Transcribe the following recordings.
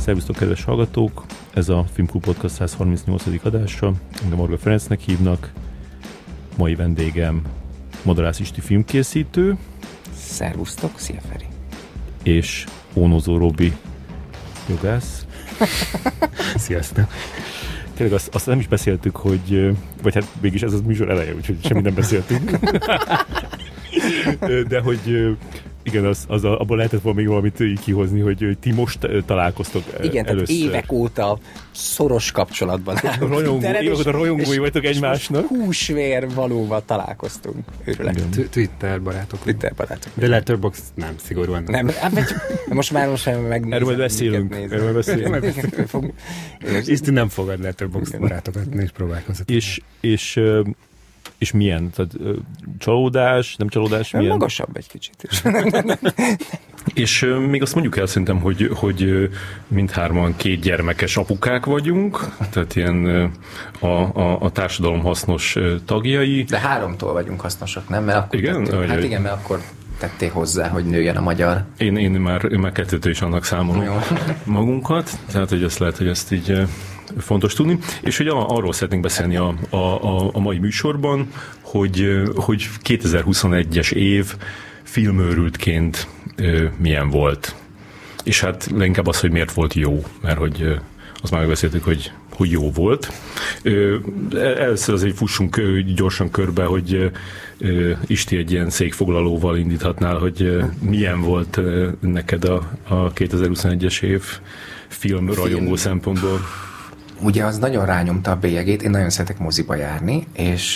Szervusztok, kedves hallgatók! Ez a Filmklub Podcast 138. adása. Engem Morga Ferencnek hívnak. Mai vendégem Madarász Isti filmkészítő. Szervusztok, szia Feri! És Ónozó Robi jogász. Sziasztok! Tényleg azt nem is beszéltük, hogy... Vagy hát mégis ez az műsor eleje, úgyhogy semmit nem beszéltünk. De hogy... Igen, abból lehetett volna még valamit így kihozni, hogy ti most találkoztok igen, először. Igen, évek óta szoros kapcsolatban állunk. Évek óta rajongói vagytok egymásnak. Húsvér valóban találkoztunk. Őrület. Twitter barátok. De Letterboxd nem, szigorúan nem. Most már megnézem. Erről beszélünk. Isti nem fogad Letterboxd barátokat, ne is próbálkozott. És milyen? Tehát, csalódás, nem csalódás? Milyen? Magasabb egy kicsit is. És még azt mondjuk el szerintem, hogy mindhárman két gyermekes apukák vagyunk, tehát ilyen a társadalom hasznos tagjai. De 3-tól vagyunk hasznosak, nem? Mert akkor igen? igen, mert akkor tették hozzá, hogy nőjön a magyar. Én már 2-től is annak számolom magunkat, tehát hogy ezt lehet, hogy ezt így fontos tudni. És hogy arról szeretnénk beszélni a mai műsorban, hogy 2021-es év filmőrültként milyen volt. És hát leginkább az, hogy miért volt jó, mert hogy azt már megbeszéltük, hogy jó volt. Először azért fussunk gyorsan körbe, hogy Isti egy ilyen székfoglalóval indíthatnál, hogy milyen volt neked a 2021-es év filmrajongó szempontból. Ugye az nagyon rányomta a bélyegét, én nagyon szeretek moziba járni, és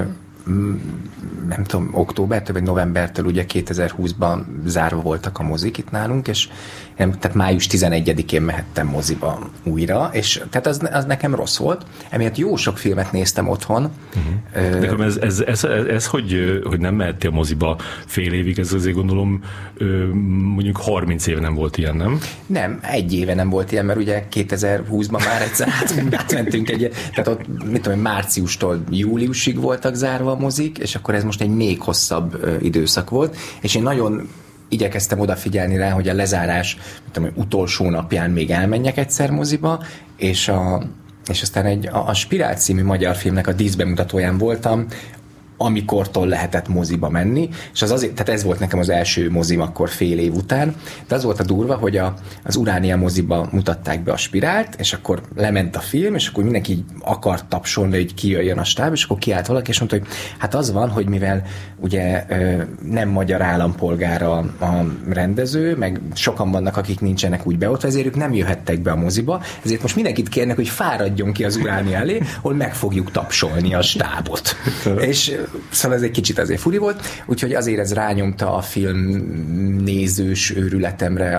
nem tudom, októbertől vagy novembertől ugye 2020-ban zárva voltak a mozik itt nálunk, és tehát május 11-én mehettem moziba újra, és tehát az nekem rossz volt. Emiatt jó sok filmet néztem otthon. De ez hogy nem mehettél moziba fél évig, ez azért gondolom mondjuk 30 éve nem volt ilyen, nem? Nem, 1 éve nem volt ilyen, mert ugye 2020-ban már egyszer átmentünk tehát ott, mit tudom, márciustól júliusig voltak zárva a mozik, és akkor ez most egy még hosszabb időszak volt, és én nagyon igyekeztem odafigyelni rá, hogy a lezárás utolsó napján még elmenjek egyszer moziba, és aztán a Spirál című magyar filmnek a díszbemutatóján voltam, amikortól lehetett moziba menni, és tehát ez volt nekem az első mozim akkor fél év után, de az volt a durva, hogy az Uránia moziba mutatták be a Spirált, és akkor lement a film, és akkor mindenki így akart tapsolni, hogy kijöjjön a stáb, és akkor kiállt valaki, és mondta, hogy hát az van, hogy mivel ugye nem magyar állampolgár a rendező, meg sokan vannak, akik nincsenek úgy beosztva, ezért ők nem jöhettek be a moziba, ezért most mindenkit kérnek, hogy fáradjon ki az Uránia elé, hol meg fogjuk tapsolni a stábot. És szóval ez egy kicsit azért furi volt, úgyhogy azért ez rányomta a filmnézős őrületemre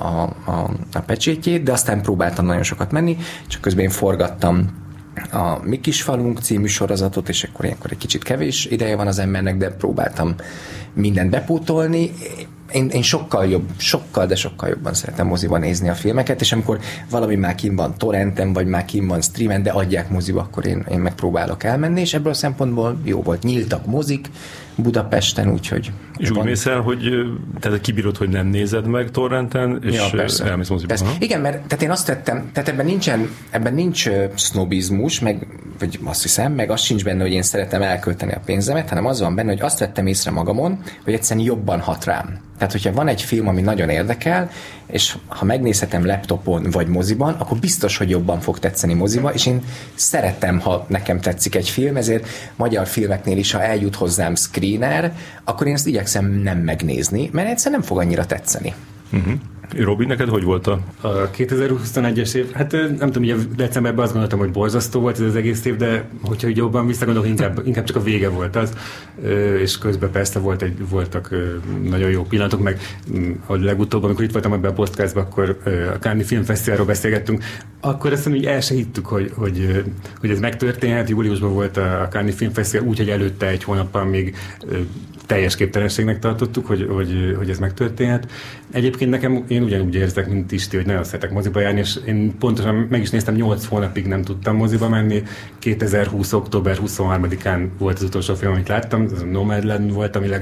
a pecsétjét, de aztán próbáltam nagyon sokat menni, csak közben én forgattam a Mi kis falunk című sorozatot, és akkor ilyenkor egy kicsit kevés ideje van az embernek, de próbáltam mindent bepótolni. Én sokkal jobban szeretem moziban nézni a filmeket, és amikor valami már kint van torrenten, vagy már kint van streamen, de adják moziba, akkor én megpróbálok elmenni, és ebből a szempontból jó volt. Nyíltak mozik Budapesten, úgyhogy... És úgy mész el, hogy tehát kibírod, hogy nem nézed meg torrenten, és elmész moziba. Igen, mert tehát én azt tettem, tehát ebben nincs sznobizmus, vagy azt hiszem, meg az sincs benne, hogy én szeretem elkölteni a pénzemet, hanem az van benne, hogy azt vettem észre magamon, hogy egyszerűen jobban hat rám. Tehát, hogyha van egy film, ami nagyon érdekel, és ha megnézhetem laptopon vagy moziban, akkor biztos, hogy jobban fog tetszeni moziba, és én szeretem, ha nekem tetszik egy film, ezért magyar filmeknél is, ha eljut hozzám screener, akkor én ezt igyekszem nem megnézni, mert egyszerűen nem fog annyira tetszeni. Robi, neked hogy volt a 2021-es év? Hát nem tudom, ugye decemberben azt gondoltam, hogy borzasztó volt ez az egész év, de hogyha jobban visszagondolok, inkább csak a vége volt az, és közben persze voltak nagyon jó pillanatok, meg a legutóbb, amikor itt voltam ebben a podcastban, akkor a Cannes Filmfesztiválról beszélgettünk, akkor azt mondom, hogy el se hittük, hogy ez megtörténhet. Júliusban volt a Cannes Filmfesztivál, úgyhogy előtte egy hónappal még teljes képtelenségnek tartottuk, hogy ez megtörténhet. Egyébként nekem én ugyanúgy érzek, mint Isti, hogy nagyon szeretek moziba járni, és én pontosan meg is néztem, 8 hónapig nem tudtam moziba menni. 2020. október 23-án volt az utolsó film, amit láttam, ez a Nomadland volt, ami legalább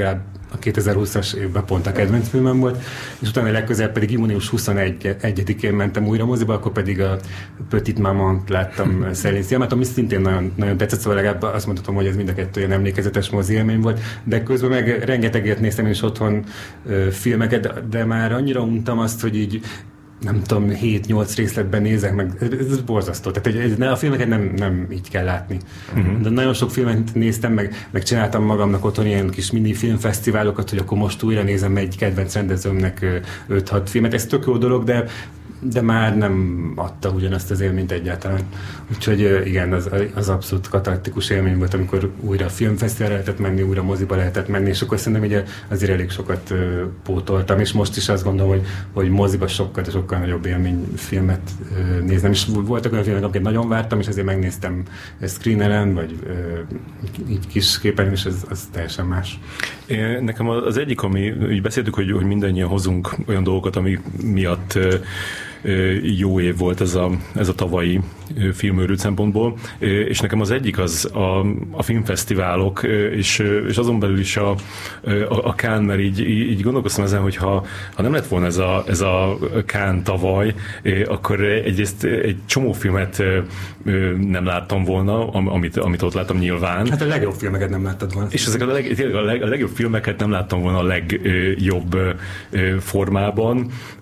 a 2020-as évben pont a kedvenc filmem volt, és utána legközelebb pedig június 21-én mentem újra moziba, akkor pedig a Petit Maman-t láttam Céline Sciammat, ami szintén nagyon, nagyon tetszett, szóval legalább azt mondhatom, hogy ez mind a kettő ilyen emlékezetes mozi élmény volt, de közben meg rengeteget néztem is otthon filmeket, de már annyira untam azt, hogy így nem tudom, 7-8 részletben nézek, meg ez borzasztó. Tehát a filmeket nem így kell látni. De nagyon sok filmet néztem, meg csináltam magamnak otthon ilyen kis mini filmfesztiválokat, hogy akkor most újra nézem egy kedvenc rendezőmnek 5-6 filmet. Ez tök jó dolog, de már nem adta ugyanazt az élményt egyáltalán. Úgyhogy igen, az abszolút katartikus élmény volt, amikor újra filmfesztiválra lehetett menni, újra moziba lehetett menni, és akkor szerintem ugye azért elég sokat pótoltam, és most is azt gondolom, hogy moziba sokkal nagyobb élmény filmet néznem, és voltak olyan filmek, amiket nagyon vártam, és ezért megnéztem screeneren, vagy így kis képen, és ez teljesen más. Nekem az egyik, ami így beszéltük, hogy mindannyian hozunk olyan dolgokat, ami miatt jó év volt ez a tavalyi filmőrült szempontból, és nekem az egyik az a filmfesztiválok, és azon belül is a Cannes, mert így gondolkoztam ezen, hogy ha nem lett volna ez a Cannes tavaly, akkor egyrészt egy csomó filmet nem láttam volna, amit ott láttam nyilván. Hát a legjobb filmeket nem láttad volna. És ezek a legjobb filmeket nem láttam volna a legjobb formában,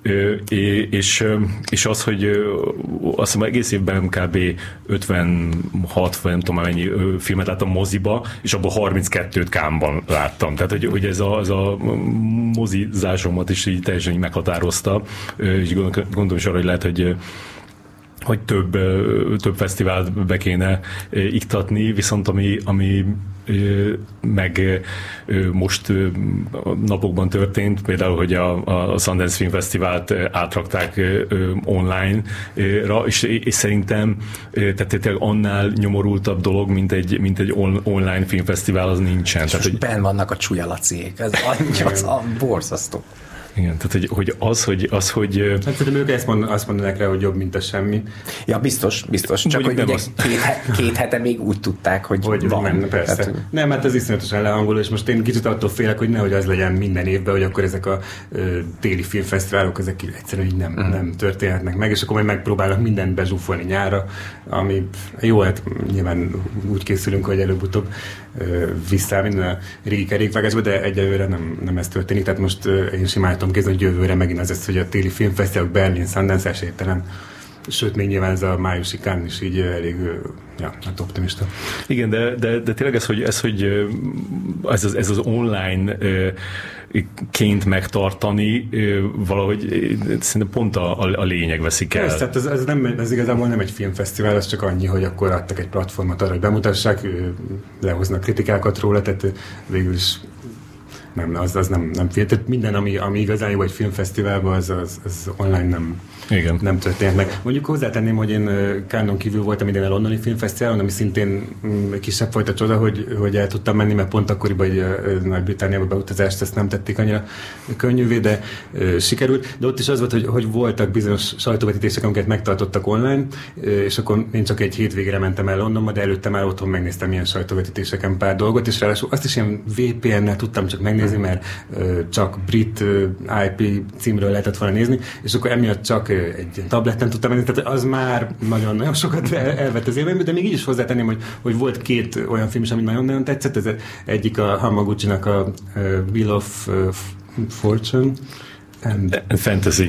és az, hogy azt hiszem egész évben kb. 56, vagy nem tudom mennyi filmet láttam moziba, és abból 32-t Cannes-ban láttam. Tehát, hogy ez a mozizásomat is így teljesen így meghatározta, és gondolom is arra, hogy lehet, hogy több fesztivált be kéne iktatni, viszont ami meg most napokban történt, például, hogy a Sundance Film Fesztivált átrakták online-ra, és szerintem tehát tényleg annál nyomorultabb dolog, mint egy online filmfesztivál, az nincsen. És tehát, most benn vannak a Csúlya Laciék, ez borzasztó. Igen, tehát hogy Hát szerintem ők azt mondanak rá, hogy jobb, mint a semmi. Ja, biztos. Csak hogy ugye két hete még úgy tudták, hogy van. Nem, persze. Tehát, nem, hát ez iszonyatosan lehangoló, és most én kicsit attól félek, hogy nehogy az legyen minden évben, hogy akkor ezek a téli filmfesztiválok, ezek egyszerűen így nem történhetnek meg, és akkor majd megpróbálnak mindent bezsúfolni nyárra, ami jó, hát nyilván úgy készülünk, hogy előbb-utóbb vissza minden a régi kerékvágásba, de egyelőre nem ez történik, tehát most én simán képzelni, hogy jövőre megint az lesz, hogy a téli filmfesztiválok, Berlin, Sundance esélytelen. Sőt, még nyilván ez a májusi Cannes is így elég hát optimista. Igen, de tényleg ez az online ként megtartani valahogy szerintem pont a lényeg veszik el. Tehát ez igazából nem egy filmfesztivál, ez csak annyi, hogy akkor adtak egy platformot arra, hogy bemutassák, lehoznak kritikákat róla, tehát végül is az nem fél. Tehát minden, ami igazán jó egy filmfesztiválban, az online nem történt meg. Mondjuk hozzátenném, hogy én Cannes-on kívül voltam idén a londoni filmfesztiválon, ami szintén kisebb fajta csoda, hogy el tudtam menni, mert pont akkoriban Nagy-Britanniába beutazást ezt nem tették annyira könnyűvé, de sikerült. De ott is az volt, hogy voltak bizonyos sajtóvetítések, amiket megtartottak online, és akkor én csak egy hétvégére mentem el Londonba, de előtte már otthon megnéztem ilyen sajtóvetítéseken pár dolgot, és ráadásul azt is ilyen VPN-nel tudtam csak megnézni, mert csak brit IP címről lehetett volna nézni, és akkor emiatt csak egy tableten tudtam menni, tehát az már nagyon-nagyon sokat elvett az élményből, de még így is hozzátenném, hogy volt két olyan film is, ami nagyon-nagyon tetszett, ez egyik a Hamaguchi-nak a Wheel of Fortune, And Fantasy.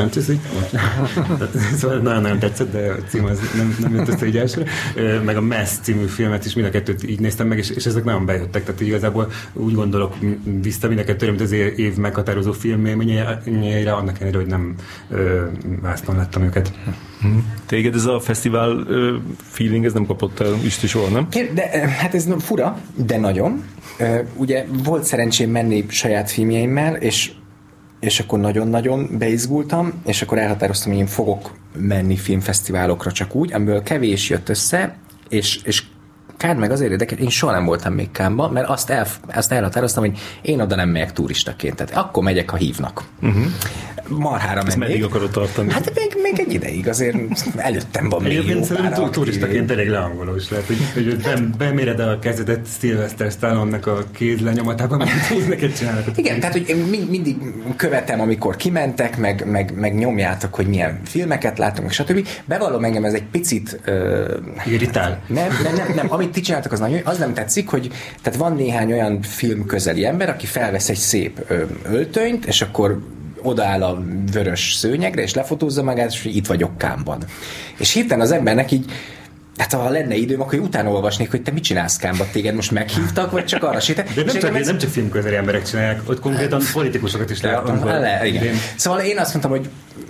Szóval nagyon-nagyon tetszett, de a cím az nem jött össze így elsőre. Meg a Mess című filmet is mind a kettőt így néztem meg, és ezek nagyon bejöttek. Tehát igazából úgy gondolok vissza mind a kettőre, mint az év meghatározó filmélményeire, annak ellenére, hogy nem vászton láttam őket. Téged ez a fesztivál feeling, ez nem kapott el is volna, nem? De, hát ez fura, de nagyon. Ugye volt szerencsém menni saját filmjeimmel, és akkor nagyon-nagyon beizgultam, és akkor elhatároztam, hogy én fogok menni filmfesztiválokra csak úgy, amiből kevés jött össze, és Cannes meg azért érdekel, én soha nem voltam még Cannes-ban, mert azt elhatároztam, hogy én oda nem megyek turistaként, tehát akkor megyek, ha hívnak. marhára mennék. Meddig akarod tartani? Hát még egy ideig, azért előttem van még jó pár turistaként elég leangolós lehet, hogy beméred a kezedet Sylvester Stallone-nak a kézlenyomatában, amit neked csinálnak. Igen, tehát hogy én mindig követem, amikor kimentek, meg nyomjátok, hogy milyen filmeket látom, meg stb. Bevallom, engem ez egy picit... irritál? Nem, amit ti csináltak, az nem tetszik, hogy tehát van néhány olyan filmközeli ember, aki felvesz egy szép öltönyt, és akkor odaáll a vörös szőnyegre, és lefotózza magát, és itt vagyok Cannes-ban. És hirtelen az embernek így, hát ha lenne időm, akkor utána olvasnék, hogy te mit csinálsz Cannes-ban, téged most meghívtak, vagy csak arra sétál. De nem csak filmközeli emberek csinálják, ott konkrétan politikusokat is láttunk. Igen. Szóval én azt mondtam, hogy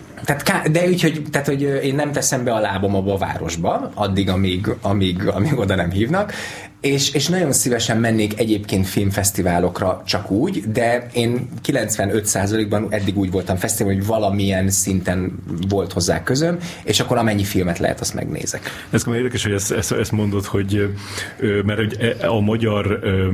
de úgy, hogy én nem teszem be a lábam abba a városba, addig, amíg oda nem hívnak, és nagyon szívesen mennék egyébként filmfesztiválokra csak úgy, de én 95%-ban eddig úgy voltam fesztivál, hogy valamilyen szinten volt hozzá közöm, és akkor amennyi filmet lehet, azt megnézek. Ez már érdekes, hogy ezt mondod, hogy mert a magyar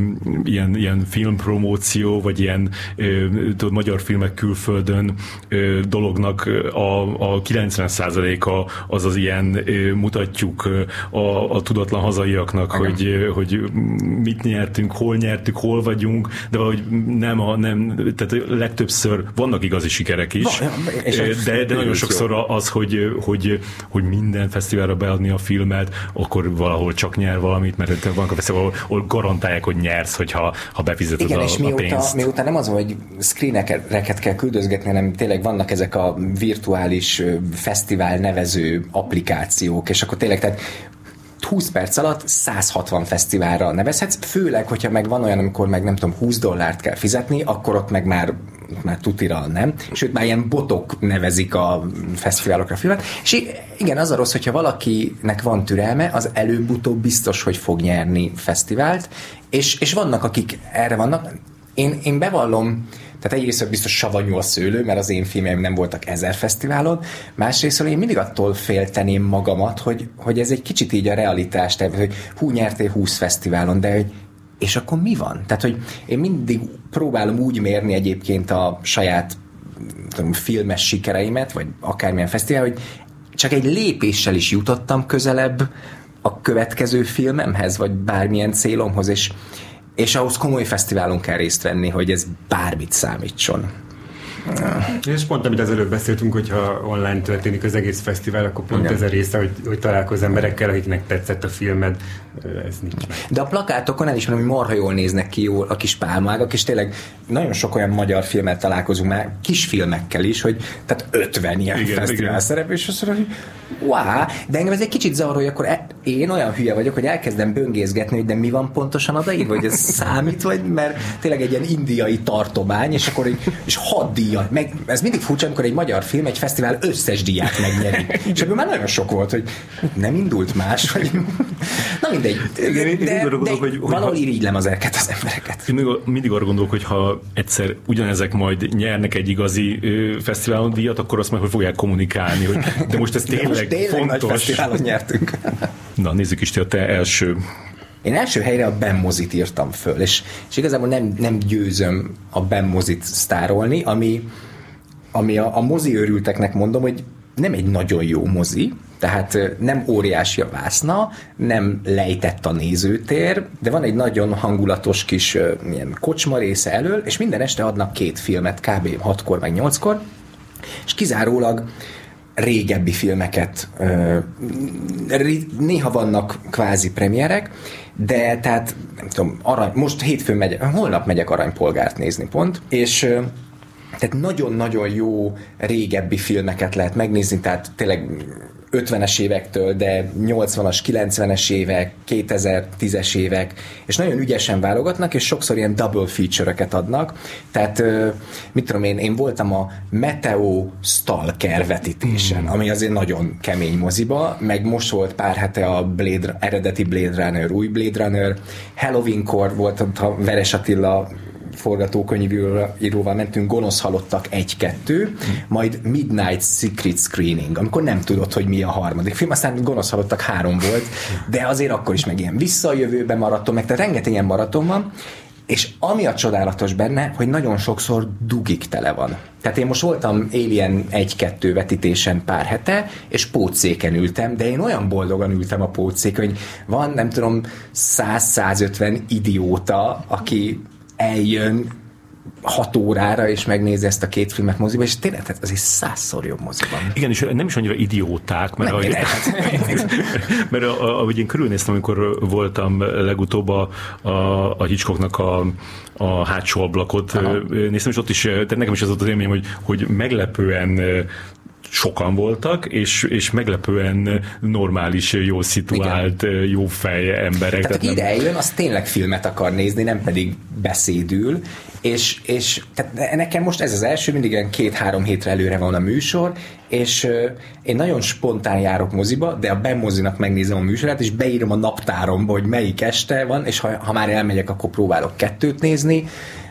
ilyen filmpromóció, vagy ilyen magyar filmek külföldön dolognak a 90%-a az ilyen mutatjuk a tudatlan hazaiaknak, hogy mit nyertünk, hol vagyunk, de valahogy nem, tehát legtöbbször vannak igazi sikerek is, de nagyon sokszor az, hogy minden fesztiválra beadni a filmet, akkor valahol csak nyer valamit, mert vannak a fesztiválok, ahol garantálják, hogy nyersz, hogyha befizeted a pénzt. Igen, és miután nem az, hogy screeneket kell küldözgetni, hanem tényleg vannak ezek a virtuális fesztivál nevező applikációk, és akkor tényleg, tehát 20 perc alatt 160 fesztiválra nevezhetsz, főleg, hogyha meg van olyan, amikor meg nem tudom, $20 kell fizetni, akkor ott meg már tutira nem. Sőt, már ilyen botok nevezik a fesztiválokra filmet. És igen, az a rossz, hogyha valakinek van türelme, az előbb-utóbb biztos, hogy fog nyerni fesztivált, és vannak, akik erre vannak. Én bevallom, tehát egyrészt biztos savanyú a szőlő, mert az én filmjeim nem voltak 1000 fesztiválon, másrészt én mindig attól félteném magamat, hogy ez egy kicsit így a realitás, tehát, hogy nyertél 20 fesztiválon, de hogy és akkor mi van? Tehát, hogy én mindig próbálom úgy mérni egyébként a saját filmes sikereimet, vagy akármilyen fesztivál, hogy csak egy lépéssel is jutottam közelebb a következő filmemhez, vagy bármilyen célomhoz, és ahhoz komoly fesztiválon kell részt venni, hogy ez bármit számítson. És pont, amit ezelőtt beszéltünk, hogyha online történik az egész fesztivál, akkor pont ez a része, hogy találkozz emberekkel, akiknek tetszett a filmed, ez nincs meg. De a plakátokon el is mondom, hogy marha jól néznek ki jól a kis pálmágak, és tényleg nagyon sok olyan magyar filmet találkozunk már, kisfilmekkel is, hogy tehát 50 ilyen fesztivál szerep, és azt mondom, hogy de engem ez egy kicsit zavar, hogy akkor én olyan hülye vagyok, hogy elkezdem böngészgetni, hogy de mi van pontosan odaírva, hogy ez számít, vagy mert tényleg egy ilyen indiai tartomány, és akkor és 6 díjat, meg ez mindig furcsa, amikor egy magyar film egy fesztivál összes díját megnyeri. És ebből már nagyon sok volt, hogy nem indult más, vagy na mindegy. De valahol irigylem ezeket az embereket. Én mindig arra gondolok, hogy ha egyszer ugyanezek majd nyernek egy igazi fesztiválon díjat, akkor azt meg hogy fogják kommunikálni, hogy de most ez tényleg fontos. Nagy fesztiválon nyertünk. Na, nézzük is a te első. Én első helyre a Ben Mozit írtam föl, és igazából nem győzöm a Ben Mozit sztárolni, ami a mozi őrülteknek mondom, hogy nem egy nagyon jó mozi, tehát nem óriási a vászna, nem lejtett a nézőtér, de van egy nagyon hangulatos kis ilyen kocsma része elől, és minden este adnak 2 filmet, kb. 6-kor meg 8-kor, és kizárólag régebbi filmeket, néha vannak kvázi premierek, de tehát nem tudom, most hétfőn holnap megyek Aranypolgárt nézni pont, és tehát nagyon-nagyon jó régebbi filmeket lehet megnézni, tehát tényleg 50-es évektől, de 80-as, 90-es évek, 2010-es évek, és nagyon ügyesen válogatnak, és sokszor ilyen double feature-öket adnak. Tehát, mit tudom én voltam a Meteo Stalker vetítésen, ami azért nagyon kemény moziba, meg most volt pár hete a eredeti Blade Runner, új Blade Runner, Halloweenkor volt a Veres Attila forgatókönyvíróval mentünk, Gonosz halottak 1-2, majd Midnight Secret Screening, amikor nem tudod, hogy mi a harmadik film, aztán Gonosz halottak 3 volt, de azért akkor is meg ilyen vissza a jövőbe maraton, meg tehát rengeteg ilyen maraton van, És ami a csodálatos benne, hogy nagyon sokszor dugig tele van. Tehát én most voltam Alien 1-2 vetítésen pár hete, és pótszéken ültem, de én olyan boldogan ültem a pótszéken, hogy van, nem tudom, 100-150 idióta, aki eljön 6 órára, és megnézi ezt a 2 filmet moziba, és tényleg az is 100-szor jobb moziban. Igen, és nem is annyira idióták, mert ahogy én körülnéztem, amikor voltam legutóbb a Hitchcocknak a hátsó ablakot néztem, és ott is, tehát nekem is az volt az élményem, hogy meglepően sokan voltak, és meglepően normális, jól szituált, jó fej emberek. Tehát aki ide eljön, az tényleg filmet akar nézni, nem pedig beszédül, és tehát nekem most ez az első, mindig ilyen 2-3 hétre előre van a műsor, és én nagyon spontán járok moziba, de a benmozinak megnézem a műsorát, és beírom a naptáromba, hogy melyik este van, és ha már elmegyek, akkor próbálok 2-t nézni.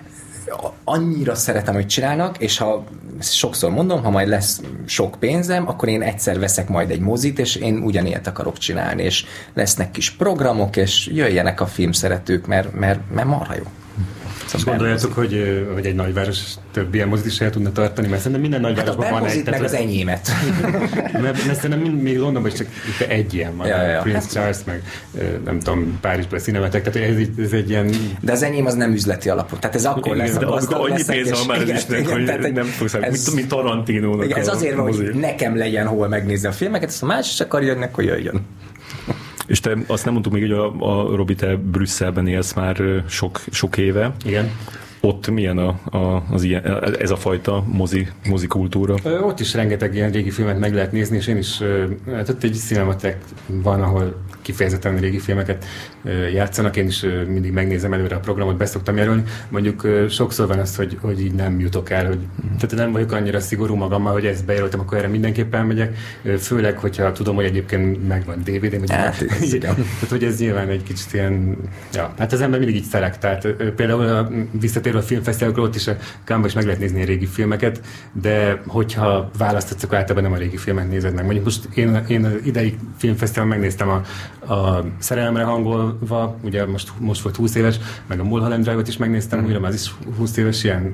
Annyira szeretem, hogy csinálnak, és sokszor mondom, ha majd lesz sok pénzem, akkor én egyszer veszek majd egy mozit, és én ugyanilyet akarok csinálni, és lesznek kis programok, és jöjjenek a filmszeretők, mert marha jó. Gondoljátok, hogy egy nagyváros több ilyen mozit is el tudna tartani, mert szerintem minden nagyvárosban van egy. Meg az enyémet. Mert szerintem még Londonban is csak egy ilyen van. Ja. Prince Charles, meg nem tudom, Párizsban Cinematek, tehát ez egy ilyen... De az enyém az nem üzleti alapú. Tehát ez akkor lesz. De akkor annyi pénz van már az Istennek, hogy nem fogsz, mint Tarantinónak. Ez azért van, hogy nekem legyen hol megnézni a filmeket, ezt a más is akar jönni, akkor jöjjön. És te azt nem mondtuk még, hogy a Robi, te Brüsszelben élsz már sok éve. Igen. Ott milyen az ilyen, ez a fajta mozi kultúra? Ott is rengeteg ilyen régi filmet meg lehet nézni, és én is, hát ott egy Cinematek van, ahol kifejezetten régi filmeket játszanak, én is mindig megnézem előre a programot, beszoktam jelölni. Mondjuk sokszor van az, hogy így nem jutok el, hogy tehát nem vagyok annyira szigorú magammal, hogy ezt bejelöltem, akkor erre mindenképpen megyek, főleg, hogyha tudom, hogy egyébként megvan DVD-n, vagy tehát, hogy ez nyilván egy kicsit ilyen, ja, hát az ember mindig így szelektált. Például visszatérve a filmfesztiválokról, ott is a Cannes-ban is meg lehet nézni a régi filmeket, de hogyha választhatsz, akkor általában nem a régi filmet nézed meg. Mondjuk most én az idei filmfesztiválon megnéztem a Szerelemre hangolva, ugye most volt 20 éves, meg a Mulholland Drive-ot is megnéztem, újra már az is 20 éves, ilyen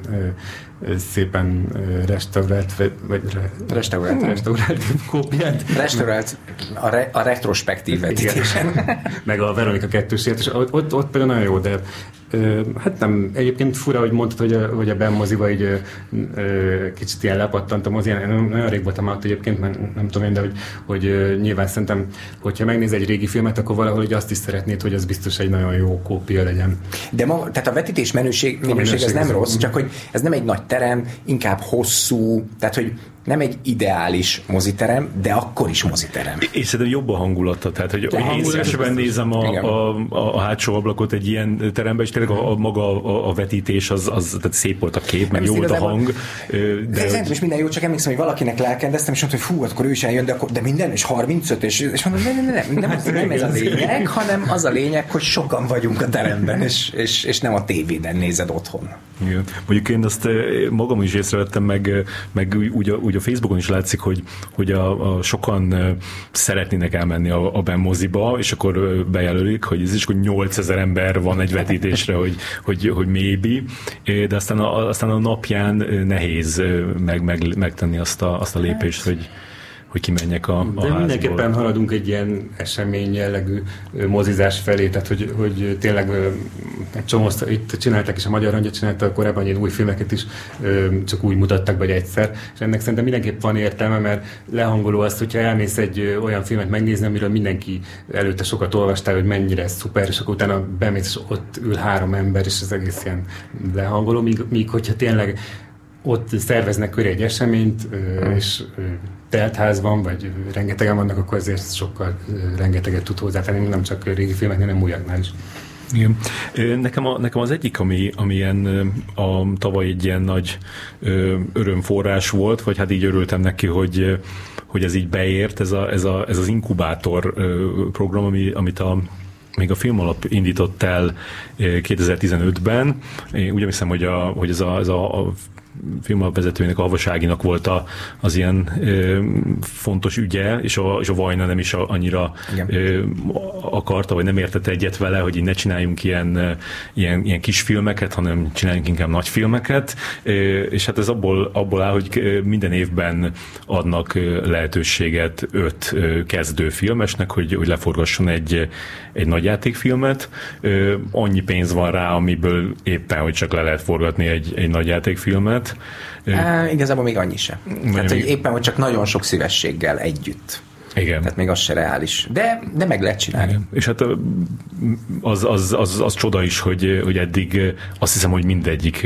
szépen restaurált kópiát. Restaurált a retrospektív vetítésen. Meg a Veronika 2-sért, és ott például nagyon jó, de hát nem, egyébként fura, hogy mondtad, hogy a Ben moziba így kicsit ilyen lepattant a mozi, nagyon rég voltam ott egyébként, mert nem tudom én, de hogy nyilván szerintem, hogyha megnéz egy régi filmet, akkor valahol így azt is szeretnéd, hogy az biztos egy nagyon jó kópia legyen. De tehát a vetítés minőség ez nem rossz, csak hogy ez nem egy nagy terem, inkább hosszú, tehát hogy nem egy ideális moziterem, de akkor is moziterem. És szerintem jobb a hangulata, tehát hogy én szívesebben nézem a hátsó ablakot egy ilyen teremben, és tényleg maga a vetítés az tehát szép volt a kép, meg jó volt a hang. De szerintem is minden jó, csak emlékszem, hogy valakinek lelkendeztem, és mondta, hogy fú, akkor ő is eljön, de minden, és 35, és mondom, nem ez a lényeg, hanem az a lényeg, hogy sokan vagyunk a teremben, és nem a tévében nézed otthon. Igen. Mondjuk én azt magam is észrevettem, meg úgy a Facebookon is látszik, hogy sokan szeretnének elmenni a Ben moziba, és akkor bejelölik, hogy ez is, hogy 8000 ember van egy vetítésre, hogy maybe, de aztán a napján nehéz megtenni azt a lépést, hogy kimenjek a házból. Mindenképpen haladunk egy ilyen esemény jellegű mozizás felé, tehát hogy tényleg egy csomószor, itt csinálták is, a Magyar Hangya csinálta korábban ilyen új filmeket is, csak úgy mutattak be egyszer, és ennek szerintem mindenképp van értelme, mert lehangoló azt, hogyha elmész egy olyan filmet megnézni, amiről mindenki előtte sokat olvastál, hogy mennyire szuper, és akkor utána bemész, és ott ül 3 ember, és az egész ilyen lehangoló, míg hogyha tényleg ott szerveznek köré egy eseményt, és teltházban, vagy rengetegen vannak, akkor azért sokkal rengeteget tud hozzátenni, nem csak régi filmeknél, hanem újaknál is. Igen. Nekem az egyik, ami ilyen tavaly egy ilyen nagy örömforrás volt, vagy hát így örültem neki, hogy ez így beért, ez az inkubátor program, amit még a Filmalap indított el 2015-ben. Úgy hiszem, hogy ez a filmalapvezetőjének, a Havaságinak volt az ilyen fontos ügye, és a Vajna nem is annyira akarta, vagy nem értette egyet vele, hogy így ne csináljunk ilyen kis filmeket, hanem csináljunk inkább nagy filmeket, és hát ez abból áll, hogy minden évben adnak lehetőséget 5 kezdő filmesnek, hogy leforgasson egy nagyjátékfilmet. Annyi pénz van rá, amiből éppen, hogy csak le lehet forgatni egy nagyjátékfilmet. Igazából még annyi sem. Tehát, hogy éppen, hogy csak nagyon sok szívességgel együtt. Igen. Tehát még az se reális. De meg lehet csinálni. Igen. És hát az csoda is, hogy eddig azt hiszem, hogy mindegyik,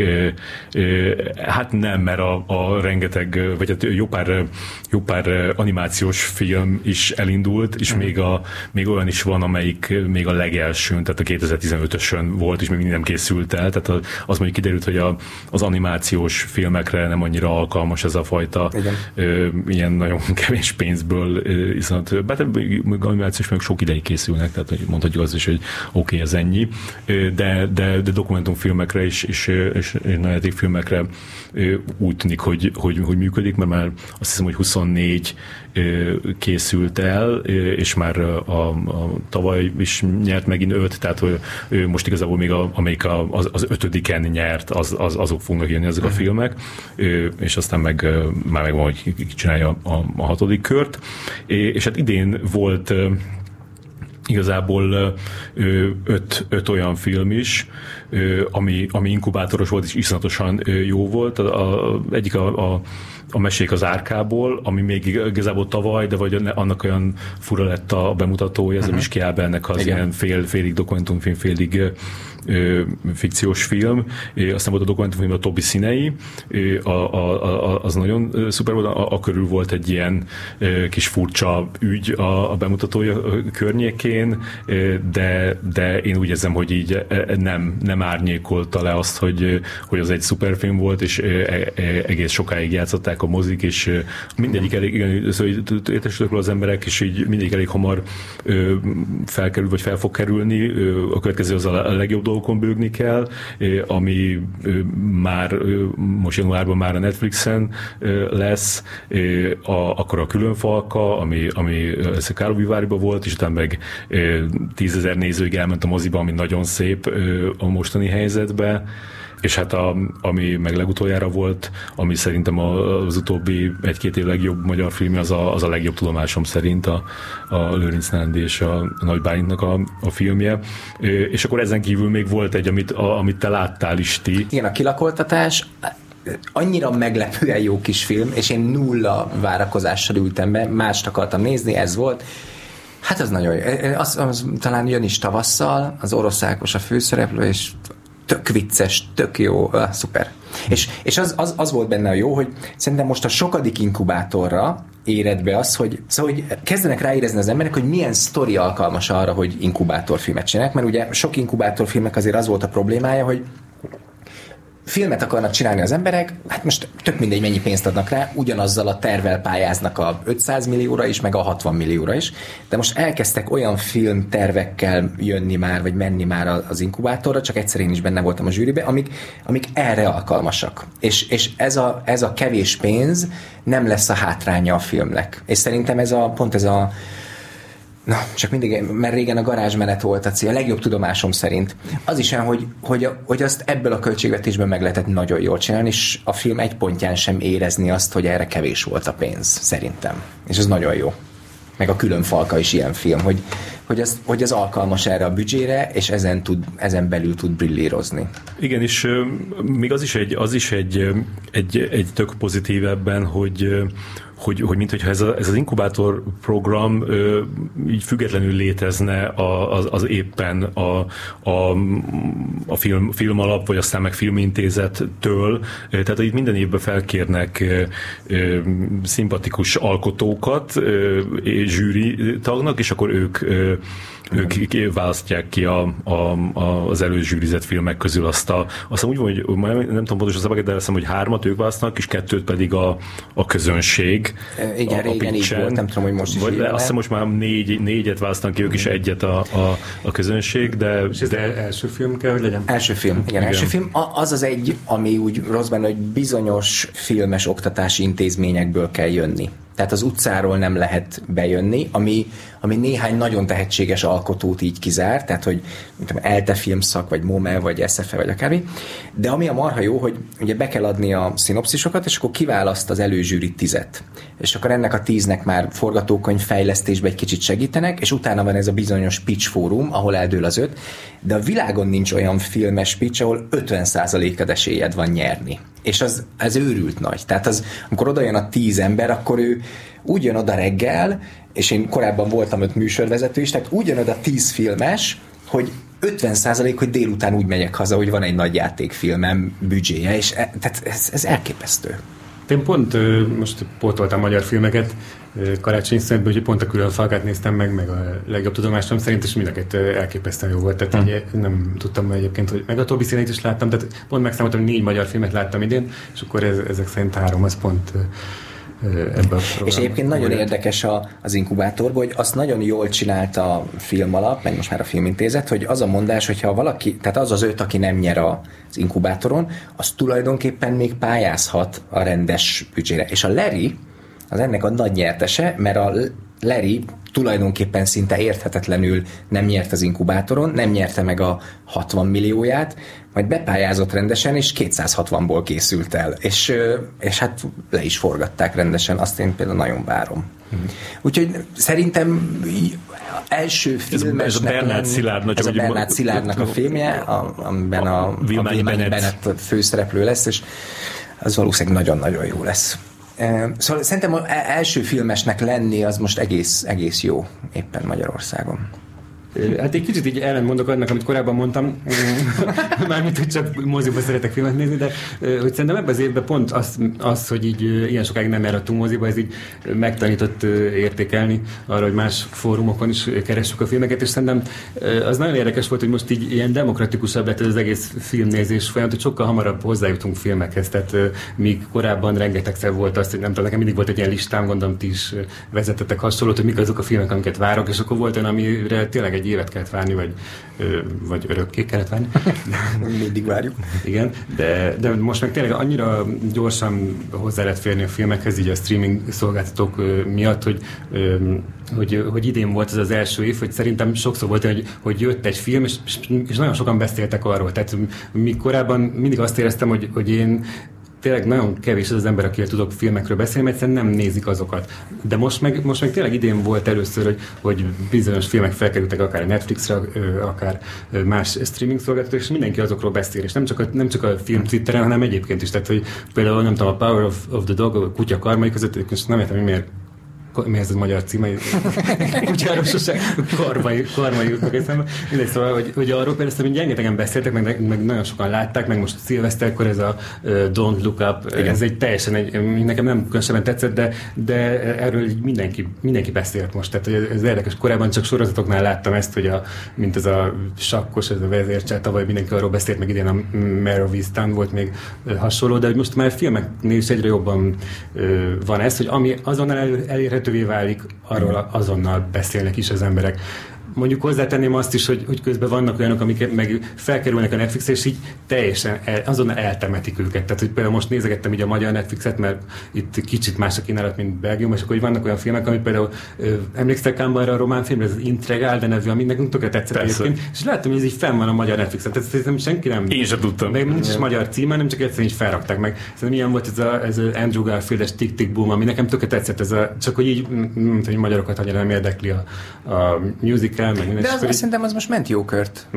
hát nem, mert a rengeteg, vagy hát jó pár animációs film is elindult, és még olyan is van, amelyik még a legelsőn, tehát a 2015-ösön volt, és még mindig nem készült el. Tehát az mondjuk kiderült, hogy az animációs filmekre nem annyira alkalmas ez a fajta ilyen nagyon kevés pénzből viszont animációs filmek sok ideig készülnek, tehát mondhatjuk azt is, hogy oké, ez ennyi, de dokumentumfilmekre és nagyjátékfilmekre úgy tűnik, hogy működik, mert már azt hiszem, hogy 24 készült el, és már tavaly is nyert megint 5, tehát most igazából még amelyik az 5-en nyert, azok fognak jönni ezek a filmek, és aztán már megvan, hogy ki csinálja a 6. kört. És hát idén volt igazából 5 olyan film is, ami inkubátoros volt, és iszonyatosan jó volt. Egyik a Mesék az árkából, ami még igazából tavaly, de vagy annak olyan fura lett a bemutatója, ez a Miski Ábelnek az ilyen félig dokumentumfilm, félig fikciós film. Aztán volt a dokumentumfilm a Tobi színei, az nagyon szuper volt, a körül volt egy ilyen kis furcsa ügy a bemutatója környékén, de én úgy érzem, hogy így nem árnyékolta le azt, hogy az egy szuperfilm volt, és egész sokáig játszották a mozik, és mindegyik elég, igen, szóval értesültek róla az emberek, és így mindegyik elég hamar felkerül, vagy fel fog kerülni. A következő az a legjobb dolgokon bőgni kell, ami már most januárban már a Netflixen lesz, akkor a Különfalka, ami ez a Károlyváriban volt, és utána meg 10 000 nézőig elment a moziba, ami nagyon szép a mostani helyzetben. És hát ami meg legutoljára volt, ami szerintem az utóbbi 1-2 év legjobb magyar filmje, az a legjobb tudomásom szerint a Lőrinc Nándi és a Nagy Bálintnak a filmje. És akkor ezen kívül még volt egy, amit te láttál is ti. Igen, a Kilakoltatás annyira meglepően jó kis film, és én 0 várakozással ültem be, mást akartam nézni, ez volt. Hát az nagyon jó. Az talán jön is tavasszal, az orosz Ákos a főszereplő, és tök vicces, tök jó, szuper. És az volt benne a jó, hogy szerintem most a sokadik inkubátorra éred be az, hogy kezdenek ráérezni az emberek, hogy milyen sztori alkalmas arra, hogy inkubátorfilmet csinálják, mert ugye sok inkubátorfilmnek azért az volt a problémája, hogy filmet akarnak csinálni az emberek, hát most tök mindegy, mennyi pénzt adnak rá, ugyanazzal a tervvel pályáznak a 500 millióra is, meg a 60 millióra is, de most elkezdtek olyan filmtervekkel jönni már, vagy menni már az inkubátorra, csak egyszer én is benne voltam a zsűribe, amik erre alkalmasak. És ez a kevés pénz nem lesz a hátránya a filmnek. És szerintem pont ez a na, csak mindig, mert régen a garázsmenet volt a cél, a legjobb tudomásom szerint. Az is olyan, hogy azt ebből a költségvetésből meg lehetett nagyon jól csinálni, és a film egy pontján sem érezni azt, hogy erre kevés volt a pénz, szerintem. És ez nagyon jó. Meg a Különfalka is ilyen film, hogy az alkalmas erre a büdzsére, és ezen belül tud brillírozni. Igen, és még az is egy tök pozitív ebben, hogy minthogyha ez az inkubátor program így függetlenül létezne az éppen a film alap, vagy aztán meg filmintézettől. Tehát itt minden évben felkérnek szimpatikus alkotókat zsűri tagnak, és akkor ők választják ki az előzsűrizett filmek közül azt úgy van, hogy nem tudom pontosan szabályokat, de azt hiszem, hogy 3 ők választanak, és 2 pedig a közönség. Igen, régen így volt, nem tudom, hogy most is vagy, azt hiszem most már négyet választanak ki, ők is egyet a közönség, de... És ez első film kell, hogy legyen? Első film, igen. Első film. Az egy, ami úgy rossz benne, hogy bizonyos filmes oktatási intézményekből kell jönni. Tehát az utcáról nem lehet bejönni, ami néhány nagyon tehetséges alkotót így kizár, tehát hogy ELTE filmszak, vagy MOME, vagy SFE, vagy akármi. De ami a marha jó, hogy ugye be kell adni a szinopszisokat, és akkor kiválaszt az előzsűri 10. És akkor ennek a 10-nek már forgatókönyv fejlesztésbe egy kicsit segítenek, és utána van ez a bizonyos pitch fórum, ahol eldől az 5, de a világon nincs olyan filmes pitch, ahol 50%-ad esélyed van nyerni. És az őrült nagy. Tehát amikor oda jön a 10 ember, akkor ő úgy jön oda reggel, és én korábban voltam 5 műsorvezető is, tehát úgy jön oda 10 filmes, hogy 50%, hogy délután úgy megyek haza, hogy van egy nagy játékfilmem büdzséje, és tehát ez elképesztő. Én pont most pótoltam magyar filmeket karácsonyi szünetben, úgyhogy pont a Külön falkát néztem meg a Legjobb tudomásom szerint, és mindeket elképesztően jó volt. Tehát nem tudtam egyébként, hogy meg a Tobi színeit is láttam, tehát pont megszámoltam, hogy 4 magyar filmet láttam idén, és akkor ezek szerint 3 az pont ebben a és egyébként nagyon érdekes az inkubátorban, hogy azt nagyon jól csinálta a Filmalap, meg most már a Filmintézet, hogy az a mondás, hogyha valaki, tehát az 5, aki nem nyer az inkubátoron, az tulajdonképpen még pályázhat a rendes büdzsére. És a Larry az ennek a nagy nyertese, mert a Larry tulajdonképpen szinte érthetetlenül nem nyert az inkubátoron, nem nyerte meg a 60 millióját, majd bepályázott rendesen, és 260-ból készült el. És hát le is forgatták rendesen, azt én például nagyon várom. Úgyhogy szerintem első filmesnek... Ez a Bernát Szilárdnak a filmje, amiben a Vilmányi Bennett főszereplő lesz, és az valószínűleg nagyon-nagyon jó lesz. Szóval szerintem az első filmesnek lenni az most egész jó éppen Magyarországon. Hát egy kicsit így ellentmondok annak, amit korábban mondtam, mármint, hogy csak moziba szeretek filmet nézni, de hogy szerintem ebben az évben pont az, hogy így ilyen sokáig nem járhatunk moziba, ez így megtanított értékelni arra, hogy más fórumokon is keressük a filmeket, és szerintem az nagyon érdekes volt, hogy most így ilyen demokratikusabb lett ez az egész filmnézés folyamat, hogy sokkal hamarabb hozzájutunk filmekhez, tehát míg korábban rengetegszer volt azt, hogy nem tudom, nekem mindig volt egy ilyen listám, gondolom ti is vezetettek hasonlót, hogy mik azok a filmek, amiket várok, és akkor volt olyan, amire tényleg egy évet kellett várni, vagy örökké kellett várni. Mindig várjuk. Igen, de most meg tényleg annyira gyorsan hozzá lehet férni a filmekhez, így a streaming szolgáltatók miatt, hogy idén volt ez az első év, hogy szerintem sokszor volt, hogy jött egy film, és nagyon sokan beszéltek arról. Tehát míg korábban mindig azt éreztem, hogy én tényleg nagyon kevés az ember, akivel tudok filmekről beszélni, mert egyszerűen nem nézik azokat. De most meg tényleg idén volt először, hogy bizonyos filmek felkerültek akár a Netflixre, akár más streaming szolgáltatók, és mindenki azokról beszél, és nem csak a film Twitteren, hanem egyébként is. Tehát, hogy például nem tudom, a Power of the Dog, a Kutya karmai között, és nem értem, hogy mi ez a magyar címe? Kutyáról sose karmai jutnak eszembe. Mindegy, szóval, hogy arról például hogy rengetegen beszéltek, meg nagyon sokan látták, meg most szilveszterkor ez a Don't Look Up, igen. Ez egy teljesen, nekem nem különösen tetszett, de erről mindenki beszélt most. Tehát ez érdekes. Korábban csak sorozatoknál láttam ezt, hogy mint ez a sakkos, ez a vezércsel, tavaly mindenki arról beszélt, meg idén a Mare of Easttown volt még hasonló, de hogy most már filmeknél is egyre jobban van ez, hogy ami azonnal elérhetővé válik, arról azonnal beszélnek is az emberek. Mondjuk hozzátenném azt is, hogy közben vannak olyanok, amik meg felkerülnek a Netflixre, és így teljesen azonnal eltemetik őket. Tehát, hogy például most nézegettem így a magyar Netflixet, mert itt kicsit más a kínálat, mint Belgium, és akkor vannak olyan filmek, amit például emléksztek arra a román filmre, ez az Intrigál nevű, ami nekünk tökre tetszett egyébként, és láttam, hogy ez így fenn van a magyar Netflixen. Tehát szerintem senki nem... Én sem tudtam. Meg nincs is magyar címe, nem csak egyszerűen így felrakták meg. Szerintem milyen volt ez az Andrew Garfield-es Tick Tick Boom, ami nekem tökre tetszett, csak hogy így, hogy magyarokat annyira nem érdekli a musical. De szerintem az most ment jó kört.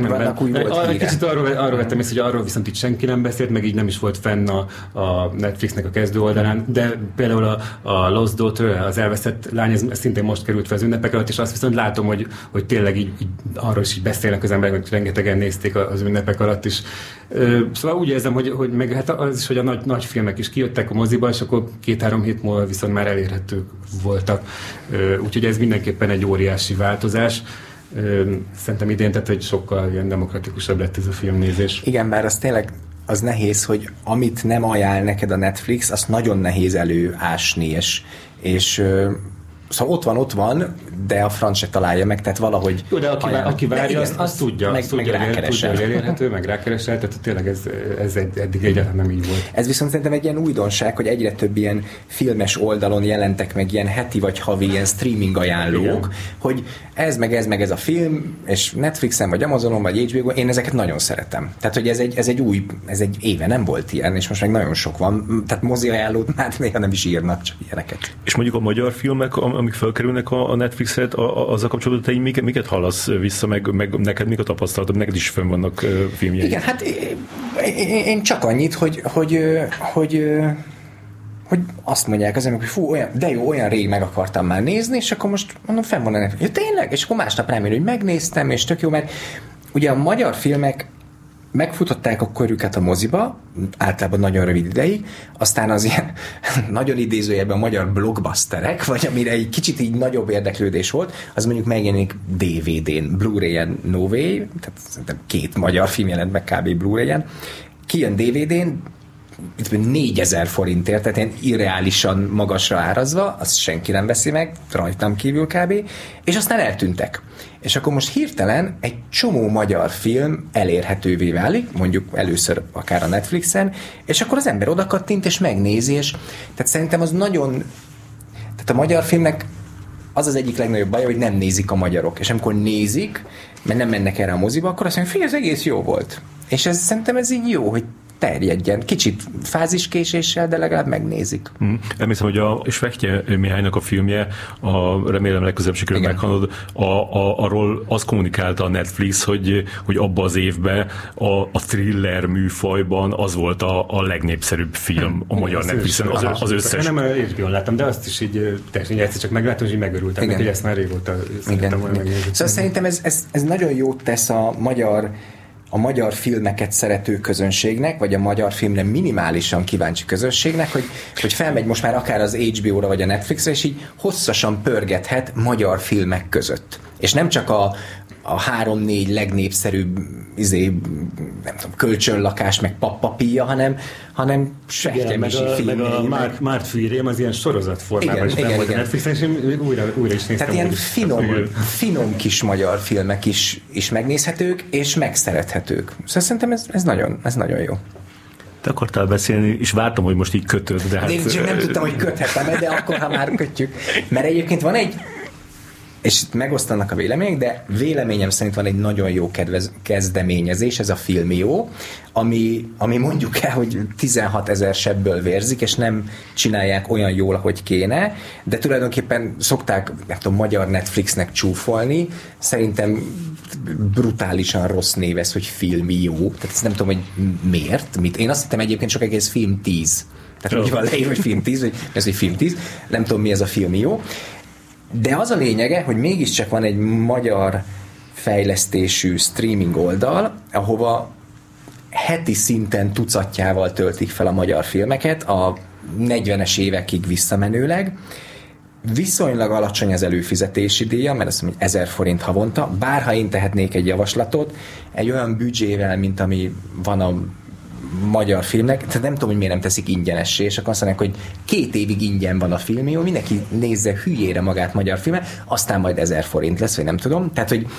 Kicsit arról vettem észre, hogy arról viszont itt senki nem beszélt, meg így nem is volt fenn a Netflixnek a kezdő oldalán, de például a Lost Daughter, az elveszett lány, ez szintén most került fel az ünnepek alatt, és azt viszont látom, hogy tényleg így arról is így beszélnek az emberek, hogy rengetegen nézték az ünnepek alatt is. Szóval úgy érzem, hogy meg hát az is, hogy a nagy filmek is kijöttek a moziba, és akkor 2-3 hét múlva viszont már elérhetők voltak. Úgyhogy ez mindenképpen egy óriási változás. Szerintem idén, tehát, hogy sokkal ilyen demokratikusabb lett ez a filmnézés. Igen, bár az tényleg az nehéz, hogy amit nem ajánl neked a Netflix, azt nagyon nehéz előásni, és szóval ott van, de a franc se találja meg, tehát valahogy... Jó, de aki várja, azt tudja, meg rákeresel. Tudja, elérhető, meg rákeresel, tehát tényleg ez eddig egyáltalán nem így volt. Ez viszont szerintem egy ilyen újdonság, hogy egyre több ilyen filmes oldalon jelentek meg ilyen heti vagy havi ilyen streaming ajánlók, igen. Hogy ez a film, és Netflixen, vagy Amazonon, vagy HBO-n, én ezeket nagyon szeretem. Tehát, hogy ez egy éve nem volt ilyen, és most meg nagyon sok van. Tehát mozi ajánlót már néha nem is írnak, csak ilyeneket. És mondjuk a magyar filmek, amik felkerülnek a Netflixet, azzal kapcsolatban te miket hallasz vissza, meg neked mik a tapasztalatod, neked is fönn vannak filmjeid? Igen, hát én csak annyit, hogy azt mondják az emberek, hogy fú, olyan rég meg akartam már nézni, és akkor most mondom, fenn van a Netflix. Ja, tényleg? És akkor másnap rámérő, hogy megnéztem, és tök jó, mert ugye a magyar filmek megfutották a körüket a moziba, általában nagyon rövid ideig, aztán az ilyen nagyon idézőjelben a magyar blockbusterek, vagy amire egy kicsit így nagyobb érdeklődés volt, az mondjuk megjelenik DVD-n, Blu-ray-en No Way, tehát szerintem 2 magyar film jelent meg kb. Blu-ray-en, kijön DVD-n, 4000 forintért, tehát ilyen irreálisan magasra árazva, azt senki nem veszi meg, rajtam kívül kb. És aztán eltűntek. És akkor most hirtelen egy csomó magyar film elérhetővé válik, mondjuk először akár a Netflixen, és akkor az ember odakattint és megnézi, és tehát szerintem az nagyon, tehát a magyar filmnek az egyik legnagyobb baj, hogy nem nézik a magyarok. És amikor nézik, mert nem mennek erre a moziba, akkor azt mondják, ez egész jó volt. És szerintem ez így jó, hogy terjedjen. Kicsit fáziskéséssel, de legalább megnézik. Emlékszem, hogy a Svehje Mihálynak a filmje, remélem legközelebb sikerül meghallod, arról azt kommunikálta a Netflix, hogy abban az évben a thriller műfajban az volt a legnépszerűbb film a magyar Netflixen, az összes. Nem HBO-n láttam, de azt is így teljesen egyszer csak megláttam, és így megörültem, hogy ezt már régóta szerettem volna megnézni. Szóval szerintem ez nagyon jót tesz a magyar filmeket szerető közönségnek, vagy a magyar filmre minimálisan kíváncsi közönségnek, hogy felmegy most már akár az HBO-ra, vagy a Netflixre, és így hosszasan pörgethet magyar filmek között. És nem csak a 3-4 legnépszerűbb nem tudom, kölcsönlakás, meg pappapíja, hanem Svehtemisi film. Meg a Márt Fűrém az ilyen sorozat formában is nem volt a Netflixen, és én újra is néztem. Tehát ilyen finom kis magyar filmek is megnézhetők, és megszerethetők. Szóval szerintem ez nagyon jó. Te akartál beszélni, és vártam, hogy most így kötöd. De hát... Én csak nem tudtam, hogy köthetem, de akkor, ha már kötjük. Mert egyébként van egy, és megosztanak a vélemények, de véleményem szerint van egy nagyon jó kezdeményezés, ez a Filmió, ami mondjuk el, hogy 16 000 sebből vérzik, és nem csinálják olyan jól, ahogy kéne, de tulajdonképpen szokták, nem tudom, magyar Netflixnek csúfolni, szerintem brutálisan rossz név ez, hogy Filmió, tehát ezt nem tudom, hogy miért, én azt hittem egyébként csak egész Film 10, tehát úgy van leírva, hogy Film 10, vagy ez egy Film 10, nem tudom, mi ez a Filmió. De az a lényege, hogy mégiscsak van egy magyar fejlesztésű streaming oldal, ahova heti szinten tucatjával töltik fel a magyar filmeket, a 40-es évekig visszamenőleg. Viszonylag alacsony az előfizetési díja, mert azt mondom, hogy 1000 forint havonta, bárha én tehetnék egy javaslatot, egy olyan büdzsével, mint ami van a magyar filmnek, tehát nem tudom, hogy miért nem teszik ingyenessé, és akkor azt mondják, hogy 2 évig ingyen van a Filmió, mindenki nézze hülyére magát magyar filmet, aztán majd 1000 forint lesz, vagy nem tudom. Tehát, hogy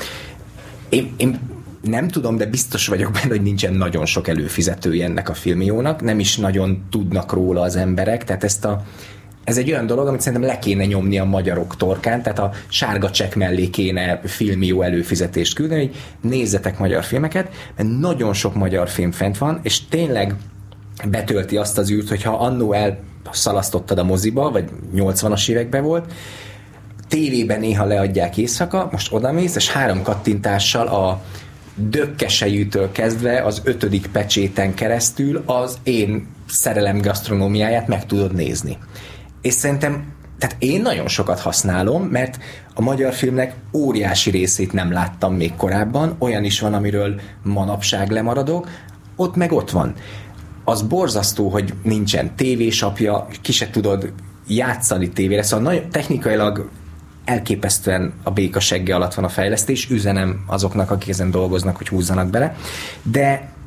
én nem tudom, de biztos vagyok benne, hogy nincsen nagyon sok előfizetője ennek a Filmiónak, nem is nagyon tudnak róla az emberek, tehát ez egy olyan dolog, amit szerintem le kéne nyomni a magyarok torkán, tehát a sárga csekk mellé kéne Filmió előfizetést küldeni, hogy nézzetek magyar filmeket, mert nagyon sok magyar film fent van, és tényleg betölti azt az űrt, hogyha annó elszalasztottad a moziba, vagy 80-as években volt, tévében néha leadják éjszaka, most odamész, és 3 kattintással a Dökkesejűtől kezdve az 5. pecséten keresztül az én szerelem gasztronómiáját meg tudod nézni. És szerintem, tehát én nagyon sokat használom, mert a magyar filmnek óriási részét nem láttam még korábban, olyan is van, amiről manapság lemaradok, ott van. Az borzasztó, hogy nincsen tévésapja, ki se tudod játszani tévére, szóval nagyon technikailag elképesztően a béka segge alatt van a fejlesztés, üzenem azoknak, akik ezen dolgoznak, hogy húzzanak bele, de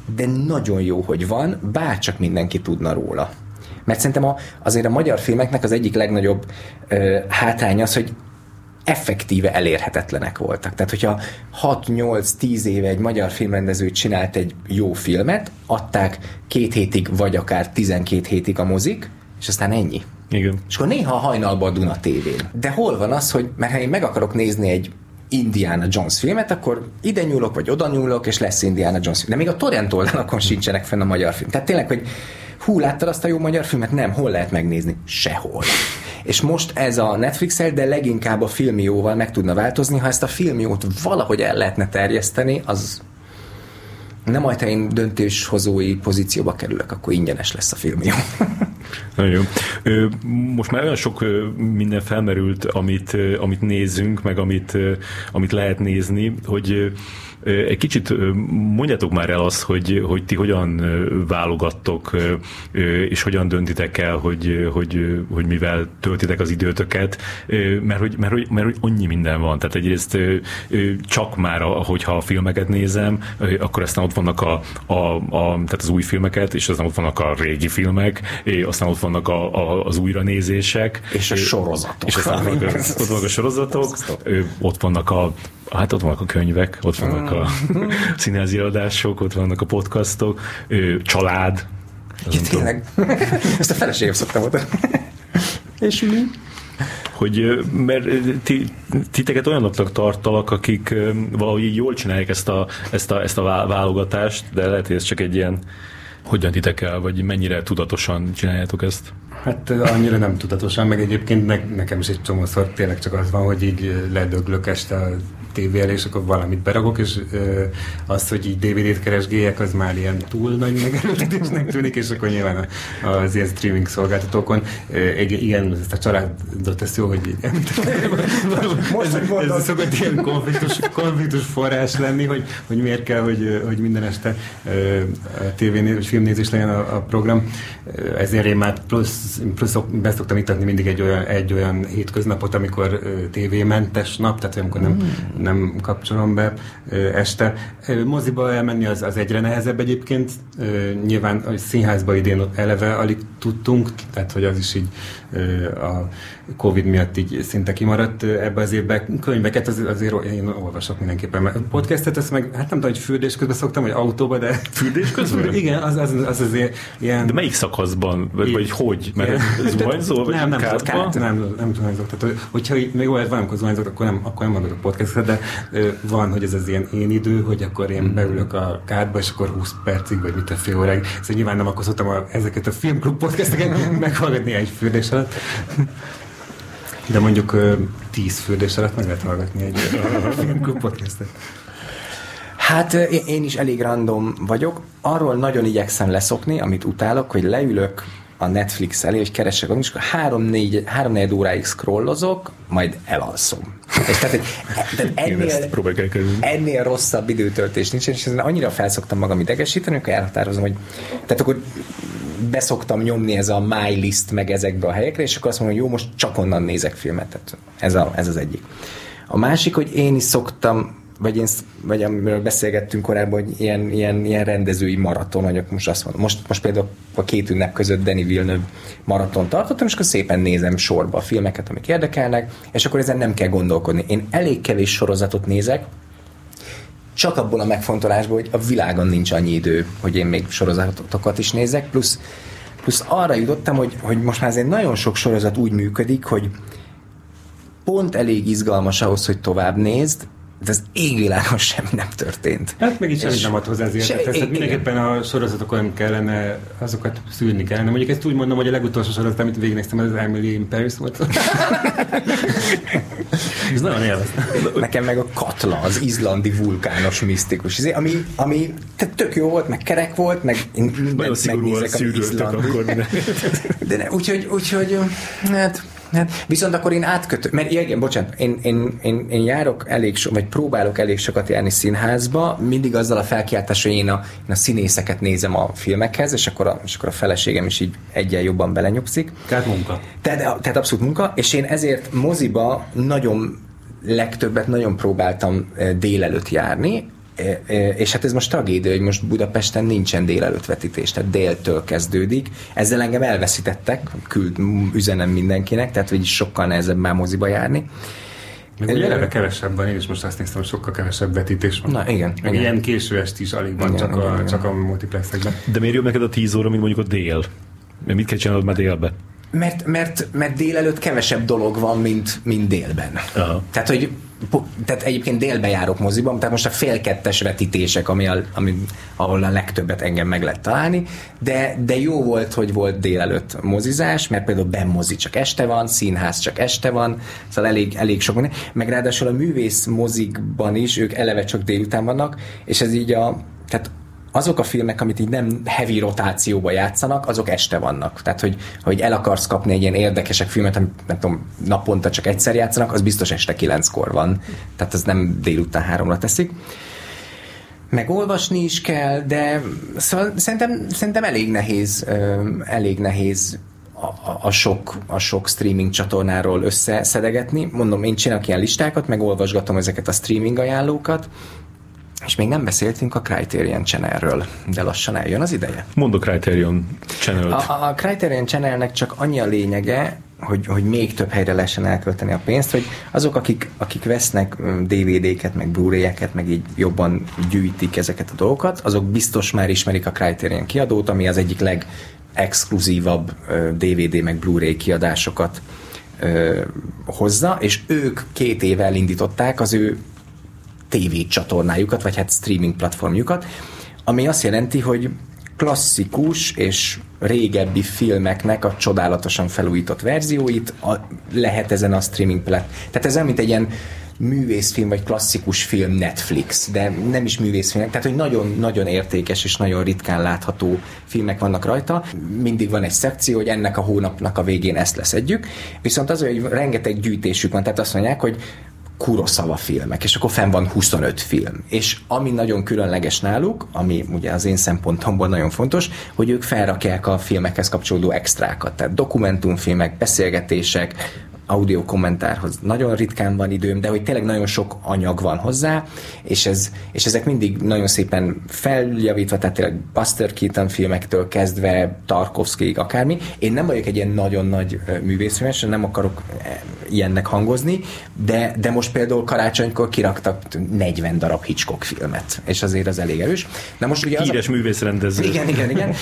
de nagyon jó, hogy van, bárcsak mindenki tudna róla. Mert szerintem azért a magyar filmeknek az egyik legnagyobb hátránya az, hogy effektíve elérhetetlenek voltak. Tehát, hogyha 6-8-10 éve egy magyar filmrendező csinált egy jó filmet, adták 2 hétig, vagy akár 12 hétig a mozik, és aztán ennyi. Igen. És akkor néha a hajnalban a Duna tévén. De hol van az, hogy mert ha én meg akarok nézni egy Indiana Jones filmet, akkor ide nyúlok, vagy oda nyúlok, és lesz Indiana Jones film. De még a torrent oldalakon sincsenek fenn a magyar film. Tehát tényleg, hogy láttad azt a jó magyar filmet? Nem. Hol lehet megnézni? Sehol. És most ez a Netflix-el, de leginkább a Filmióval meg tudna változni. Ha ezt a Filmiót valahogy el lehetne terjeszteni, az nem majd, ha én döntéshozói pozícióba kerülök, akkor ingyenes lesz a Filmió. Nagyon jó. Most már olyan sok minden felmerült, amit nézzünk, meg amit lehet nézni, hogy egy kicsit mondjátok már el azt, hogy ti hogyan válogattok, és hogyan döntitek el, hogy mivel töltitek az időtöket, mert hogy annyi minden van. Tehát egyrészt csak már, hogyha a filmeket nézem, akkor aztán ott vannak tehát az új filmeket, és aztán ott vannak a régi filmek, aztán ott vannak az újranézések. És a sorozatok. És aztán ott vannak a sorozatok, ott vannak a könyvek, ott vannak a színházi adások, ott vannak a podcastok, család. Ja, tényleg. Ezt a feleségem szoktam oda. És mi? Mert titeket olyanoknak tartalak, akik valahogy jól csinálják ezt a válogatást, de lehet, hogy ez csak egy ilyen, hogy döntitek el, vagy mennyire tudatosan csináljátok ezt? Hát annyira nem tudatosan, meg egyébként nekem is egy csomószor tényleg csak az van, hogy így ledöglök este a tévé elé, és akkor valamit beragok, és az, hogy így DVD-t keresgéljek, az már ilyen túl nagy megerőltetésnek tűnik, és akkor nyilván az ilyen streaming szolgáltatókon igen, ezt a családot, ez jó, hogy ez szokott ilyen konfliktus forrás lenni, hogy miért kell, hogy minden este tévénézés, vagy filmnézés legyen a program. Ezért én már plusz beszoktam itatni mindig egy olyan hétköznapot, amikor tévémentes nap, tehát amikor nem kapcsolom be este. Moziba elmenni az egyre nehezebb egyébként. Nyilván a színházba idén eleve alig tudtunk, tehát hogy az is így a Covid miatt így szinte kimaradt ebbe az évben. Könyveket azért én olvasok mindenképpen. Podcastet, ezt meg, hát nem tudom, hogy fürdés közben szoktam, vagy autóba, de... Fürdés közben? Igen, az azért ilyen... De melyik szakaszban? Vagy hogy? Mert zuhanyzol? Vagy nem zuhanyzok. Tehát, hogyha még olyan valamikor zuhanyzok, akkor nem hallgatok podcastet, de van, hogy ez az ilyen én idő, hogy akkor én beülök a kádba, és akkor 20 percig, vagy mit a fél óráig. Szóval nyilván nem akkor szoktam ezeket a filmklub podcasteket meghallgatni egy fürdés alatt. De mondjuk 10 fürdés alatt meg lehet hallgatni egy filmklub podcastet. Hát én is elég random vagyok. Arról nagyon igyekszem leszokni, amit utálok, hogy leülök a Netflix elé, és keresek, és akkor 3-4 óráig scrollozok, majd elalszom. És tehát ennél rosszabb időtöltés nincs, és annyira felszoktam magam idegesíteni, akkor elhatározom, hogy tehát akkor beszoktam nyomni ez a my list meg ezekbe a helyekre, és akkor azt mondom, hogy jó, most csak onnan nézek filmet. Tehát ez az egyik. A másik, hogy én is szoktam, vagy amiről beszélgettünk korábban, hogy ilyen rendezői maraton, hogy most azt mondom. Most például a 2 ünnep között Denis Villeneuve maraton tartottam, és akkor szépen nézem sorba a filmeket, amik érdekelnek, és akkor ezen nem kell gondolkodni. Én elég kevés sorozatot nézek, csak abból a megfontolásból, hogy a világon nincs annyi idő, hogy én még sorozatokat is nézek, plusz arra jutottam, hogy most már azért nagyon sok sorozat úgy működik, hogy pont elég izgalmas ahhoz, hogy tovább nézd, de az égvilágon semmi nem történt. Hát meg is nem ad hozzá az életet. Tehát mindenképpen a sorozatokon kellene, azokat szűrni kellene. Mondjuk ezt úgy mondom, hogy a legutolsó sorozat, amit végignéztem, az Emily in Paris volt. Ez nagyon élveztem. Nekem meg a Katla, az izlandi vulkános misztikus. Ami tök jó volt, meg kerek volt, meg én mindent megnézek, ami izlandi. De úgyhogy hát, viszont akkor én mert igen, bocsánat, én járok vagy próbálok elég sokat járni színházba, mindig azzal a felkiáltással, hogy én a színészeket nézem a filmekhez, és akkor a feleségem is így egyen jobban belenyugszik. Tehát munka. Tehát abszolút munka, és én ezért moziba legtöbbet nagyon próbáltam délelőtt járni. És hát ez most tragédia, hogy most Budapesten nincsen délelőtt vetítés, tehát déltől kezdődik. Ezzel engem elveszítettek, üzenem mindenkinek, tehát hogy sokkal nehezebb már moziba járni. Meg ugye eleve kevesebb van, én is most azt néztem, hogy sokkal kevesebb vetítés van. Na igen. Meg igen. ilyen késő esti is alig van, igen, csak a multiplexekben. De miért jobb neked a 10 óra, mint mondjuk a dél? Mert mit kell csinálod már délbe? Mert délelőtt kevesebb dolog van, mint délben. Aha. Tehát egyébként délbe járok moziban, tehát most a fél kettes vetítések, ahol a legtöbbet engem meg lehet találni, de jó volt, hogy volt délelőtt mozizás, mert például benmozi csak este van, színház csak este van, szóval elég sok minden. Meg ráadásul a művész mozikban is, ők eleve csak délután vannak, és ez így tehát azok a filmek, amit így nem heavy rotációba játszanak, azok este vannak. Tehát, hogy el akarsz kapni egy ilyen érdekesek filmet, amit nem tudom, naponta csak egyszer játszanak, az biztos este 9-kor van. Tehát az nem délután 3-ra teszik. Meg olvasni is kell, de szóval szerintem elég nehéz a sok streaming csatornáról összeszedegetni. Mondom, én csinálok ilyen listákat, meg olvasgatom ezeket a streaming ajánlókat, és még nem beszéltünk a Criterion Channelről, de lassan eljön az ideje. Mondd a Criterion Channelt. A Criterion Channelnek csak annyi a lényege, hogy még több helyre lehessen elkölteni a pénzt, hogy azok, akik vesznek DVD-ket, meg Blu-ray-eket, meg így jobban gyűjtik ezeket a dolgokat, azok biztos már ismerik a Criterion kiadót, ami az egyik legexkluzívabb DVD meg Blu-ray kiadásokat hozza, és ők 2 éve elindították az ő TV csatornájukat, vagy hát streaming platformjukat, ami azt jelenti, hogy klasszikus és régebbi filmeknek a csodálatosan felújított verzióit lehet ezen a streaming tehát ez olyan, mint egy ilyen művészfilm, vagy klasszikus film Netflix, de nem is művészfilmek, tehát hogy nagyon-nagyon értékes és nagyon ritkán látható filmek vannak rajta. Mindig van egy szekció, hogy ennek a hónapnak a végén ezt leszedjük, viszont az, hogy rengeteg gyűjtésük van, tehát azt mondják, hogy Kurosawa filmek, és akkor fenn van 25 film. És ami nagyon különleges náluk, ami ugye az én szempontomból nagyon fontos, hogy ők felrakják a filmekhez kapcsolódó extrákat, tehát dokumentumfilmek, beszélgetések, audio kommentárhoz nagyon ritkán van időm, de hogy tényleg nagyon sok anyag van hozzá, és ezek mindig nagyon szépen feljavítva, tehát tényleg Buster Keaton filmektől kezdve Tarkovskyig akármi. Én nem vagyok egy ilyen nagyon nagy művészfilmes, nem akarok ilyennek hangozni, de most például karácsonykor kiraktak 40 darab Hitchcock filmet, és azért az elég erős. Na most ugye híres művészrendező. Igen.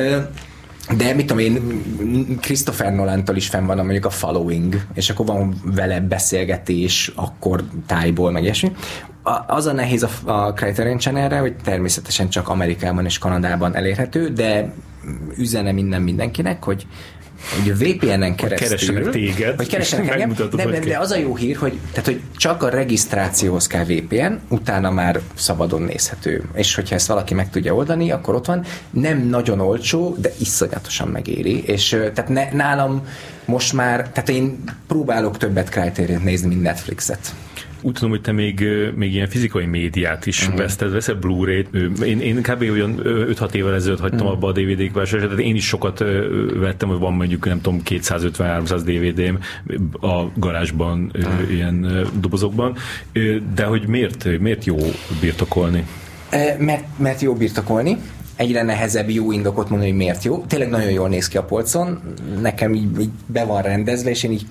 De mit tudom én, Christopher Nolantól is fenn van mondjuk a Following, és akkor van vele beszélgetés, akkor tájból, meg ilyesmi. Az a nehéz a Criterion Channelre, hogy természetesen csak Amerikában és Kanadában elérhető, de üzenem innen mindenkinek, hogy VPN-en keresztül... Keressenek téged. Hogy keressenek engem, de az a jó hír, hogy csak a regisztrációhoz kell VPN, utána már szabadon nézhető. És hogyha ezt valaki meg tudja oldani, akkor ott van. Nem nagyon olcsó, de iszonyatosan megéri. És tehát nálam most már, tehát én próbálok többet Criterion-t nézni, mint Netflixet. Úgy tudom, hogy te még ilyen fizikai médiát is veszel Blu-ray-t. Én kb. Olyan 5-6 évvel ezelőtt hagytam abba a DVD-k vásárlását, tehát én is sokat vettem, hogy van mondjuk, nem tudom, 250-300 DVD-m a garázsban, ilyen dobozokban, de hogy miért jó birtokolni? Mert jó birtokolni. Egyre nehezebb jó indokot mondani, hogy miért jó. Tényleg nagyon jól néz ki a polcon, nekem így be van rendezve, és én így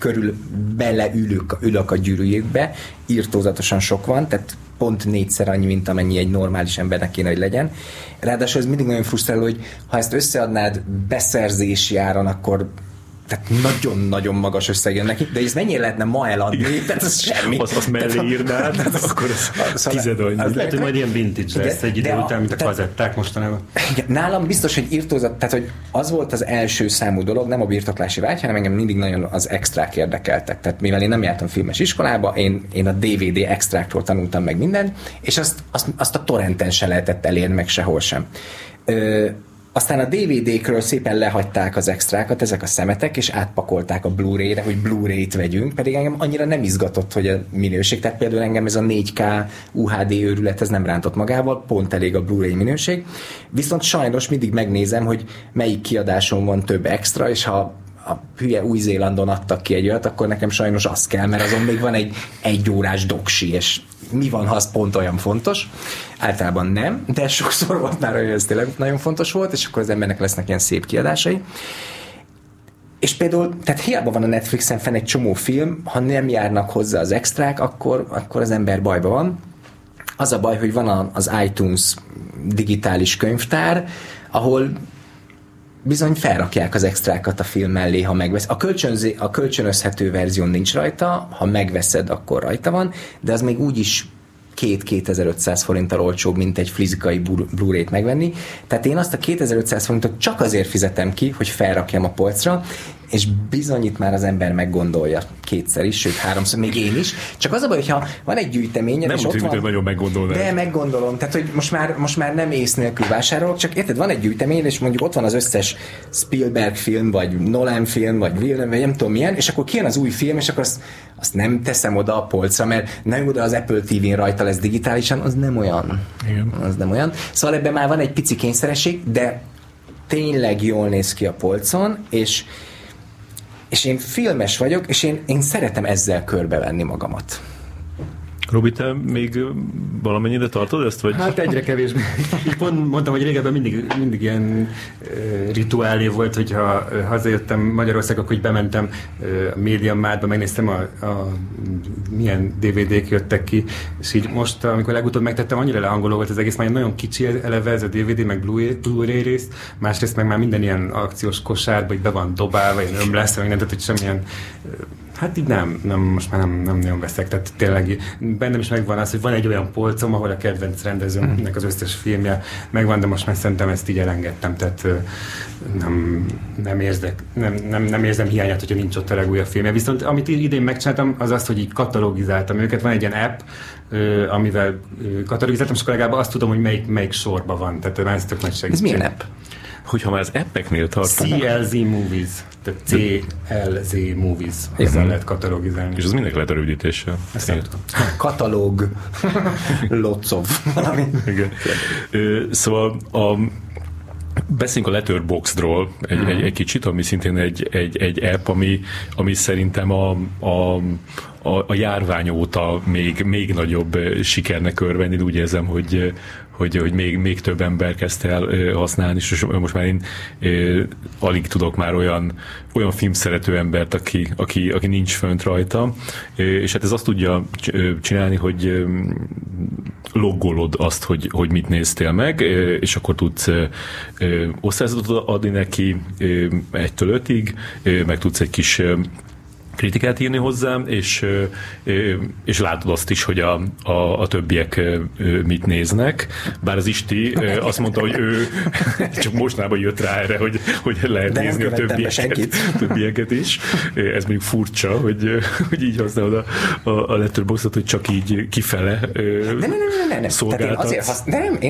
ülök a gyűrűjükbe, írtózatosan sok van, tehát pont 4-szer annyi, mint amennyi egy normális embernek kéne, hogy legyen. Ráadásul ez mindig nagyon frusztráló, hogy ha ezt összeadnád beszerzési áron, akkor tehát nagyon-nagyon magas összeg jön neki, de ezt mennyire lehetne ma eladni? Tehát ez semmi. Azt mellé írnád, akkor ez tized annyi. Lehet, hogy majd ilyen vintage lesz egy idő után, mint a kazetták mostanában. Nálam biztos, hogy írtózat, tehát hogy az volt az első számú dolog, nem a birtoklási vágy, hanem engem mindig nagyon az extrák érdekeltek. Tehát mivel én nem jártam filmes iskolába, én a DVD extráktól tanultam meg mindent, és azt a torrenten se lehetett elérni, meg sehol sem. Aztán a DVD-kről szépen lehagyták az extrákat, ezek a szemetek, és átpakolták a Blu-ray-re, hogy Blu-ray-t vegyünk, pedig engem annyira nem izgatott, hogy a minőség, tehát például engem ez a 4K UHD őrület, ez nem rántott magával, pont elég a Blu-ray minőség, viszont sajnos mindig megnézem, hogy melyik kiadáson van több extra, és ha a hülye Új-Zélandon adtak ki egy olyat, akkor nekem sajnos az kell, mert azon még van egy órás doksi, és mi van, ha az pont olyan fontos? Általában nem, de sokszor volt már olyan, hogy ez tényleg nagyon fontos volt, és akkor az embernek lesznek ilyen szép kiadásai. És például, tehát hiába van a Netflixen fenn egy csomó film, ha nem járnak hozzá az extrák, akkor az ember bajba van. Az a baj, hogy van az iTunes digitális könyvtár, ahol bizony felrakják az extrákat a film mellé, ha megvesz. A kölcsönözhető verzión nincs rajta, ha megveszed, akkor rajta van, de az még úgyis 2500 forinttal olcsóbb, mint egy fizikai Blu-ray-t megvenni. Tehát én azt a 2500 forintot csak azért fizetem ki, hogy felrakjam a polcra, és bizony itt már az ember meggondolja kétszer is, sőt háromszor, még én is. Csak az a baj, hogyha van egy gyűjteményed, nem és úgy, ott van... nagyon meggondolnád. De meggondolom, tehát hogy most már nem ész nélkül vásárolok, csak érted, van egy gyűjtemény, és mondjuk ott van az összes Spielberg film, vagy Nolan film, vagy Villeneuve, vagy nem tudom milyen, és akkor kijön az új film, és akkor azt nem teszem oda a polcra, mert nem oda az Apple TV-n rajta lesz digitálisan, az nem olyan. Igen. Az nem olyan. Szóval ebben már van egy pici kényszeresség, de tényleg jól néz ki a polcon, és én filmes vagyok, és én szeretem ezzel körbevenni magamat. Robi, te még valamennyire tartod ezt? Vagy? Hát egyre kevésbé. Így pont mondtam, hogy régebben mindig ilyen rituálé volt, hogyha hazajöttem Magyarországon, akkor bementem a MediaMarktba, megnéztem milyen DVD-k jöttek ki, és így most, amikor legutóbb megtettem, annyira lehangoló volt az egész, már nagyon kicsi eleve ez a DVD, meg Blu-ray részt, másrészt meg már minden ilyen akciós kosárba, így be van dobálva, ilyen ömlesztve, meg nem, tehát hogy semmilyen hát így most már nem nagyon veszek, tehát tényleg bennem is megvan az, hogy van egy olyan polcom, ahol a kedvenc rendezőmnek az összes filmje megvan, de most már szerintem ezt így elengedtem, tehát nem érzem hiányát, hogyha nincs ott a legújabb filmje. Viszont amit idén megcsináltam, az az, hogy így katalogizáltam őket, van egy ilyen app, amivel katalogizáltam, és akkor legalább azt tudom, hogy melyik sorban van, tehát már ez tök nagy segítség. Ez milyen app? Hogyha már az appeknél tartunk. CLZ Movies. Tehát CLZ Movies. Ezzel lehet katalogizálni. És az mindenki lehet a rövidítéssel. Katalog. Locov. Szóval beszéljünk a Letterboxdról egy kicsit, ami szintén egy app, ami szerintem a járvány óta még nagyobb sikernek örvendni, úgy érzem, hogy még több ember kezdte el használni, és most már én alig tudok már olyan filmszerető embert, aki nincs fönt rajta, és hát ez azt tudja csinálni, hogy loggolod azt, hogy mit néztél meg, és akkor tudsz osztályzatot adni neki 1-től 5-ig, meg tudsz egy kis kritikát írni hozzám, és látod azt is, hogy a többiek mit néznek. Bár az Isti azt mondta, hogy ő csak mostanában jött rá erre, hogy lehet nézni a többieket is. Ez mondjuk furcsa, hogy így használod a Letterboxdot, hogy csak így kifele szolgáltatsz.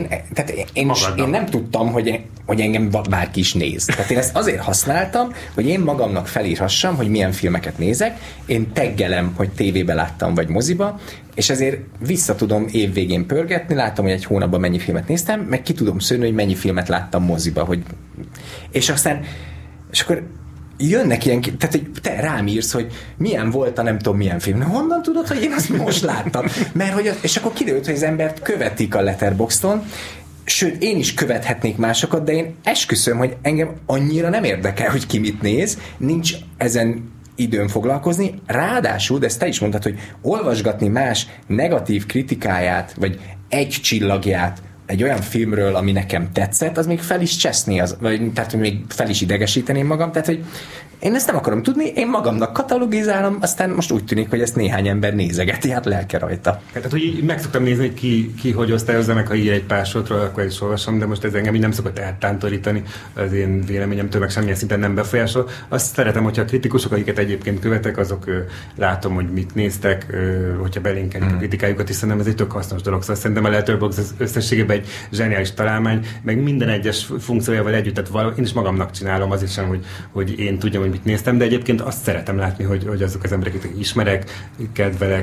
Én nem tudtam, hogy engem bárki is néz. Tehát én ezt azért használtam, hogy én magamnak felírhassam, hogy milyen filmeket nézek. Én taggelem, hogy tévébe láttam, vagy moziba, és ezért vissza tudom évvégén pörgetni, látom, hogy egy hónapban mennyi filmet néztem, meg ki tudom szűrni, hogy mennyi filmet láttam moziba. És akkor jönnek ilyen, tehát hogy te rám írsz, hogy milyen volt a nem tudom milyen film. Na, honnan tudod, hogy én azt most láttam? És akkor kiderült, hogy az embert követik a Letterboxdon, sőt, én is követhetnék másokat, de én esküszöm, hogy engem annyira nem érdekel, hogy ki mit néz, nincs ezen időn foglalkozni, ráadásul, de ezt te is mondtad, hogy olvasgatni más negatív kritikáját, vagy egy csillagját egy olyan filmről, ami nekem tetszett, az még fel is cseszné, tehát hogy még fel is idegesíteném magam, tehát hogy én ezt nem akarom tudni, én magamnak katalogizálom, aztán most úgy tűnik, hogy ezt néhány ember nézegeti, hát lelke rajta. Tehát, hogy így meg szoktam nézni, hogy ki hogy osztályozza meg, ha ír egy pár sortról, akkor is olvasom, de most ez engem így nem szokott eltántorítani, az én véleményemtől meg semmilyen szinten nem befolyásol. Azt szeretem, hogyha a kritikusok, akiket egyébként követek, azok látom, hogy mit néztek, hogyha belinkelik a kritikájukat, és szerintem ez egy tök hasznos dolog. Szóval szerintem a Letterboxd az összességében egy zseniális találmány, meg minden egyes funkciójával együtt, tehát én is magamnak csinálom, az is sem, hogy én tudjam, hogy mit néztem, de egyébként azt szeretem látni, hogy azok az emberek, akik ismerek, kedvelek,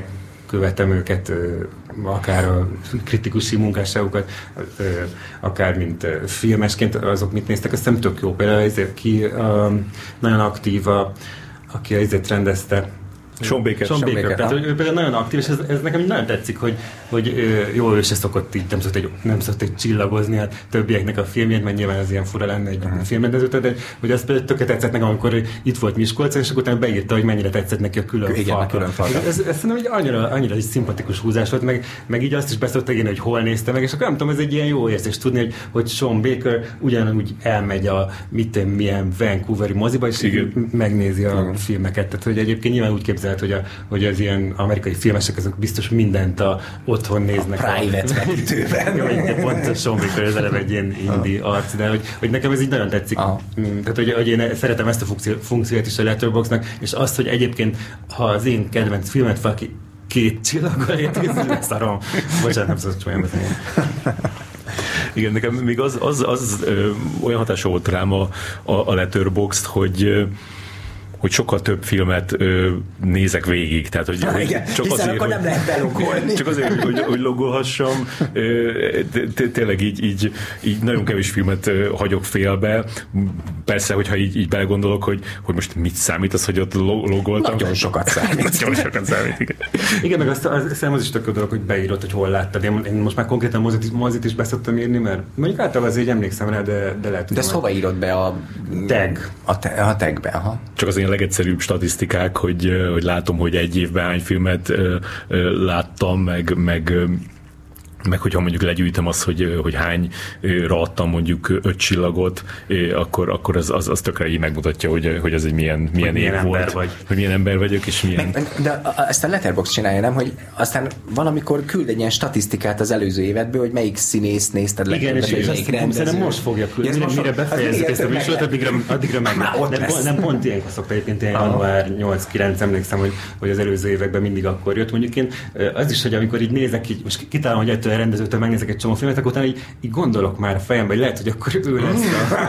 követem őket, akár a kritikusi munkásságukat, akár mint filmesként, azok mit néztek, azt hiszem tök jó. Például ezért ki nagyon aktív, aki ezért rendezte, Sean Baker. Tehát ő például nagyon aktív, és ez nekem nagyon tetszik, hogy jó, ő se szokott így, nem szokott így csillagozni a többieknek a filmjét, mert nyilván az ilyen fura lenne egy filmrendezőtől, de hogy az például tökéletes tetszett nekem, amikor itt volt Miskolcon, és akkor utána beírta, hogy mennyire tetszett neki a külön fal. Ez szerintem egy annyira egy szimpatikus húzás volt, meg így azt is beszokta írni, hogy hol nézte meg, és akkor nem tudom, ez egy ilyen jó érzés tudni, hogy Sean Baker ugyanúgy elmegy a milyen Vancouveri moziba, és megnézi a filmeket. Tehát, hogy egyébként nyilván úgy képzelhet, hogy az ilyen amerikai filmesek azok biztos mindent otthon néznek. A private vetítőben. Jó, pontos Sean Baker, ez eleve egy ilyen indie arc, de hogy nekem ez így nagyon tetszik. Tehát, hogy én szeretem ezt a funkciót is a Letterboxdnak, és azt, hogy egyébként, ha az én kedvenc filmet valaki 2 csillaggal érti, leszarom. Bocsánat, nem szokott csúlyán beszélni. Igen, nekem még az olyan hatása volt rám a Letterboxd, hogy sokkal több filmet nézek végig. Tehát, hogy csak azért, akkor nem lehet belogolni. Csak azért, hogy logolhassam. Tényleg így nagyon kevés filmet hagyok félbe. Persze, hogyha így belegondolok, hogy most mit számít az, hogy ott logoltam. Nagyon sokat számít. Nagyon sokat számít, igen. Igen, meg az is tök dolog, hogy beírod, hogy hol láttad. Én most már konkrétan mozit is beszoktam írni, mert mondjuk általában azért emlékszem rá, de lehet. De ezt hova írod be a tag? A tagbe, aha. Csak az én legegyszerűbb statisztikák, hogy látom, hogy egy évben hány filmet láttam, meg hogyha mondjuk legyűjtöm azt, hogy hányra adtam mondjuk 5 csillagot, akkor az tökre így megmutatja, hogy ez egy milyen év volt, hogy milyen ember vagyok, és milyen... De ezt a Letterboxd csinálja, nem? Hogy aztán valamikor küld egy ilyen statisztikát az előző évedből, hogy melyik színész nézted legjobban, és melyik rendező. Most fogja küldeni, mire befejezzük ezt a műsort, addigra meg. Nem pont ilyenkor szokta egyébként január 8-9, emlékszem, hogy az előző években mindig akkor jött. Mondjuk én az is, hogy amikor így nézek, így, most kitálom, hogy ettől rendezőtől megnézek egy csomó filmet, akkor utána így gondolok már a fejemben, hogy lehet, hogy akkor ő lesz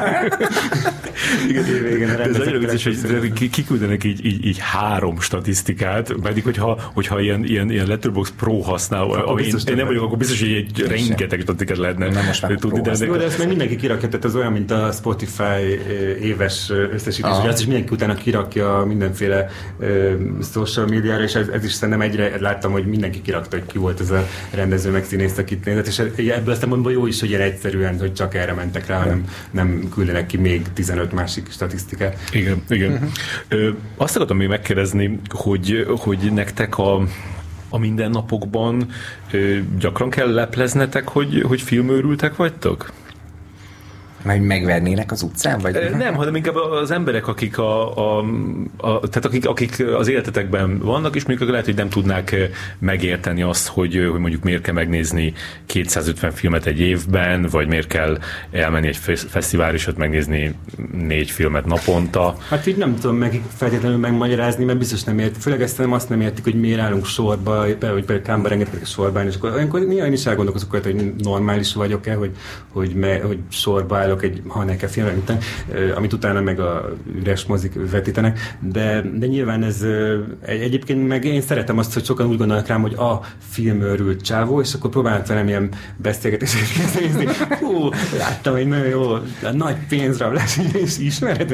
a ez annyira vicces, hogy kiküldenek így 3 statisztikát, pedig hogyha ilyen Letterboxd Pro használ, én nem vagyok, akkor biztos, hogy egy rengeteg statisztikát lehetne tudni. De ezt meg mindenki kirakja, tehát ez olyan, mint a Spotify éves összesítés, hogy azt is mindenki utána kirakja mindenféle social médiára, és ez is szerintem egyre láttam, hogy mindenki kirakta, hogy ki volt ez a rendező meg színész, akit nézett, és ebből aztán mondom, jó is, hogy ilyen egyszerűen, hogy csak erre mentek rá, hanem nem küldenek ki még 15 másik statisztikát. Igen. Azt akartam még megkérdezni, hogy nektek a mindennapokban gyakran kell lepleznetek, hogy filmőrültek vagytok? Majd megvernének az utcán? Vagy? Nem, hanem inkább az emberek, akik tehát akik az életetekben vannak, és mondjuk lehet, hogy nem tudnák megérteni azt, hogy mondjuk miért kell megnézni 250 filmet egy évben, vagy miért kell elmenni egy fesztiválra és ott megnézni 4 filmet naponta. Hát így nem tudom feltétlenül megmagyarázni, mert biztos nem ért. Főleg ezt nem azt nem értik, hogy miért állunk sorba, hogy például Kámba rengeteget sorba, és akkor néha én is elgondolkozok, hogy normális vagyok-e, hogy sorba állok egy Haneke filmre, amit utána meg a üres mozik vetítenek, de nyilván ez egyébként meg én szeretem azt, hogy sokan úgy gondolnak rám, hogy a filmőrült csávó, és akkor próbálnak velem ilyen beszélgetéseket nézni. Láttam egy nagyon jó nagy pénzrablás, és ismered?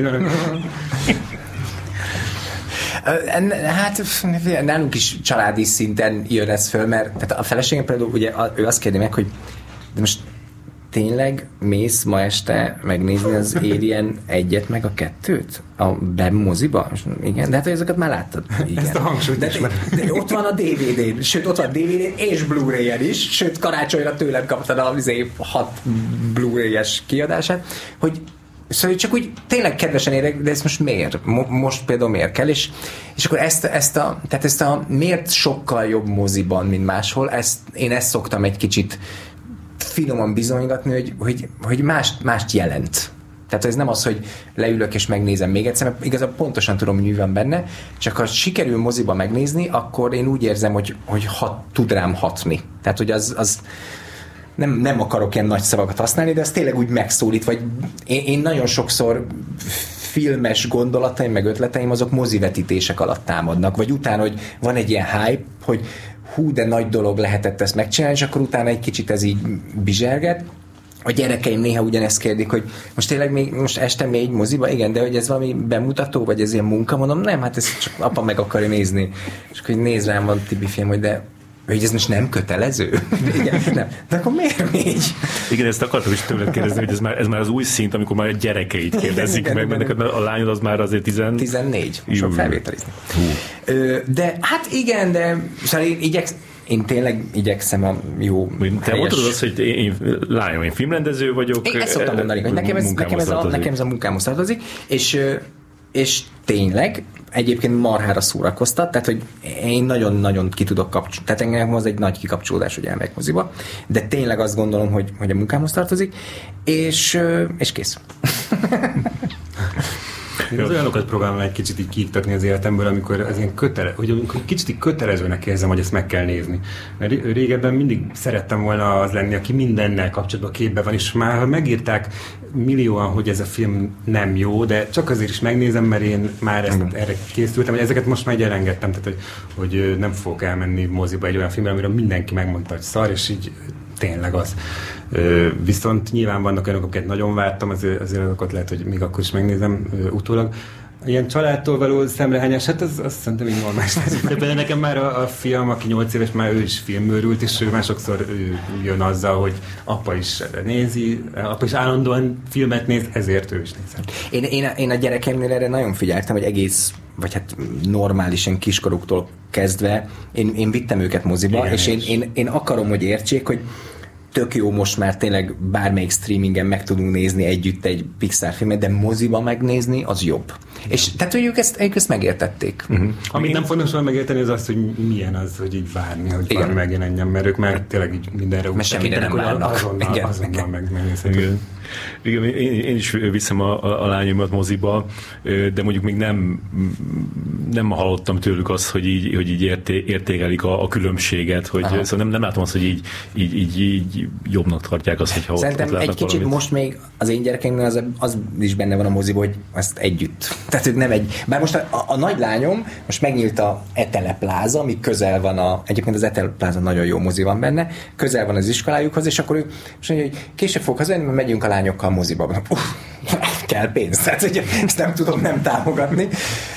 Hát nálunk is családi szinten jön ez föl, mert tehát a feleségem például ugye ő azt kérdi meg, hogy de most tényleg mész ma este megnézni az Alien 1-et meg a 2-t? A moziba? Igen, de hát ezeket már láttad. Igen. Ezt a hangsúlyt de ott van a DVD-n, sőt ott van a DVD-n és Blu-ray-en is, sőt karácsonyra tőlem kaptad a 6 Blu-ray-es kiadását, hogy szóval csak úgy tényleg kedvesen érek, de ezt most miért? Most például miért kell? És akkor ezt a miért sokkal jobb moziban, mint máshol, én ezt szoktam egy kicsit finoman bizonygatni, hogy mást jelent. Tehát ez nem az, hogy leülök és megnézem még egyszer, mert igazából pontosan tudom, hogy mi van benne, csak ha sikerül moziba megnézni, akkor én úgy érzem, hogy tud rám hatni. Tehát, hogy az nem akarok ilyen nagy szavakat használni, de ez tényleg úgy megszólít, vagy én nagyon sokszor filmes gondolataim, meg ötleteim, azok mozivetítések alatt támadnak, vagy utána, hogy van egy ilyen hype, hogy hú, de nagy dolog lehetett ezt megcsinálni, és akkor utána egy kicsit ez így bizserget. A gyerekeim néha ugyanezt kérdik, hogy most tényleg most este még moziba? Igen, de hogy ez valami bemutató, vagy ez ilyen munka? Mondom, nem, hát ezt csak apa meg akarja nézni. És akkor néz rám van Tibi film, hogy de hogy ez most nem kötelező? Igen, nem. De akkor miért még? Igen, ezt akartam is tőled kérdezni, hogy ez már az új szint, amikor már a gyerekeit kérdezik meg, mert neked a lányod az már azért 14. Sok felvételizni. De hát igen, de szóval én tényleg igyekszem a jó te mondtad azt, hogy én filmrendező vagyok. Én ezt szoktam mondani, hogy nekem ez a munkámhoz tartozik, és tényleg egyébként marhára szórakoztat, tehát hogy én nagyon-nagyon ki tudok kapcsolni. Tehát engem az egy nagy kikapcsolódás, hogy elmegyek moziba, de tényleg azt gondolom, hogy a munkámhoz tartozik, és kész. Én az olyanokat próbálom egy kicsit így kiiktatni az életemből, amikor az ilyen amikor kicsit így kötelezőnek érzem, hogy ezt meg kell nézni. Mert régebben mindig szerettem volna az lenni, aki mindennel kapcsolatban képben van, és már megírták millióan, hogy ez a film nem jó, de csak azért is megnézem, mert én már erre készültem, hogy ezeket most már így elengedtem, tehát hogy nem fogok elmenni moziba egy olyan filmre, amiről mindenki megmondta, hogy szar, és így tényleg az. Viszont nyilván vannak olyanok, akiket nagyon vártam, azért azokat lehet, hogy még akkor is megnézem utólag. Ilyen családtól való szemrehányás, hát az szerintem így normális. De például nekem már a fiam, aki 8 éves, már ő is filmmőrült, és ő már sokszor jön azzal, hogy apa is nézi, apa is állandóan filmet néz, ezért ő is néz. Én a gyerekeimnél erre nagyon figyeltem, hogy egész, vagy hát normálisan kiskoruktól kezdve én vittem őket moziba, igen, és én akarom, hogy értsék, hogy tök jó most már tényleg bármelyik streamingen meg tudunk nézni együtt egy Pixar filmet, de moziba megnézni az jobb. És tehát, hogy ők ezt megértették. Amit nem fognak soha megérteni, az az, hogy milyen az, hogy így várni, hogy valami megjelenjen, mert ők már tényleg így mindenre úgy semmire nem várnak. Azonnal megnézhető. Igen, én is viszem a lányomat moziba, de mondjuk még nem hallottam tőlük azt, hogy így értékelik a különbséget, hogy szóval nem látom azt, hogy így jobbnak tartják azt, hogyha szerintem ott egy kicsit valamit. Most még az én gyerekeimnél az is benne van a moziba, hogy azt együtt. Tehát, hogy nem bár most a nagy lányom most megnyílt a Etele Plaza, ami közel van egyébként az Etele Plaza nagyon jó mozi van benne, közel van az iskolájukhoz, és akkor ő most mondja, hogy később fog hazajönni, mert megyünk a lányokkal moziba. Kell pénz, tehát hogy ezt nem tudom nem támogatni.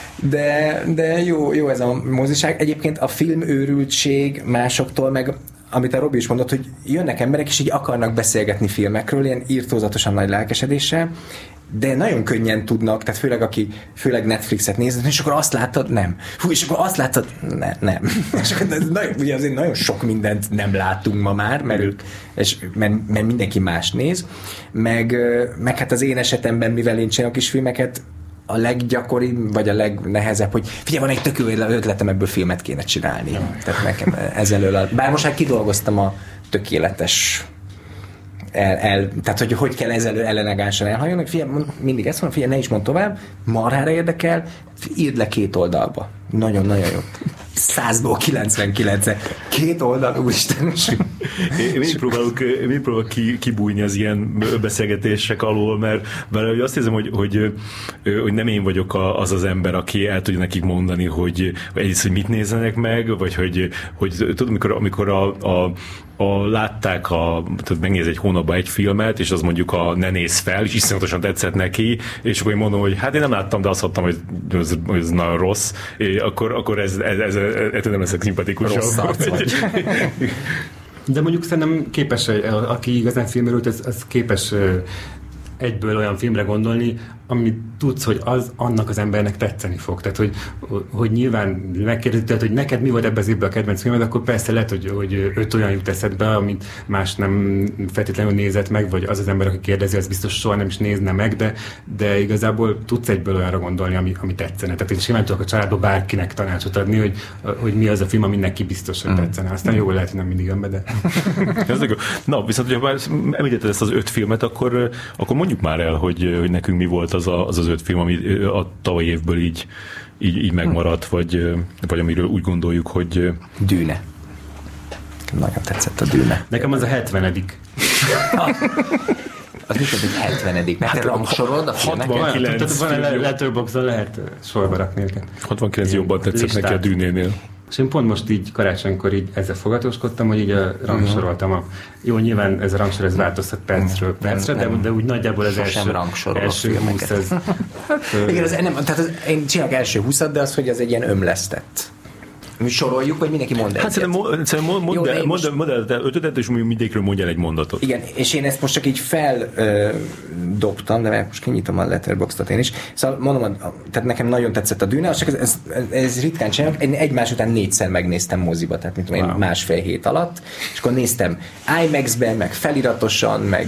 De jó ez a moziság. Egyébként a filmőrültség másoktól, meg amit a Robi is mondott, hogy jönnek emberek, és így akarnak beszélgetni filmekről, ilyen írtózatosan nagy lelkesedéssel, de nagyon könnyen tudnak, tehát főleg Netflixet nézni, és akkor azt láttad, nem. És akkor azt láttad, nem. És akkor ugye azért nagyon sok mindent nem látunk ma már, mert mindenki más néz, meg hát az én esetemben, mivel én csinálok is filmeket, a leggyakoribb, vagy a legnehezebb, hogy figyelj, van egy tök jó ötletem, ebből filmet kéne csinálni. Tehát nekem bár most már kidolgoztam a tökéletes tehát, hogy kell ezzel ellenegánsan elhajolni, figyelj, mindig ezt mondom, figyelj, ne is mondd tovább, marhára érdekel, írd le 2 oldalba. Nagyon-nagyon jó. 100-ból 99-e. 2 oldal, úristen. Én próbálok kibújni az ilyen beszélgetések alól, mert azt hiszem, hogy nem én vagyok az ember, aki el tudja nekik mondani, hogy mit nézzenek meg, vagy hogy tudod, amikor látták, tehát megnéz egy hónapban egy filmet, és az mondjuk Ne néz fel, és iszonyatosan tetszett neki, és akkor én mondom, hogy hát én nem láttam, de azt hattam, hogy ez nagyon rossz, akkor ez nem leszek szimpatikusabb. Rossz arc vagy. De mondjuk szerintem képes, aki igazán filmről, az képes egyből olyan filmre gondolni, amit tudsz, hogy annak az embernek tetszeni fog. Tehát, hogy nyilván megkérdezted, hogy neked mi volt ebben az évben a kedvenc filmed, akkor persze lehet, hogy 5 olyan jut eszedbe, amit más nem feltétlenül nézett meg, vagy az ember, aki kérdezi, az biztos soha nem is nézne meg, de igazából tudsz egyből olyanra gondolni, ami tetszene. Tehát én simán tudok a családban bárkinek tanácsot adni, hogy mi az a film, ami neki biztos, hogy tetszene. Aztán jó, lehet, hogy nem mindig jön be, de... Na, viszont, hogyha már említetted ezt az 5 filmet, akkor mondjuk már el, hogy nekünk mi volt az 5 film, ami a tavalyi évből így megmaradt, vagy amiről úgy gondoljuk, hogy... Dűne. Nagyon tetszett a Dűne. Nekem az a 70. Az mit egy 70. Mert te rangsorolod a filmeket? 69. Van a Letterboxdon lehet sorba rakni őket. 69 jobban tetszett neki a Dűnénél. És én pont most így karácsonykor így ezzel fogatoskodtam, hogy így rangsoroltam. Jó, nyilván ez a rangsor ez változtat percről percre, de úgy nagyjából az első 20 ez... Igen, tehát én csinálok első 20-at, de az, hogy az egy ilyen ömlesztett. Mi soroljuk, hogy mindenki mond egyet. Hát mondd el ötödet, és mindegyikről mondj el egy mondatot. Igen, és én ezt most csak így feldobtam, de most kinyitom a Letterboxdot én is. Szóval mondom, tehát nekem nagyon tetszett a Dűne, csak ez ritkán csinálok. Én egymás után 4-szer megnéztem moziba, tehát mint tudom én, másfél hét alatt, és akkor néztem IMAX-ben, meg feliratosan, meg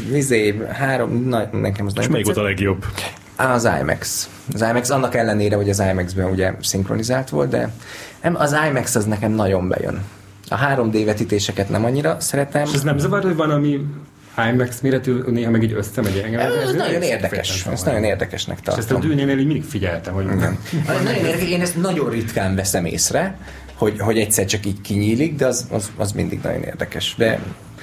nekem az és melyik volt a legjobb? Az IMAX. Az IMAX annak ellenére, hogy az IMAX-ben ugye szinkronizált volt, de nem, az IMAX az nekem nagyon bejön. A 3D vetítéseket nem annyira szeretem. És ez nem zavar, hogy van, ami IMAX méretű, néha meg így összemegy engem? Ez nagyon érdekes. Ezt nagyon érdekesnek tartom. És ezt a Dűnénél így mindig figyeltem. Hogy nagyon érdekes. Én ezt nagyon ritkán veszem észre, hogy egyszer csak így kinyílik, de az mindig nagyon érdekes. De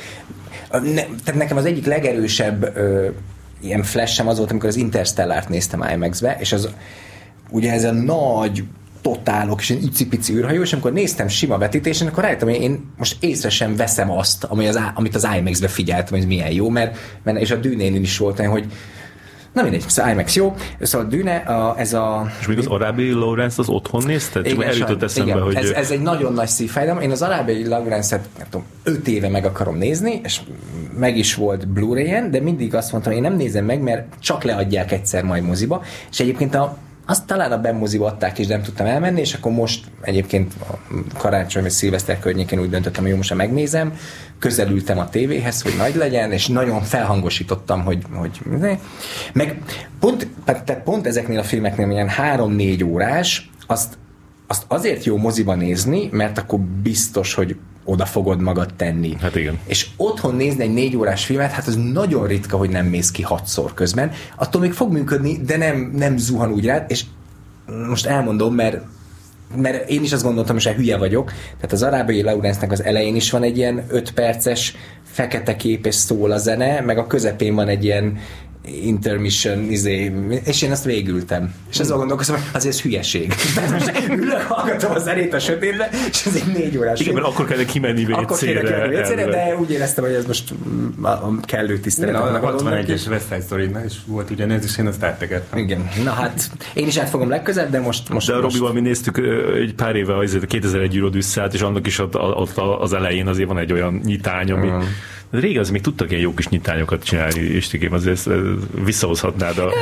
tehát nekem az egyik legerősebb ilyen flash-em az volt, amikor az Interstellárt néztem IMAX-be, és az ugye ez a nagy totálok és ilyen icipici űrhajó, és amikor néztem sima vetítésen, akkor rájöttem, hogy én most észre sem veszem azt, amit az IMAX-be figyeltem, hogy ez milyen jó, mert és a Dűnénél is volt olyan, hogy na mindegy, az IMAX jó, szóval a Dűne, ez a... És még az Arábiai Lawrence az otthon nézted? Csak eljutott eszembe, igen, hogy... Ez egy nagyon nagy szívfájdalom. Én az Arábiai Lawrence-et, nem tudom, 5 éve meg akarom nézni, és meg is volt Blu-ray-en, de mindig azt mondtam, én nem nézem meg, mert csak leadják egyszer majd moziba, és egyébként azt talán a benn moziba adták, és nem tudtam elmenni, és akkor most egyébként a karácsony vagy szilveszter környékén úgy döntöttem, hogy jó, most megnézem, közelültem a tévéhez, hogy nagy legyen, és nagyon felhangosítottam, hogy meg pont ezeknél a filmeknél ilyen 3-4 órás, azt azért jó moziba nézni, mert akkor biztos, hogy oda fogod magad tenni. Hát igen. És otthon nézni egy 4 órás filmet, hát az nagyon ritka, hogy nem mész ki 6-szor közben. Attól még fog működni, de nem zuhan úgy rád, és most elmondom, mert én is azt gondoltam, hogy hülye vagyok. Tehát az Arábiai Lawrence-nek az elején is van egy ilyen 5 perces fekete kép és szól a zene, meg a közepén van egy ilyen intermission, és én azt végültem. És azon gondolkozom, hogy azért ez hülyeség. Tehát most ülök, hallgatom a zenét a sötétbe, és ez egy 4 órás. Igen, mert akkor kellene kimenni WC-re. De úgy éreztem, hogy ez most a kellő tisztelet. A 61-es West Side Story-nál is volt ugyanez, és én azt áttegettem. Igen. Na hát, én is át fogom legközelebb, de most... De a Robival mi néztük egy pár éve azért a 2001 Eurodüsszát, és annak is ott az elején azért van egy olyan nyitány, ami... Régen az még tudtak ilyen jó kis nyitányokat csinálni, és tégem azért visszahozhatnád a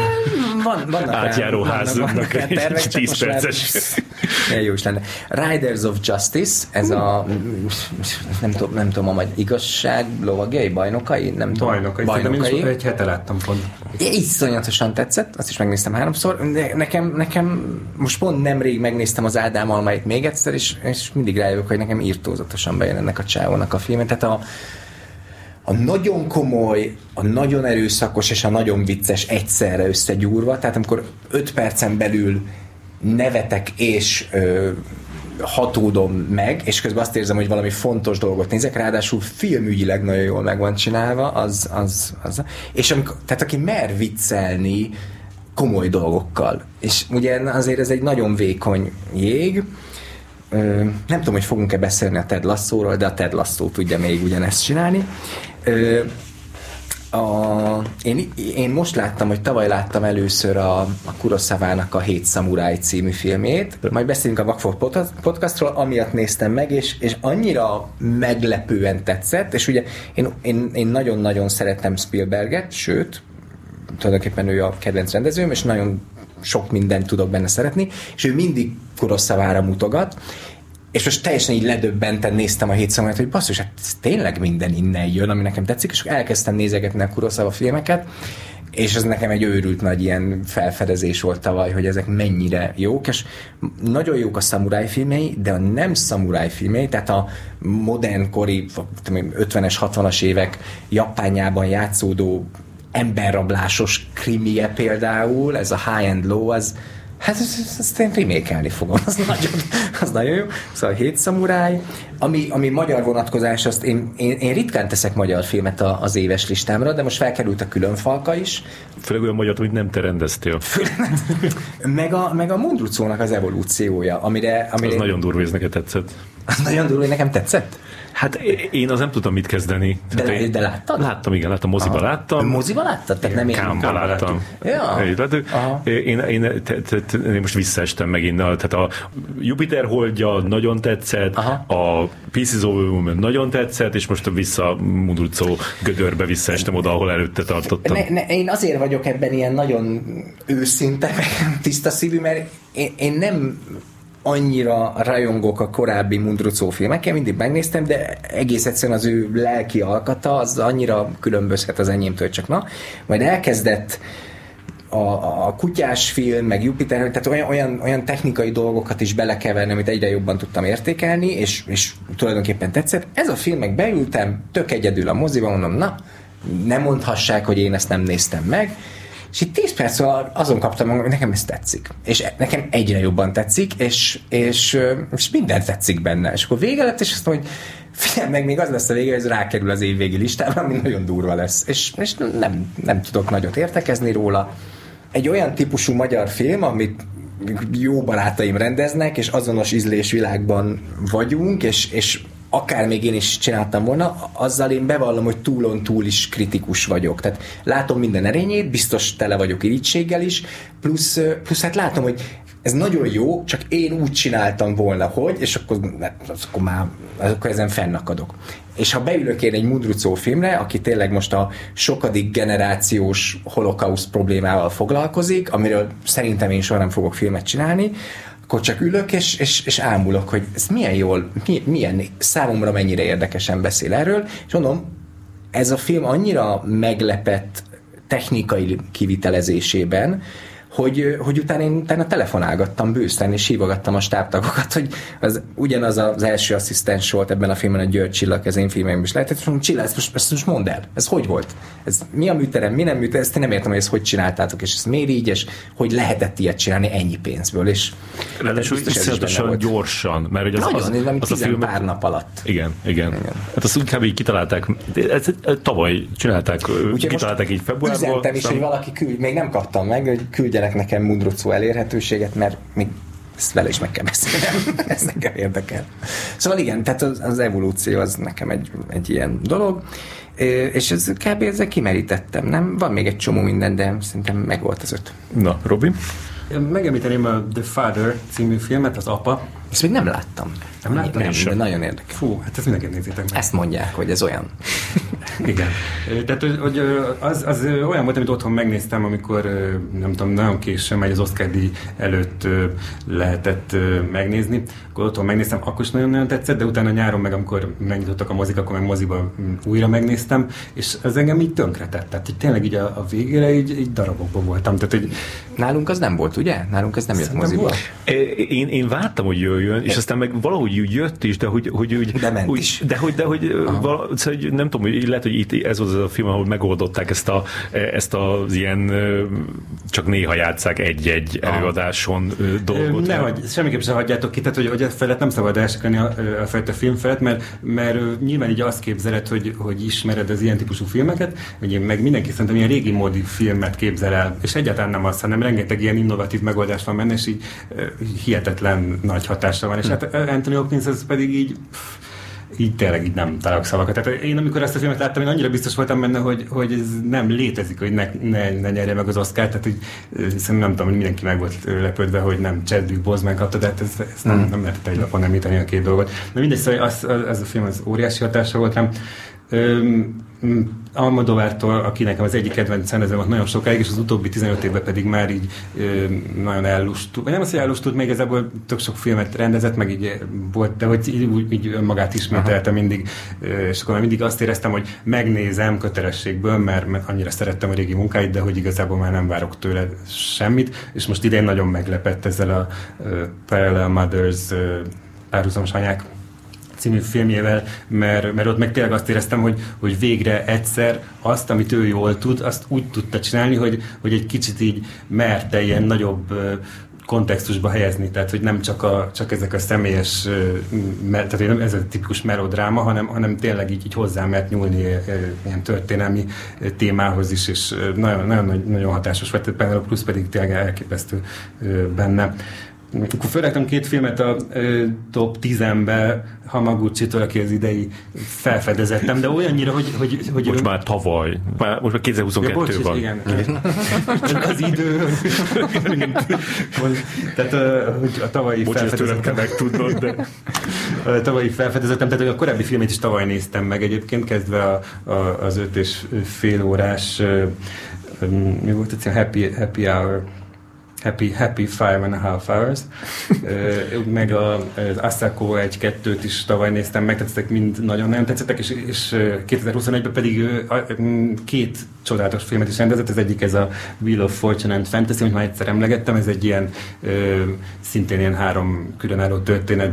átjáróháznak egy 10 perces. Jó is lenne. Riders of Justice, ez a nem tudom, a igazság lovagjai, bajnokai? Nem tudom. Bajnokai. Egy hete láttam pont. Iszonyatosan tetszett, azt is megnéztem 3-szor. De nekem most pont nemrég megnéztem az Ádám Almáit még egyszer, és mindig rájövök, hogy nekem írtózatosan bejön ennek a csávónak a filmet. Tehát a nagyon komoly, a nagyon erőszakos és a nagyon vicces egyszerre összegyúrva, tehát amikor 5 percen belül nevetek és hatódom meg, és közben azt érzem, hogy valami fontos dolgot nézek, ráadásul filmügyileg nagyon jól meg van csinálva, az. És tehát aki mer viccelni komoly dolgokkal. És ugye azért ez egy nagyon vékony jég. Nem tudom, hogy fogunk-e beszélni a Ted Lasso-ról, de a Ted Lasso tudja még ugyanezt csinálni. Én most láttam, hogy tavaly láttam először a Kurosavának a 7 Szamuráj című filmjét, majd beszélünk a Vakfolt podcastról, amiatt néztem meg, és annyira meglepően tetszett, és ugye én nagyon-nagyon szeretem Spielberget, sőt, tulajdonképpen ő a kedvenc rendezőm, és nagyon sok mindent tudok benne szeretni, és ő mindig Kurosavára mutogat, és most teljesen így ledöbbenten néztem a 7 Szamurájt, hogy basszus, hát tényleg minden innen jön, ami nekem tetszik, és elkezdtem nézegetni a Kurosawa filmeket, és ez nekem egy őrült nagy ilyen felfedezés volt tavaly, hogy ezek mennyire jók, és nagyon jók a szamuráj filmei, de a nem szamuráj filmei, tehát a modernkori 50-es, 60-as évek Japánjában játszódó emberrablásos krimie például, ez a High and Low, Hát ezt én remake-elni fogom, az nagyon jó. Szóval 7 szamuráj, ami magyar vonatkozás, azt én ritkán teszek magyar filmet az éves listámra, de most felkerült a Különfalka is. Főleg olyan magyar, amit nem te rendeztél. meg a Mundrucónak az evolúciója, amire az nagyon durva, ez neked tetszett. Az nagyon durva, hogy nekem tetszett? Hát én az nem tudtam mit kezdeni. De láttad? Láttam, igen, moziba láttam. Moziba láttad? Tehát nem én Kámba láttam. Ja. Én most visszaestem megint. Tehát a Jupiter holdja nagyon tetszett, a Pieces of a Woman nagyon tetszett, és most vissza Mundrucó gödörbe visszaestem oda, ahol előtte tartottam. Én azért vagyok ebben ilyen nagyon őszinte, meg tiszta szívű, mert én nem annyira rajongok a korábbi Mundrucó filmekkel, mindig megnéztem, de egész egyszerűen az ő lelki alkata az annyira különbözhet az enyémtől, csak majd elkezdett a kutyás film, meg Jupiter, tehát olyan technikai dolgokat is belekeverni, amit egyre jobban tudtam értékelni, és tulajdonképpen tetszett. Ez a film, meg beültem, tök egyedül a moziba, mondom, na, nem mondhassák, hogy én ezt nem néztem meg, és itt 10 perc azon kaptam magam, hogy nekem ez tetszik. És nekem egyre jobban tetszik, és minden tetszik benne. És akkor vége lett, és azt mondom, hogy figyelj meg, még az lesz a vége, hogy ez rákerül az évvégi listára, ami nagyon durva lesz. És nem tudok nagyot értekezni róla. Egy olyan típusú magyar film, amit jó barátaim rendeznek, és azonos ízlésvilágban vagyunk, és akár még én is csináltam volna, azzal én bevallom, hogy túlon-túl is kritikus vagyok. Tehát látom minden erényét, biztos tele vagyok irítséggel is, plusz hát látom, hogy ez nagyon jó, csak én úgy csináltam volna, hogy, és akkor ezen fennakadok. És ha beülök én egy Mundrucó filmre, aki tényleg most a sokadik generációs holokauszt problémával foglalkozik, amiről szerintem én soha nem fogok filmet csinálni, akkor csak ülök, és ámulok, hogy ez milyen jól, milyen számomra mennyire érdekesen beszél erről, és mondom, ez a film annyira meglepett technikai kivitelezésében, hogy utána telefonálgattam bőszten, és hívogattam a stábtagokat, hogy ugyanaz az első asszisztens volt ebben a filmben, a György Csillag, az én filmem is lehetett, és mondom, Csilla, ezt most mondd el, ez hogy volt? Ez mi a műterem, mi nem műterem, ezt én nem értem, hogy ezt hogy csináltátok, és ezt miért így, és hogy lehetett ilyet csinálni ennyi pénzből, és ráadásul iszonyatosan gyorsan, mert ugye az a film pár nap alatt. Igen. Hát azt inkább így kitalálták, tavaly csinálták, kitalálták így februárban. Üzentem is, hogy valaki még nem kaptam meg, hogy küldjenek nekem Mundrucó elérhetőséget, mert még ezt vele is meg kell beszélnem, ez nekem érdekel. Szóval igen, tehát az evolúció az nekem egy ilyen dolog, és ez kb. Ezzel kimerítettem, nem? Van még egy csomó minden, de szerintem meg volt az 5. Na, Robi? Megemlíteném a The Father című filmet, az Apa. Ezt még nem láttam. Nem láttam? Nem, de nagyon érdekes. Fú, hát ezt mindenképp nézzétek meg. Ezt mondják, hogy ez olyan. Igen. Tehát, hogy az olyan volt, amit otthon megnéztem, amikor nem tudom, nagyon későn, megy az Oscar-díj előtt lehetett megnézni. Akkor otthon megnéztem, akkor is nagyon-nagyon tetszett, de utána nyáron meg, amikor megnyitottak a mozik, akkor meg moziba újra megnéztem, és ez engem így tönkretett. Tehát így tényleg így a végére így darabokban voltam. Tehát, hogy nálunk az nem volt, ugye? Nálunk ez nem jött moziba. Én vártam, hogy jöjjön, és aztán meg valahogy úgy jött is, de hogy de ment is. De hogy nem tudom, hogy lehet, hogy itt ez az a film, ahol megoldották ezt az ilyen csak néha játsszák egy előadáson dolgot. Nehogy, semmiképp sem hagyjátok ki, tehát hogy felett nem szabad elsiklani a fajta film felett, mert nyilván így azt képzeled, hogy ismered az ilyen típusú filmeket, hogy meg mindenki szerintem ilyen régi módi filmet képzel el, és egyáltalán nem az, hanem rengeteg ilyen innovatív megoldás van benne, és így hihetetlen nagy hatása van, és hát Anthony Hopkins ez pedig így tényleg így nem találok szavakat. Tehát én amikor ezt a filmet láttam, én annyira biztos voltam benne, hogy ez nem létezik, hogy ne nyerje meg az Oscar-t, tehát így szerintem nem tudom, hogy mindenki meg volt lepődve, hogy nem Chadwick Boseman kapta, de hát ezt nem lehetett egy lapon említeni a két dolgot. De mindegy, szóval az a film az óriási hatása volt rám. Almodóvártól, aki nekem az egyik kedvenc rendező volt nagyon sokáig, és az utóbbi 15 évben pedig már így nagyon ellustult, vagy nem az, hogy ellustult, még igazából tök sok filmet rendezett, meg így volt, de hogy így önmagát ismételte mindig, és akkor már mindig azt éreztem, hogy megnézem kötelességből, mert annyira szerettem a régi munkáit, de hogy igazából már nem várok tőle semmit, és most idén nagyon meglepett ezzel a Parallel Mothers párhuzamos anyák című filmjével, mert ott meg tényleg azt éreztem, hogy végre egyszer azt, amit ő jól tud, azt úgy tudta csinálni, hogy egy kicsit így merte ilyen nagyobb kontextusba helyezni, tehát hogy nem csak ezek a személyes, tehát nem ez a tipikus melodráma, hanem tényleg így hozzá mert nyúlni ilyen történelmi témához is, és nagyon hatásos volt, Penelope Cruz pedig tényleg elképesztő benne. Akkor felraktam 2 filmet a top 10-be Hamaguchi-től, aki az idei felfedezettem, de olyannyira, hogy most már tavaly. Most már 2022 van. Igen. Az idő. Tehát hogy a tavalyi felfedezettem. megtudnod, de... A tavalyi felfedezettem, tehát a korábbi filmét is tavaly néztem meg egyébként, kezdve az 5,5 órás mi volt ez? Happy Hour. Happy 5.5 hours. Meg az Asako 1-2-t is tavaly néztem meg, tehát ezek mind nagyon tetszettek, és 2021-ben pedig 2 csodálatos filmet is rendezett, az egyik ez a Wheel of Fortune and Fantasy, amit már egyszer emlegettem, ez egy ilyen szintén ilyen 3 különálló történet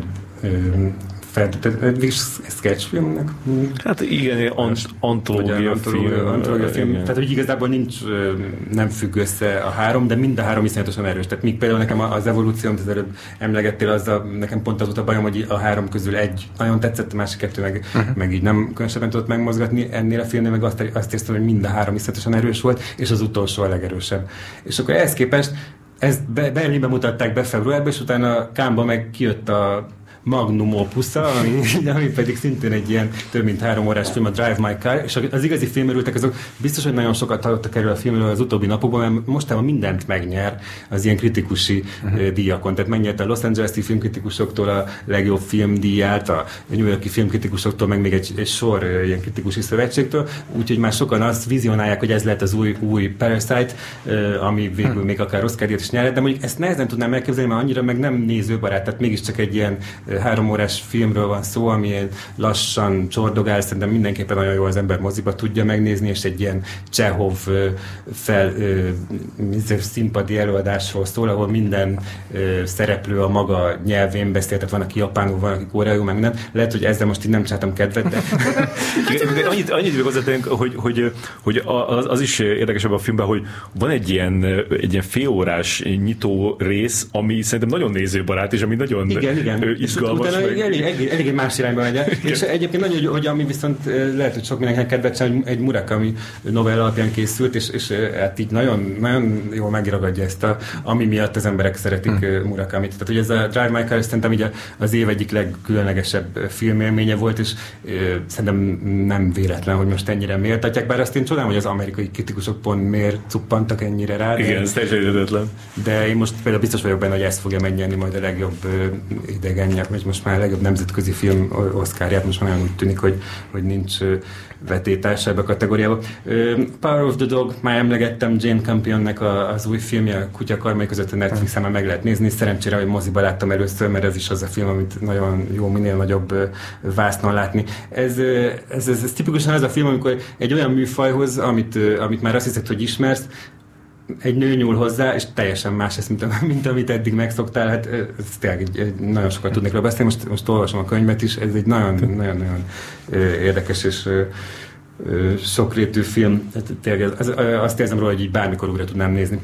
sketchfilmnek. Hát igen, antológia film. Tehát, hogy igazából nem függ össze a 3, de mind a 3 iszonyatosan erős. Tehát míg például nekem az evolúció, amit az előbb emlegettél, nekem pont az volt a bajom, hogy a 3 közül egy nagyon tetszett, a másik 2 meg így nem különösebben tudott megmozgatni. Ennél a filmnél meg azt éreztem, hogy mind a 3 iszonyatosan erős volt, és az utolsó a legerősebb. És akkor ehhez képest ezt Berlinben mutatták be februárban, és utána Cannes-ba meg kijött a Magnum Opus-a, ami pedig szintén egy ilyen több mint 3 órás film, a Drive My Car, és az igazi filmörültek, azok biztos, hogy nagyon sokat hallottak erről a filmről az utóbbi napokban, mert mostában mindent megnyer az ilyen kritikusi díjakon. Tehát megnyerte a Los Angeles-i filmkritikusoktól a legjobb filmdíját, a New York-i filmkritikusoktól, meg még egy sor ilyen kritikusi szövetségtől, úgyhogy már sokan azt vizionálják, hogy ez lehet az új Parasite, ami végül még akár Oscar-díjat is nyerhet, de mondjuk ezt nehezen tudnám elképzelni, mert annyira meg nem nézőbarát, tehát mégiscsak egy ilyen 3 órás filmről van szó, ami lassan csordogál, szerintem mindenképpen nagyon jó az ember moziba tudja megnézni, és egy ilyen Csehov színpadi előadásról szól, ahol minden szereplő a maga nyelvén beszél, tehát van, aki japánul, van, aki koreaiul, meg minden. Lehet, hogy ezzel most így nem csináltam kedvet, de... Annyit még hozzátenünk, hogy az is érdekes ebben a filmben, hogy van egy ilyen félórás nyitó rész, ami szerintem nagyon nézőbarát, és ami nagyon izgalmas. Utána elég más irányba megy el. És egyébként nagyon, hogy ami viszont lehet, hogy sok mindenkinek kedvet sem, hogy egy Murakami novella alapján készült, és hát így nagyon, nagyon jól megragadja ezt, ami miatt az emberek szeretik Murakamit. Tehát, hogy ez a Drive My Car szerintem így az év egyik legkülönlegesebb filmélménye volt, és szerintem nem véletlen, hogy most ennyire méltatják, bár azt én csodálom, hogy az amerikai kritikusok pont miért cuppantak ennyire rá. Igen, ez teljesen értetlen. De én most például biztos vagyok benne, hogy ezt fogja megnyerni majd a legjobb idegen, vagy most már a legjobb nemzetközi film Oscarját, most már úgy tűnik, hogy nincs vetétársa ebbe a kategóriába. Power of the Dog, már emlegettem, Jane Campionnek az új filmje, a Kutya karmai között a Netflixen már meg lehet nézni. Szerencsére, hogy moziba láttam először, mert ez is az a film, amit nagyon jó, minél nagyobb vásznon látni. Ez tipikusan az a film, amikor egy olyan műfajhoz, amit már azt hiszed, hogy ismersz, egy nő nyúl hozzá, és teljesen más ez, mint amit eddig megszoktál. Hát ez tényleg nagyon sokat tudnék róla beszélni. Most olvasom a könyvet is, ez egy nagyon érdekes és sokrétű film. Tényleg azt érzem róla, hogy így bármikor újra tudnám nézni.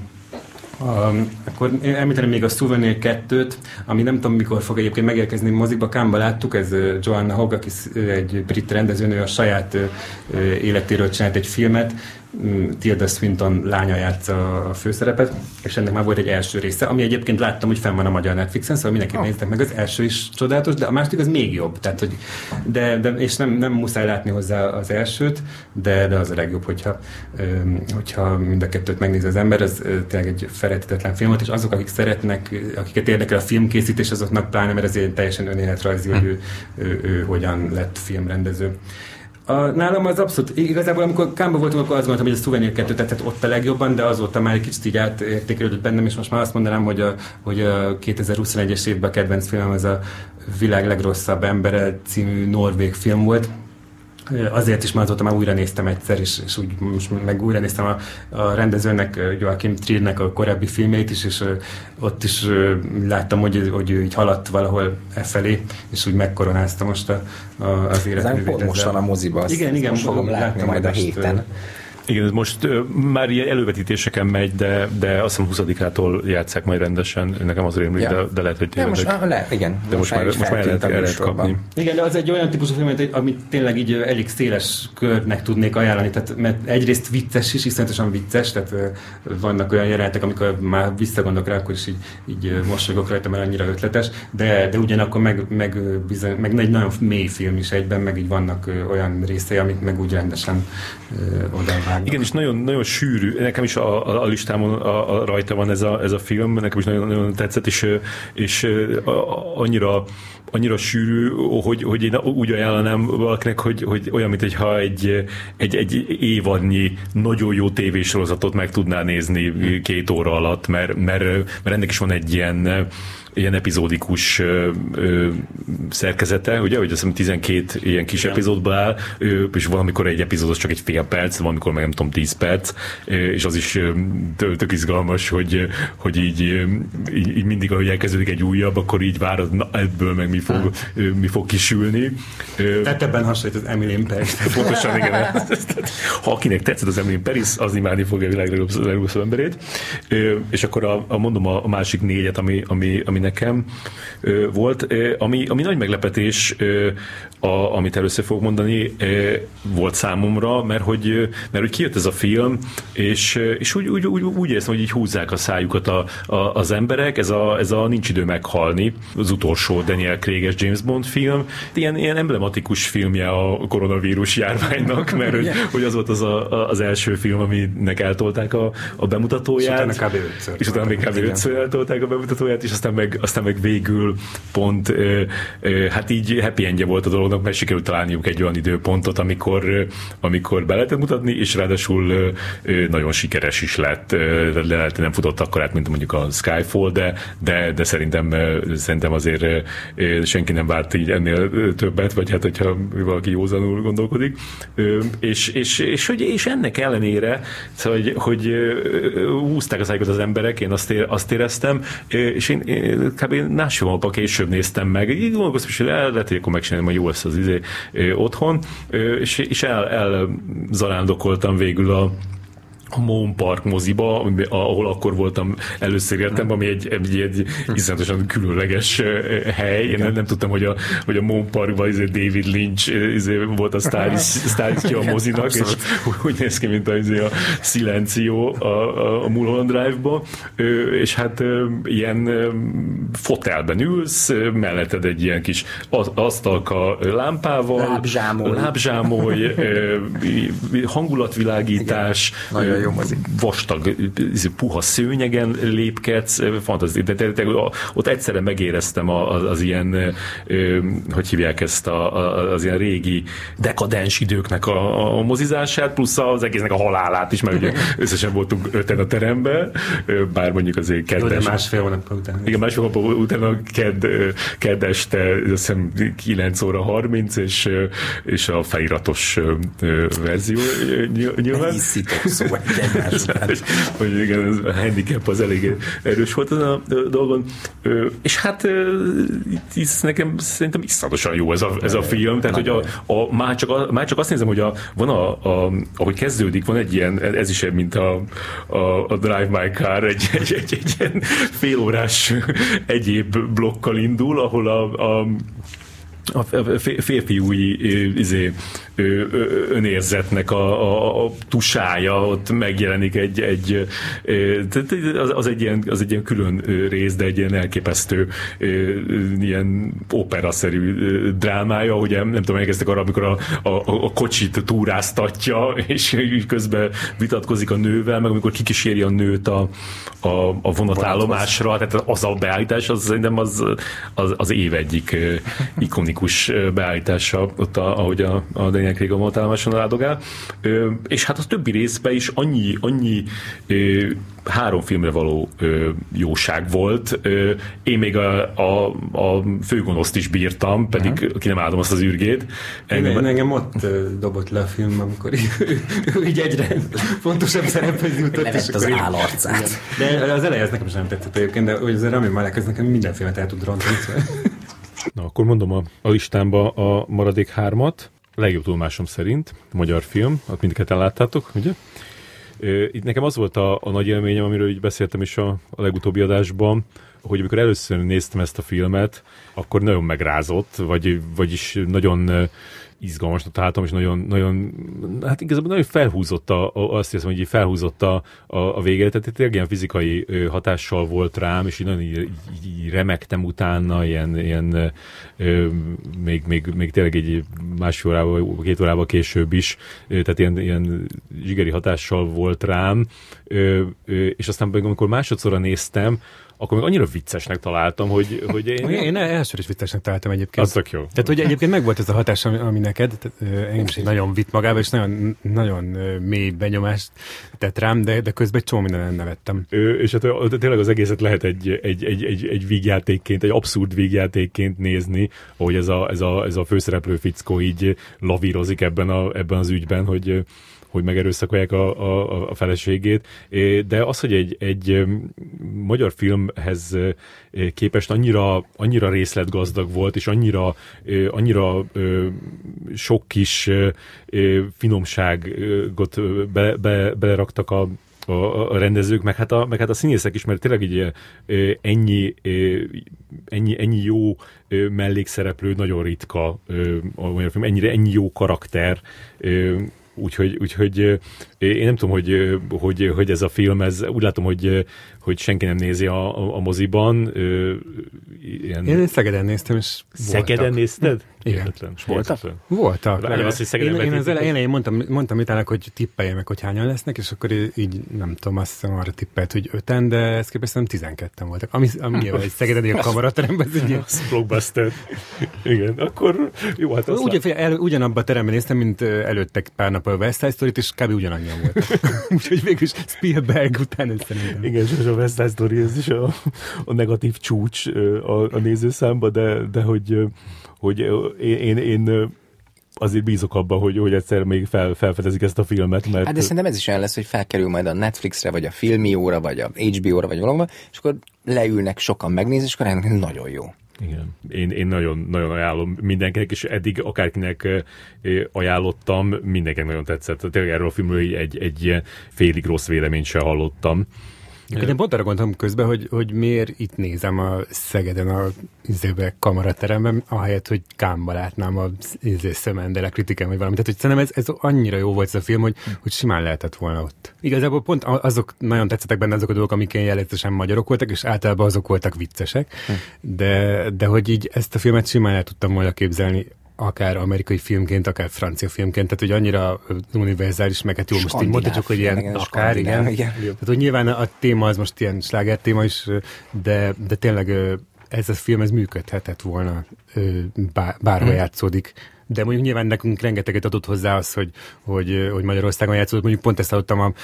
Akkor említeném még a Souvenir 2-t, ami nem tudom mikor fog egyébként megérkezni mozikba. Cannes-ba láttuk, ez Joanna Hogg, aki egy brit rendezőnő, a saját életéről csinált egy filmet, Tilda Swinton lánya játsza a főszerepet, és ennek már volt egy első része, ami egyébként láttam, hogy fenn van a magyar Netflixen, szóval mindenki néztek meg, az első is csodálatos, de a második az még jobb, tehát, hogy és nem muszáj látni hozzá az elsőt, de az a legjobb, hogyha mind a kettőt megnézi az ember, ez tényleg egy felejthetetlen film volt, és azok, akik szeretnek, akiket érdekel a filmkészítés, azoknak pláne, mert ez egy teljesen önéletrajzi, hogy ő hogyan lett filmrendező. Nálam az abszolút, igazából amikor Cannes-ban voltunk, akkor azt gondoltam, hogy a Souvenir 2 tetszett ott a legjobban, de azóta már egy kicsit így átértékelődött bennem, és most már azt mondanám, hogy a 2021-es évben a kedvenc filmem az a Világ legrosszabb embere című norvég film volt. Azért is, mert azóta már újra néztem egyszer, és úgy most meg újra néztem a rendezőnek, Joachim Triernek a korábbi filmjeit is, és ott is láttam, hogy ő így haladt valahol felé, és úgy megkoronázta most az életművét. Pont most van a moziba, igen, most fogom látni majd a héten. Igen, ez most már ilyen elővetítéseken megy, de azt hiszem 20-ától játsszák majd rendesen, nekem az rémlik, de lehet, hogy tévedek. Igen. De most már el lehet kapni. Igen, de az egy olyan típusú film, amit tényleg így elég széles körnek tudnék ajánlani, tehát, mert egyrészt vicces is, iszonyatosan vicces, tehát vannak olyan jelenetek, amikor már visszagondolok rá, akkor is így mosolygok rajta, mert annyira ötletes, de ugyanakkor meg egy nagyon mély film is egyben, meg így vannak olyan részei, amik meg úgy rendesen odavágnak. Igen, és nagyon, nagyon sűrű. Nekem is a listámon rajta van ez a film, nekem is nagyon, nagyon tetszett, és annyira sűrű, hogy én úgy ajánlanám valakinek, hogy olyan, mintha egy évadnyi nagyon jó tévésorozatot meg tudná nézni 2 óra alatt, mert ennek is van egy ilyen epizódikus szerkezete, ugye, hogy azt hiszem 12 ilyen kis epizódból áll, és valamikor egy epizód az csak egy fél perc, valamikor meg nem tudom 10 perc, és az is tök izgalmas, hogy így mindig, ahogy elkezdődik egy újabb, akkor így várod, na, ebből meg mi fog kisülni. Tehát ebben hasonlít az Emily in Paris. Pontosan, igen. Ha akinek tetszett az Emily in Paris, az imádni fogja a világ legrosszabb emberét. És akkor mondom a másik 4-et, ami nekem volt. Ami nagy meglepetés, amit először fogok mondani, volt számomra, mert hogy kijött ez a film, és úgy éreztem, hogy így húzzák a szájukat az emberek. Ez a Nincs idő meghalni, az utolsó Daniel Craig-es James Bond film. Ilyen emblematikus filmje a koronavírus járványnak, mert hogy az volt az első film, aminek eltolták a bemutatóját. És utána még kb. 5-ször eltolták a bemutatóját, és aztán meg végül pont hát így happy endje volt a dolognak, mert sikerült találniuk egy olyan időpontot, amikor be lehetett mutatni, és ráadásul nagyon sikeres is lett. Lehet, nem futott akkor át, mint mondjuk a Skyfall, de szerintem azért senki nem várt így ennél többet, vagy hát, hogyha valaki józanul gondolkodik. És ennek ellenére, szóval, hogy húzták a szájukat az emberek, én azt éreztem, és én kb. Nashville-ban később néztem meg, így gondolkoztam, hogy lehet, hogy akkor megcsinálom, hogy jó lesz az otthon, és elzarándokoltam végül a Moon Park moziba, ahol akkor voltam először életemben, ami egy iszonyatosan különleges hely. Én nem tudtam, hogy a Moon Parkban David Lynch volt a sztáristja a mozinak, és úgy néz ki, mint a Silencio a Mulholland Drive-ba, és hát ilyen fotelben ülsz, melletted egy ilyen kis asztalka lámpával, lábzsámoly, hangulatvilágítás, jó mozik. Vastag, puha szőnyegen lépkedsz, fantasztikus. De ott egyszerre megéreztem az ilyen, hogy hívják ezt, az ilyen régi dekadens időknek a mozizását, plusz az egésznek a halálát is, mert ugye összesen voltunk 5-en a teremben, bár mondjuk azért kedves. Másfél hónap után. Igen, másfél hónap után a kedd este, azt hiszem 9 óra 30, és a feliratos verzió nyilván. Hogy igen, a handicap az elég erős volt ezen a dolgon. És hát nekem szerintem iszonyatosan jó ez a film, tehát hogy már csak azt nézem, hogy van ahogy kezdődik, van egy ilyen, ez is mint a Drive My Car, egy ilyen félórás egyéb blokkal indul, ahol a férfiúi önérzetnek a tusája ott megjelenik az egy ilyen külön rész, de egy ilyen elképesztő ilyen operaszerű drámája, hogy nem tudom, elkezdtek arra, amikor a kocsit túráztatja, és közben vitatkozik a nővel, meg amikor kikíséri a nőt a vonatállomásra, tehát az a beállítás, az szerintem az év egyik ikonikus beállítása, ott ahogy a Daniel Craig a vonatállomáson áldogál. És hát a többi részben is annyi 3 filmre való jóság volt. Én még a főgonoszt is bírtam, pedig ki nem állom azt az űrgét. Engem ott dobott le a film, amikor így egyre fontosabb szerephez jutott. Levett az állarcát. De az eleje ez nekem sem nem tetszett egyébként, de hogy az Rami Malek ez nekem minden filmet el tud rontani. Na, akkor mondom a listámba a maradék 3-at. legjobb tudomásom szerint, magyar film, azt mindketten láttátok, ugye? Itt nekem az volt a nagy élményem, amiről így beszéltem is a legutóbbi adásban, hogy amikor először néztem ezt a filmet, akkor nagyon megrázott, vagyis nagyon izgalmasnak találtam, és nagyon, hát igazából nagyon felhúzott azt hiszem, hogy felhúzott a végére, tehát tényleg ilyen fizikai hatással volt rám, és így nagyon így remektem utána, ilyen még tényleg egy másfél órával, 2 órával később is, tehát ilyen zsigeri hatással volt rám, és aztán amikor másodszorra néztem, akkor még annyira viccesnek találtam, hogy én elsőre is viccesnek találtam egyébként. Az tök jó. Tehát, hogy egyébként megvolt ez a hatás, ami neked, engem is nagyon vitt magába, és nagyon, nagyon mély benyomást tett rám, de közben egy csomó mindenen nevettem. És hát tényleg az egészet lehet egy vígjátékként, egy abszurd vígjátékként nézni, ahogy ez a főszereplő fickó így lavírozik ebben az ügyben, hogy megerőszakolják a feleségét, de az, hogy egy magyar filmhez képest annyira részletgazdag volt, és annyira sok kis finomságot beleraktak a rendezők, meg hát a színészek is, mert tényleg így ennyi jó mellékszereplő nagyon ritka a magyar film, ennyi jó karakter, Úgyhogy én nem tudom, hogy ez a film, úgy látom, hogy senki nem nézi a moziban. Én Szegeden néztem, és Szegeden nézted? Igen. Voltak. Én az elején mondtam Mitának, hogy tippelje meg, hogy hányan lesznek, és akkor így nem tudom, azt hiszem arra tippelt, hogy 5-en, de ezt képest nem 12-en voltak. Ami egy szegedeni a kamarateremben, ez egy blockbuster. Igen, akkor jó, hát ugyanabban a teremben néztem, mint előttek pár nap a West Side Story-t, és kb. Ugyanannyian voltak. Úgyhogy végül is Spielberg után szerintem. Igen, és a West Side Story, ez is a negatív csúcs a nézőszámba, de hogy én azért bízok abban, hogy egyszer még felfedezik ezt a filmet, mert... Hát de szerintem ez is olyan lesz, hogy felkerül majd a Netflixre, vagy a Filmióra, vagy a HBO-ra, vagy valahol, és akkor leülnek sokan megnézni, és akkor rájönnek, nagyon jó. Igen. Én nagyon, nagyon ajánlom mindenkinek, és eddig akárkinek ajánlottam, mindenkinek nagyon tetszett. Tényleg erről a filmről egy ilyen félig rossz véleményt sem hallottam. Én pont arra gondoltam közben, hogy miért itt nézem a Szegeden a kamarateremben, ahelyett, hogy Cannes-ba látnám a Szemendele kritikán, vagy valami. Tehát, hogy szerintem ez annyira jó volt ez a film, hogy simán lehetett volna ott. Igazából pont azok nagyon tetszettek benne azok a dolgok, amik ilyen jelentősen magyarok voltak, és általában azok voltak viccesek, de hogy így ezt a filmet simán el tudtam volna képzelni, akár amerikai filmként, akár francia filmként, tehát hogy annyira univerzális, meg hát jó, most így mondhatjuk, hogy ilyen akár, igen. Tehát, hogy nyilván a téma az most ilyen sláger téma is, de tényleg ez a film, ez működhetett volna, bárhol játszódik. De mondjuk nyilván nekünk rengeteget adott hozzá az, hogy Magyarországon játszódott. Mondjuk pont ezt hallottam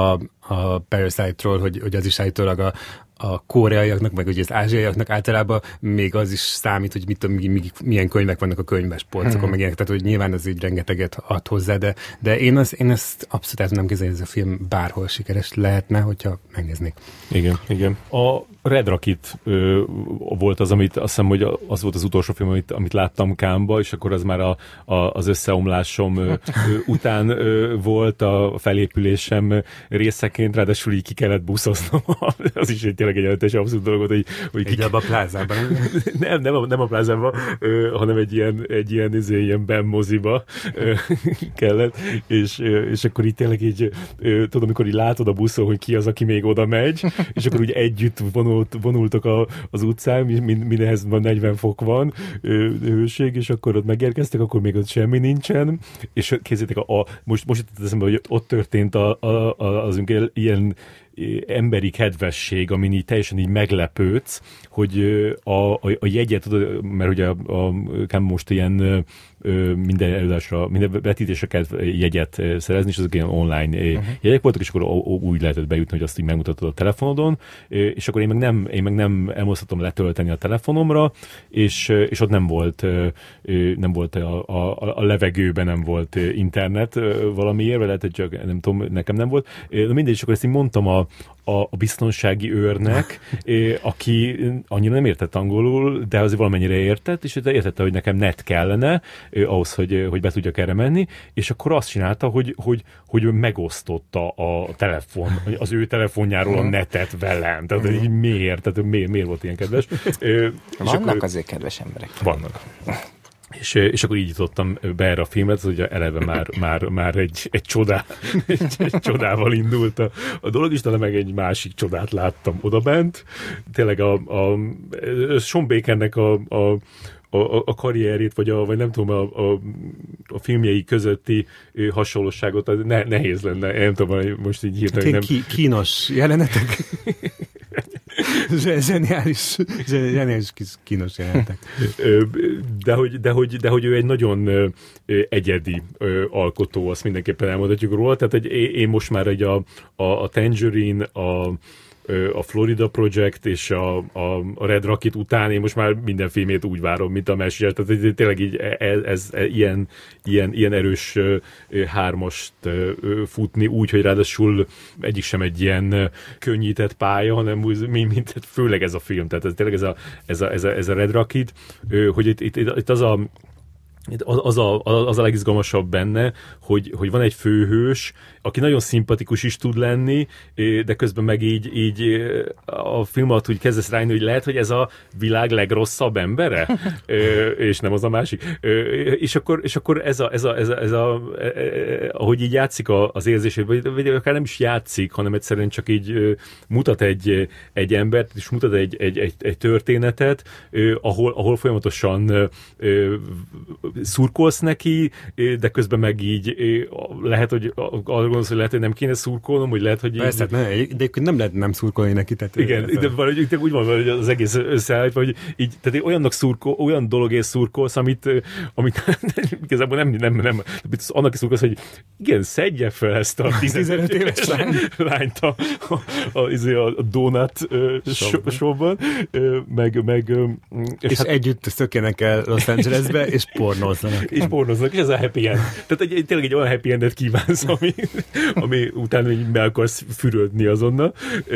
a Parasite-ról, hogy az is állítólag a koreaiaknak, meg ugye az ázsiaiaknak általában még az is számít, hogy milyen könyvek vannak a könyves polcokon, meg ilyenek, tehát hogy nyilván az így rengeteget ad hozzá, de én ezt abszolút el tudnám képzelni, hogy ez a film bárhol sikeres lehetne, hogyha megnéznék. Igen. A Red Rocket volt az, amit azt hiszem, hogy az volt az utolsó film, amit láttam Cannes-ba, és akkor az már az összeomlásom után volt a felépülésem részeként, ráadásul így ki kellett buszoznom. Az is tényleg egy jelentős abszolút dolgot, hogy abban a plázában. nem a plázában, hanem egy ilyen Ben moziba kellett, és akkor így tényleg így, tudom, amikor így látod a buszon, hogy ki az, aki még oda megy, és akkor úgy együtt vonultak az utcán, mindenhez 40 fok van hőség, és akkor ott megérkeztek, akkor még ott semmi nincsen, és kézzétek, most jutott eszembe, hogy ott történt az ilyen emberi kedvesség, amin így teljesen így meglepődsz, hogy a jegyet, mert ugye a most ilyen minden előadásra, minden vetítésre kell jegyet szerezni, és azok ilyen online jegyek voltak, és akkor úgy lehetett bejutni, hogy azt így megmutatod a telefonodon, és akkor én meg nem elmozdhatom letölteni a telefonomra, és ott nem volt a levegőben nem volt internet valamiért, lehet, hogy csak nem tudom, nekem nem volt. De mindegy, és akkor ezt így mondtam a biztonsági őrnek, aki annyira nem értett angolul, de azért valamennyire értett, és értette, hogy nekem net kellene ahhoz, hogy be tudjak erre menni, és akkor azt csinálta, hogy megosztotta a telefon, az ő telefonjáról a netet velem. Tehát így miért? Tehát miért volt ilyen kedves? Vannak akkor, azért kedves emberek. Vannak. És akkor így jutottam be erre a filmet, hogy eleve már egy csodával indult a dolog, és talán meg egy másik csodát láttam odabent. Tényleg a Sean Bakernek a karrierét, vagy nem tudom, a filmjei közötti hasonlóságot nehéz lenne. Nem tudom, most így hirtelen nem... Kínos jelenetek. Zseniális kínos jelenetek. De hogy ő egy nagyon egyedi alkotó, azt mindenképpen elmondhatjuk róla. Tehát én most már a Tangerine, a Florida Project és a Red Rocket után én most már minden filmét úgy várom, mint a Messiás. Tehát tényleg így ez ilyen erős hármast futni úgy, hogy ráadásul egyik sem egy ilyen könnyített pálya, hanem mint főleg ez a film. Tehát ez tényleg ez a Red Rocket, hogy itt az a legizgalmasabb benne, hogy van egy főhős, aki nagyon szimpatikus is tud lenni, de közben meg így a film alatt úgy kezdesz rájönni, hogy lehet, hogy ez a világ legrosszabb embere, és nem az a másik. És akkor ez ahogy így játszik az érzését, vagy akár nem is játszik, hanem egyszerűen csak így mutat egy embert, és mutat egy történetet, ahol folyamatosan szurkolsz neki, de közben meg így lehet, hogy arra gondolsz, hogy lehet, hogy nem kéne szurkolnom, hogy lehet, hogy... Persze, de nem lehet nem szurkolni neki. Tehát igen, de úgy van, hogy az egész összeállítva, hogy így, tehát olyan dologért szurkolsz, amit igazából nem annak is szurkolsz, hogy igen, szedje fel ezt a 15 éves lányt a Donut showban, és hát, együtt szökjenek el Los Angelesbe, és pornóznak. És ez a happy end. Tehát tényleg egy olyan happy endet kívánsz, ami után meg akarsz fürödni azonnal,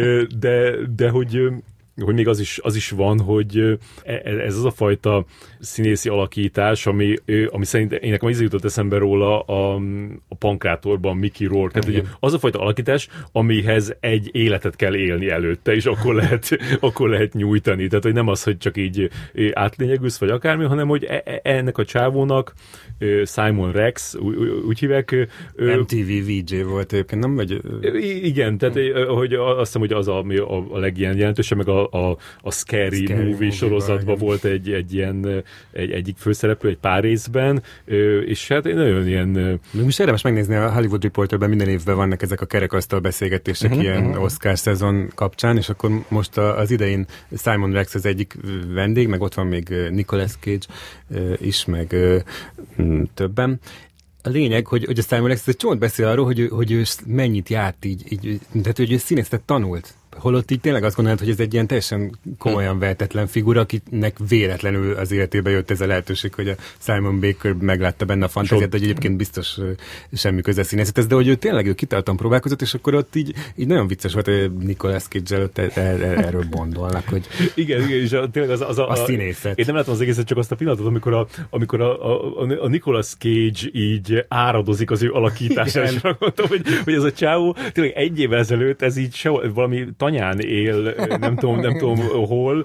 de hogy még az is van, hogy ez az a fajta színészi alakítás, ami szerint én nekem íze jutott eszembe róla a Pankrátorban Mickey Rourke. Tehát az a fajta alakítás, amihez egy életet kell élni előtte, és akkor lehet nyújtani. Tehát, hogy nem az, hogy csak így átlényegülsz, vagy akármi, hanem, hogy ennek a csávónak Simon Rex, úgy hívják. MTV VJ volt egyébként, nem? Vagy... Igen, tehát hogy azt hiszem, hogy az a legilyen jelentősebb, meg a Scary Movie sorozatban volt egyik főszereplő, egy pár részben, és hát nagyon ilyen... Most érdemes megnézni, a Hollywood Reporterben minden évben vannak ezek a kerekasztal beszélgetések ilyen Oscar szezon kapcsán, és akkor most az idején Simon Rex az egyik vendég, meg ott van még Nicolas Cage is, meg többen. A lényeg, hogy a Simon Rex egy csomót beszél arról, hogy ő mennyit járt így, tehát hogy ő színészet tanult. Holott így tényleg azt gondolod, hogy ez egy ilyen teljesen komolyan vehetetlen figura, akinek véletlenül az életébe jött ez a lehetőség, hogy a Simon Baker meglátta benne a fantáziát, hogy egyébként biztos semmi köze színészethez, de hogy ő tényleg kitartan próbálkozott, és akkor ott így nagyon vicces volt, hogy Nicolas Cage előtt erről bondolnak, hogy igen, és tényleg az a színészet. Én nem látom az egészet, csak azt a pillanatot, amikor a Nicolas Cage így áradozik az ő alakításásra. Mondtam, hogy ez a csávó tényleg egy évvel ezelőtt ez így valami tanyán él, nem tudom hol,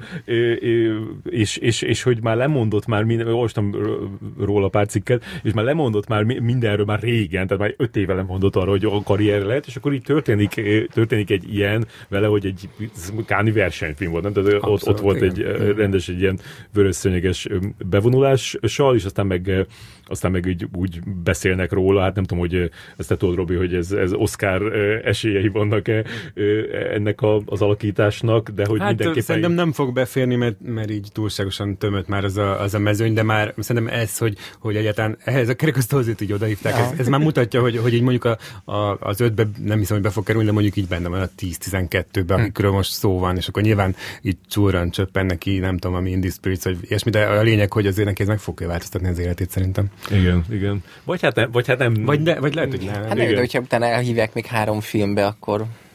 és hogy már lemondott olvastam róla pár cikket, és már lemondott már mindenről már régen, tehát már 5 éve lemondott arra, hogy a karrier lehet, és akkor így történik egy ilyen vele, hogy egy káni versenyfilm volt, nem? Tehát ott volt egy rendes, egy ilyen vörösszőnyeges bevonulással, és aztán meg úgy beszélnek róla, hát nem tudom, hogy ezt te tudod, Robi, hogy ez Oscar esélyei vannak-e ennek az alakításnak, de hogy mindenképpen... Szerintem nem fog beférni, mert így túlságosan tömött már az a mezőny, de már szerintem ez, hogy egyáltalán ehhez a kerekasztalhoz így odahívták, ez már mutatja, hogy így mondjuk az 5-be nem hiszem, hogy be fog kerülni, de mondjuk így benne van a 10-12-be, amikről most szó van, és akkor nyilván így csúran csöppen neki, nem tudom, ami Indie Spirits, vagy ilyesmi, de a lényeg, hogy azért neki ez meg fogja változtatni az életét szerintem. Igen. Vagy hát nem. Vagy lehet, hogy nem. Hát nem, de hogyha utána elhívják még 3 filmbe, akkor...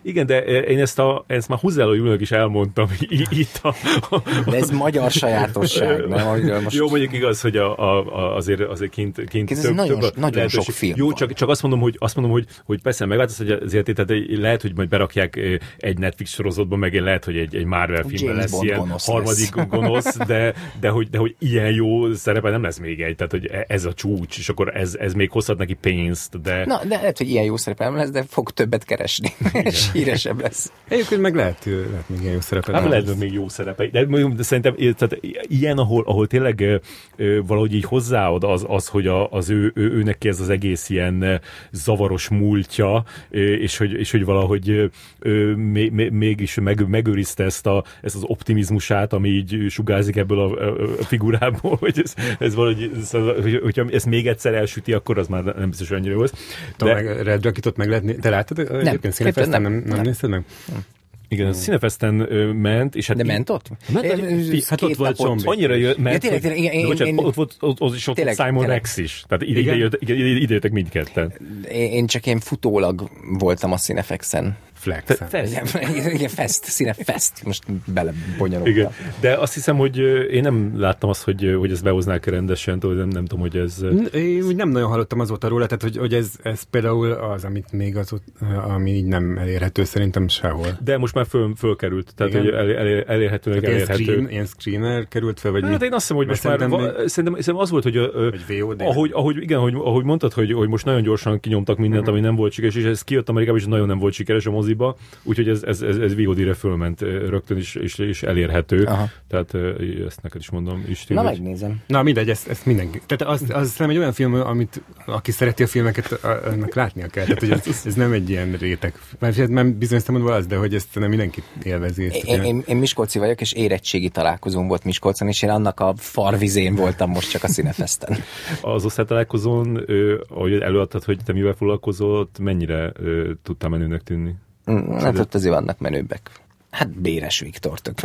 Igen, de én ezt már Huzzello Júlinak is elmondtam itt De ez magyar sajátosság, nem? Most... Jó, mondjuk igaz, hogy azért kint ez nagyon sok film. Jó, csak azt mondom, hogy persze megváltoz, hogy azért tehát lehet, hogy majd berakják egy Netflix sorozatban, meg lehet, hogy egy Marvel filmben lesz ilyen harmadik gonosz, de hogy ilyen jó szerepe nem lesz még egy, tehát hogy ez a csúcs, és akkor ez még hozhat neki pénzt, de... Na, de lehet, hogy ilyen jó szerepe nem lesz, de fog többet keresni, és híresebb lesz. Egyébként meg lehet még ilyen jó szerepe. Hát lehet még jó szerepe, de szerintem tehát ilyen, ahol tényleg valahogy így hozzáad az, hogy ő neki ez az egész ilyen zavaros múltja, és hogy valahogy mégis megőrizte ezt az optimizmusát, ami így sugárzik ebből a figurából, hogy ez valahogy, hogyha ezt még egyszer elsüti, akkor az már nem biztos annyira jó. De Red Rocketot meg lehet te láttad? Nem, nem nézted meg? Igen, a Cinefesten ment, és hát... De ment ott? Hát ott volt Zombi. Annyira ment, ott is ott Simon Rex is. Tehát ide jöttek mindketten. Én futólag voltam a Cinefexen. Igen, Cinefest. Most belebonyolultam. De azt hiszem, hogy én nem láttam azt, hogy ezt behoznák rendesen, nem tudom, hogy ez... Én úgy nem nagyon hallottam azóta róla, tehát hogy ez például az, amit még ami így nem elérhető szerintem sehol. De most már fölkerült, tehát hogy elérhetőnek elérhető. Ilyen screener került fel, vagy hát én azt hiszem, hogy most már szerintem az volt, hogy ahogy mondtad, hogy most nagyon gyorsan kinyomtak mindent, ami nem volt sikeres, és ez kijött Amerikában, és nagyon nem volt sikeres a moziba, úgyhogy ez VOD-re fölment rögtön és elérhető. Aha. Tehát ezt neked is mondom. Na, megnézem. Na, mindegy, ezt mindenki. Tehát az nem egy olyan film, amit aki szereti a filmeket, annak látnia kell. Tehát, hogy ez nem egy ilyen réteg. Mert bizonyos szempontból az, de hogy ezt nem mindenki élvezi. Én miskolci vagyok, és érettségi találkozón volt Miskolcon, és én annak a farvizén voltam most csak a Cinefesten. Az osztálytalálkozón, ahogy előadtad, hogy te mivel foglalkozol, mennyire tudtál menőnek tűnni? Hát ott azért vannak menőbbek. Hát Béres Viktor tök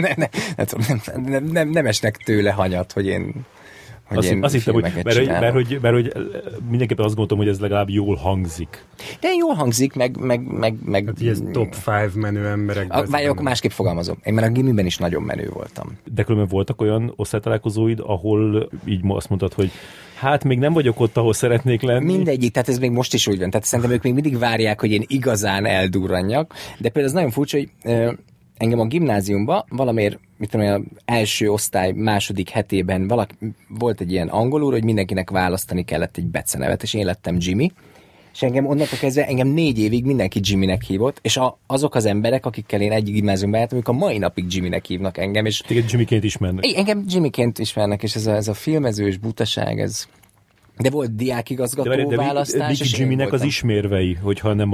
nem esnek tőle hanyat, hogy én azt hittem, hogy mindenképpen azt gondoltam, hogy ez legalább jól hangzik. De jól hangzik, meg hát ez top 5 menő emberek. Várjuk, másképp fogalmazom. Én már a gimiben is nagyon menő voltam. De különben voltak olyan osztálytalálkozóid, ahol így azt mondtad, hogy hát még nem vagyok ott, ahol szeretnék lenni. Mindegyik, tehát ez még most is úgy van. Tehát szerintem ők még mindig várják, hogy én igazán eldurranjak. De például az nagyon furcsa, hogy engem a gimnáziumban valamiért, az első osztály második hetében volt egy ilyen angol úr, hogy mindenkinek választani kellett egy becenevet, és én lettem Jimmy. És onnantól kezdve 4 évig mindenki Jimmynek hívott, és azok az emberek, akikkel én egy gimnáziumban jártam, ők a mai napig Jimmynek hívnak engem. És téged Jimmyként ismernek. Engem Jimmyként ismernek, és ez a filmezős butaság, ez... De volt diákigazgató választás. De Jimmynek az ismérvei, hogyha nem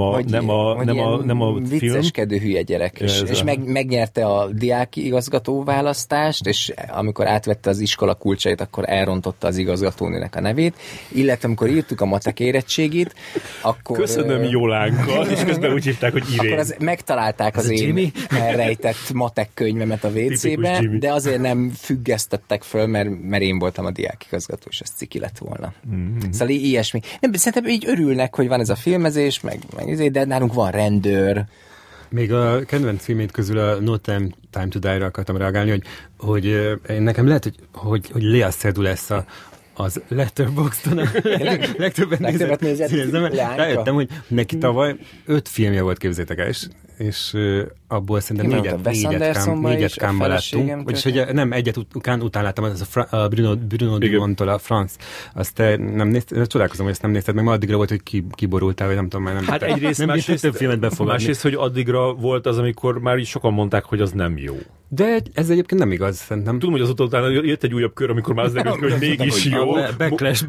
a film. Vicceskedő hülye gyerek. És megnyerte a diákigazgató választást, és amikor átvette az iskola kulcsait, akkor elrontotta az igazgatónőnek a nevét. Illetve amikor írtuk a matek érettségit, akkor... Köszönöm Jolánkkal, és közben úgy hívták, hogy Irén. Akkor megtalálták az én elrejtett matek könyvemet a WC-be, de azért nem függesztettek föl, mert én voltam a diákigazgató, és ez ciki lett volna. Mm-hmm. Szóval ilyesmi. Nem, szerintem így örülnek, hogy van ez a filmezés, de nálunk van rendőr. Még a kedvenc filmét közül a No Time to Die-ra akartam reagálni, hogy nekem lehet, hogy Lea Seydoux lesz az Letterboxdon legtöbbet nézett. Rájöttem, hogy neki tavaly 5 filmje volt, képzétek el, és abból szerintem 4-et Kámba láttunk. Vagyis, hogy nem, egyet után láttam, az a Bruno Dumont-tól a France. Azt te nem nézted, csodálkozom, hogy ezt nem nézted, meg ma addigra volt, hogy kiborultál, vagy nem tudom, már nem. Hát egyrészt, másrészt filmet befogadni. Másrészt, hogy addigra volt az, amikor már így sokan mondták, hogy az nem jó. De ez egyébként nem igaz, szerintem. Tudom, hogy azóta utána jött egy újabb kör, amikor már az derült, hogy mégis jó. Backlash.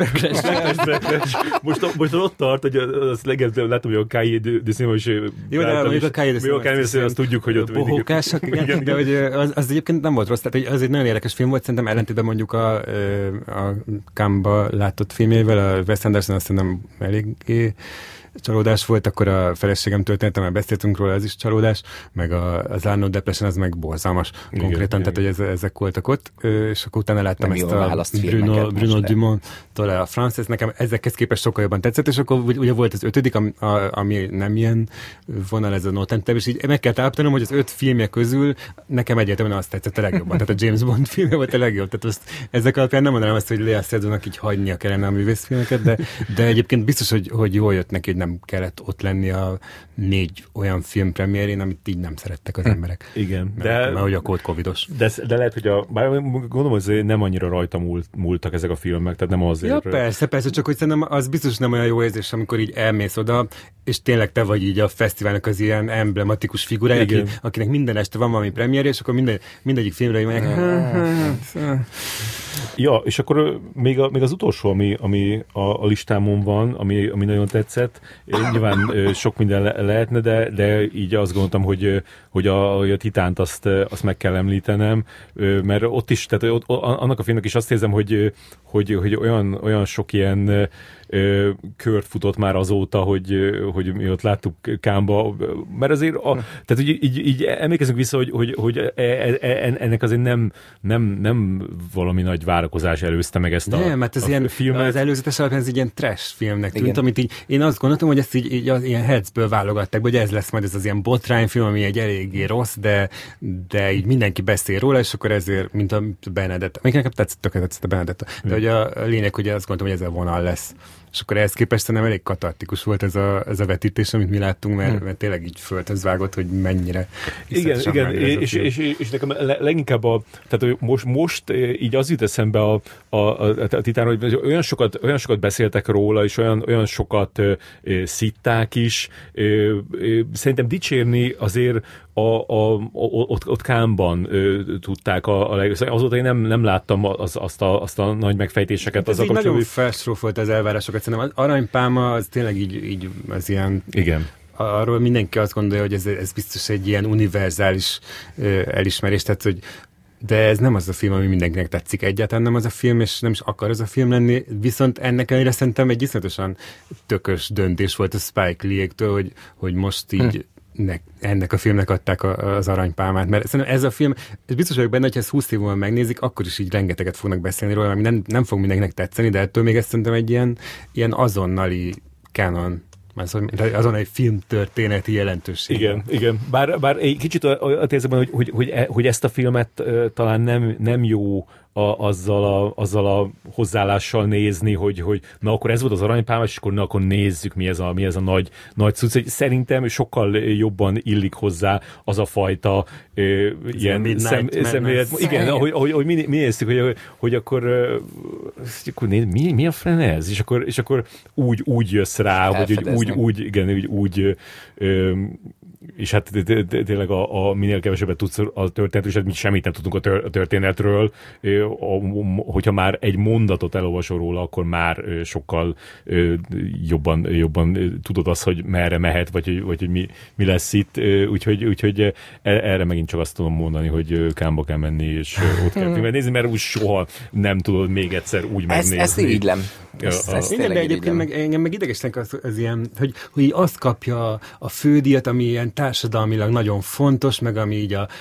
Most ott tart, hogy azt legalább látom, hogy a Cahiers du Cinema is... Jó, de mondjuk a Cahiers du Cinema, azt tudjuk, hogy ott... Bohókásak, igen, de hogy az egyébként nem volt rossz, tehát az egy nagyon érdekes film volt, szerintem ellentétben mondjuk a Kámba látott filmjével, a Wes Anderson azt nem eléggé csalódás volt, akkor a feleségem története, már beszéltünk róla, ez is csalódás, meg az Arnold Depression az meg borzalmas konkrétan, tehát hogy ezek voltak ott, és akkor utána láttam nem ezt a Bruno Dumont-tól a Frances, nekem ezekhez képest sokkal jobban tetszett, és akkor ugye volt az 5., ami nem ilyen vonal, ez a Notentem, és így meg kell állapítanom, hogy az 5 filmje közül nekem egyértelműen azt tetszett a legjobban, tehát a James Bond filmje volt a legjobb, tehát azt, ezek alapján nem mondanám azt, hogy Lea Seydoux-nak így hagynia kellene a művészfilmeket, de egyébként biztos, hogy jól jött neki, hogy nem kellett ott lenni a 4 olyan filmpremiérén, amit így nem szerettek az emberek. Igen. Mert hogy a covidos. De lehet, hogy bár gondolom, hogy nem annyira rajta múltak ezek a filmek, tehát nem azért. Ja, persze, csak hogy szerintem az biztos nem olyan jó érzés, amikor így elmész oda, és tényleg te vagy így a fesztiválnak az ilyen emblematikus figurája, akinek minden este van valami premiér, és akkor mindegyik filmre így mondják. Ja, és akkor még az utolsó, ami a listámon van, ami nagyon tetszett, nyilván sok minden lehetne, de így azt gondoltam, hogy a Titánt azt meg kell említenem, mert ott is, tehát annak a filmnek is azt érzem, hogy olyan sok ilyen kört futott már azóta, hogy mi ott láttuk Cannesba, mert azért tehát így emlékezünk vissza, hogy ennek azért nem valami nagy várakozás előzte meg ezt nem, mert ez ilyen filmet. Az előzetes alapján ez egy ilyen trash filmnek tűnt, amit így, én azt gondoltam, hogy ezt így ilyen headsből válogatták, hogy ez lesz majd ez az ilyen botrányfilm, ami egy eléggé rossz, de így mindenki beszél róla, és akkor ezért, mint a Benedetta. Még nekem tetszett a Benedetta. De hogy a lényeg, hogy azt gondoltam, hogy ez a vonal lesz. És akkor ehhez képest nem elég katartikus volt ez a vetítés, amit mi láttunk, mert tényleg így földhöz vágott, hogy mennyire. Igen, és nekem leginkább tehát most így az jut eszembe a Titán, hogy olyan sokat beszéltek róla, és olyan sokat szitták is. Szerintem dicsérni azért ott Cannesban tudták azóta én nem láttam azt a nagy megfejtéseket. Ez így nagyon felstrófolt az elvárásokat. Szerintem az Aranypálma az tényleg így az ilyen... Igen. Arról mindenki azt gondolja, hogy ez biztos egy ilyen univerzális elismerés, tehát hogy de ez nem az a film, ami mindenkinek tetszik, egyáltalán nem az a film, és nem is akar az a film lenni, viszont ennek ellenére szerintem egy iszonyatosan tökös döntés volt a Spike Lee-től, hogy most így ennek a filmnek adták az Aranypálmát, mert szerintem ez a film, ez biztos vagyok benne, hogy ezt 20 év múlva megnézik, akkor is így rengeteget fognak beszélni róla, ami nem fog mindenkinek tetszeni, de ettől még ezt szerintem egy ilyen azonnali canon, azon egy filmtörténeti jelentőség. Igen. Bár egy kicsit érzem, hogy ezt a filmet talán nem jó azzal a hozzáállással nézni, hogy na akkor ez volt az Aranypálma, és akkor nézzük, mi ez a nagy cucc. Szerintem sokkal jobban illik hozzá az a fajta ilyen szemlélet. Igen, ahogy mi néztük, hogy akkor mi a fene ez? És akkor úgy jössz rá, hogy úgy és hát tényleg minél kevesebbet tudsz a történetről, és mi semmit nem tudunk a történetről, hogyha már egy mondatot elolvasol róla, akkor már sokkal jobban tudod azt, hogy merre mehet, vagy hogy mi lesz itt, úgyhogy erre megint csak azt tudom mondani, hogy Cannesba kell menni, és ott kell nézni, mert úgy soha nem tudod még egyszer úgy megnézni. Ezt irigylem. Igen, de egyébként engem meg idegesnek az ilyen, hogy azt kapja a fődíjat, ami ilyen társadalmilag nagyon fontos, meg ami így a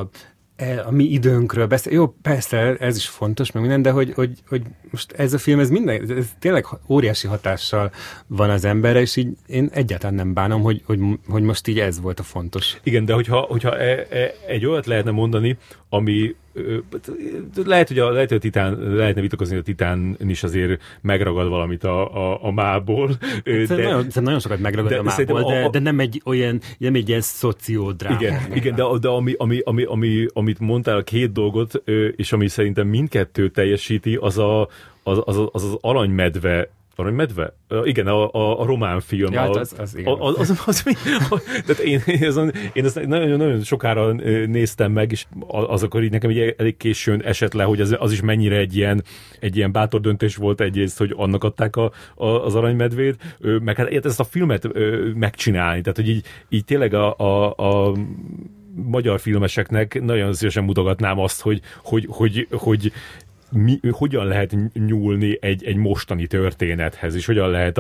mi időnkről beszél. Jó, persze, ez is fontos, meg minden, de hogy most ez a film, ez tényleg óriási hatással van az emberre, és így én egyáltalán nem bánom, hogy most így ez volt a fontos. Igen, de hogyha egy olyat lehetne mondani, ami lehet, hogy a Titán, lehetne vitatkozni, hogy a Titán is azért megragad valamit a mából. Nagyon sokat megragad a mából, de nem egy ilyen szociodráma. Igen, de amit mondtál, a két dolgot, és ami szerintem mindkettő teljesíti, az az Aranymedve. Aranymedve? Igen, a román film. Ja, az igen. Tehát én ezt nagyon sokára néztem meg, és az akkor így nekem így elég későn esett le, hogy az is mennyire egy ilyen bátor döntés volt egyrészt, hogy annak adták az Aranymedvét, meg hát ezt a filmet megcsinálni. Tehát, hogy így tényleg a magyar filmeseknek nagyon szívesen mutogatnám azt, hogy hogyan lehet nyúlni egy mostani történethez, és hogyan lehet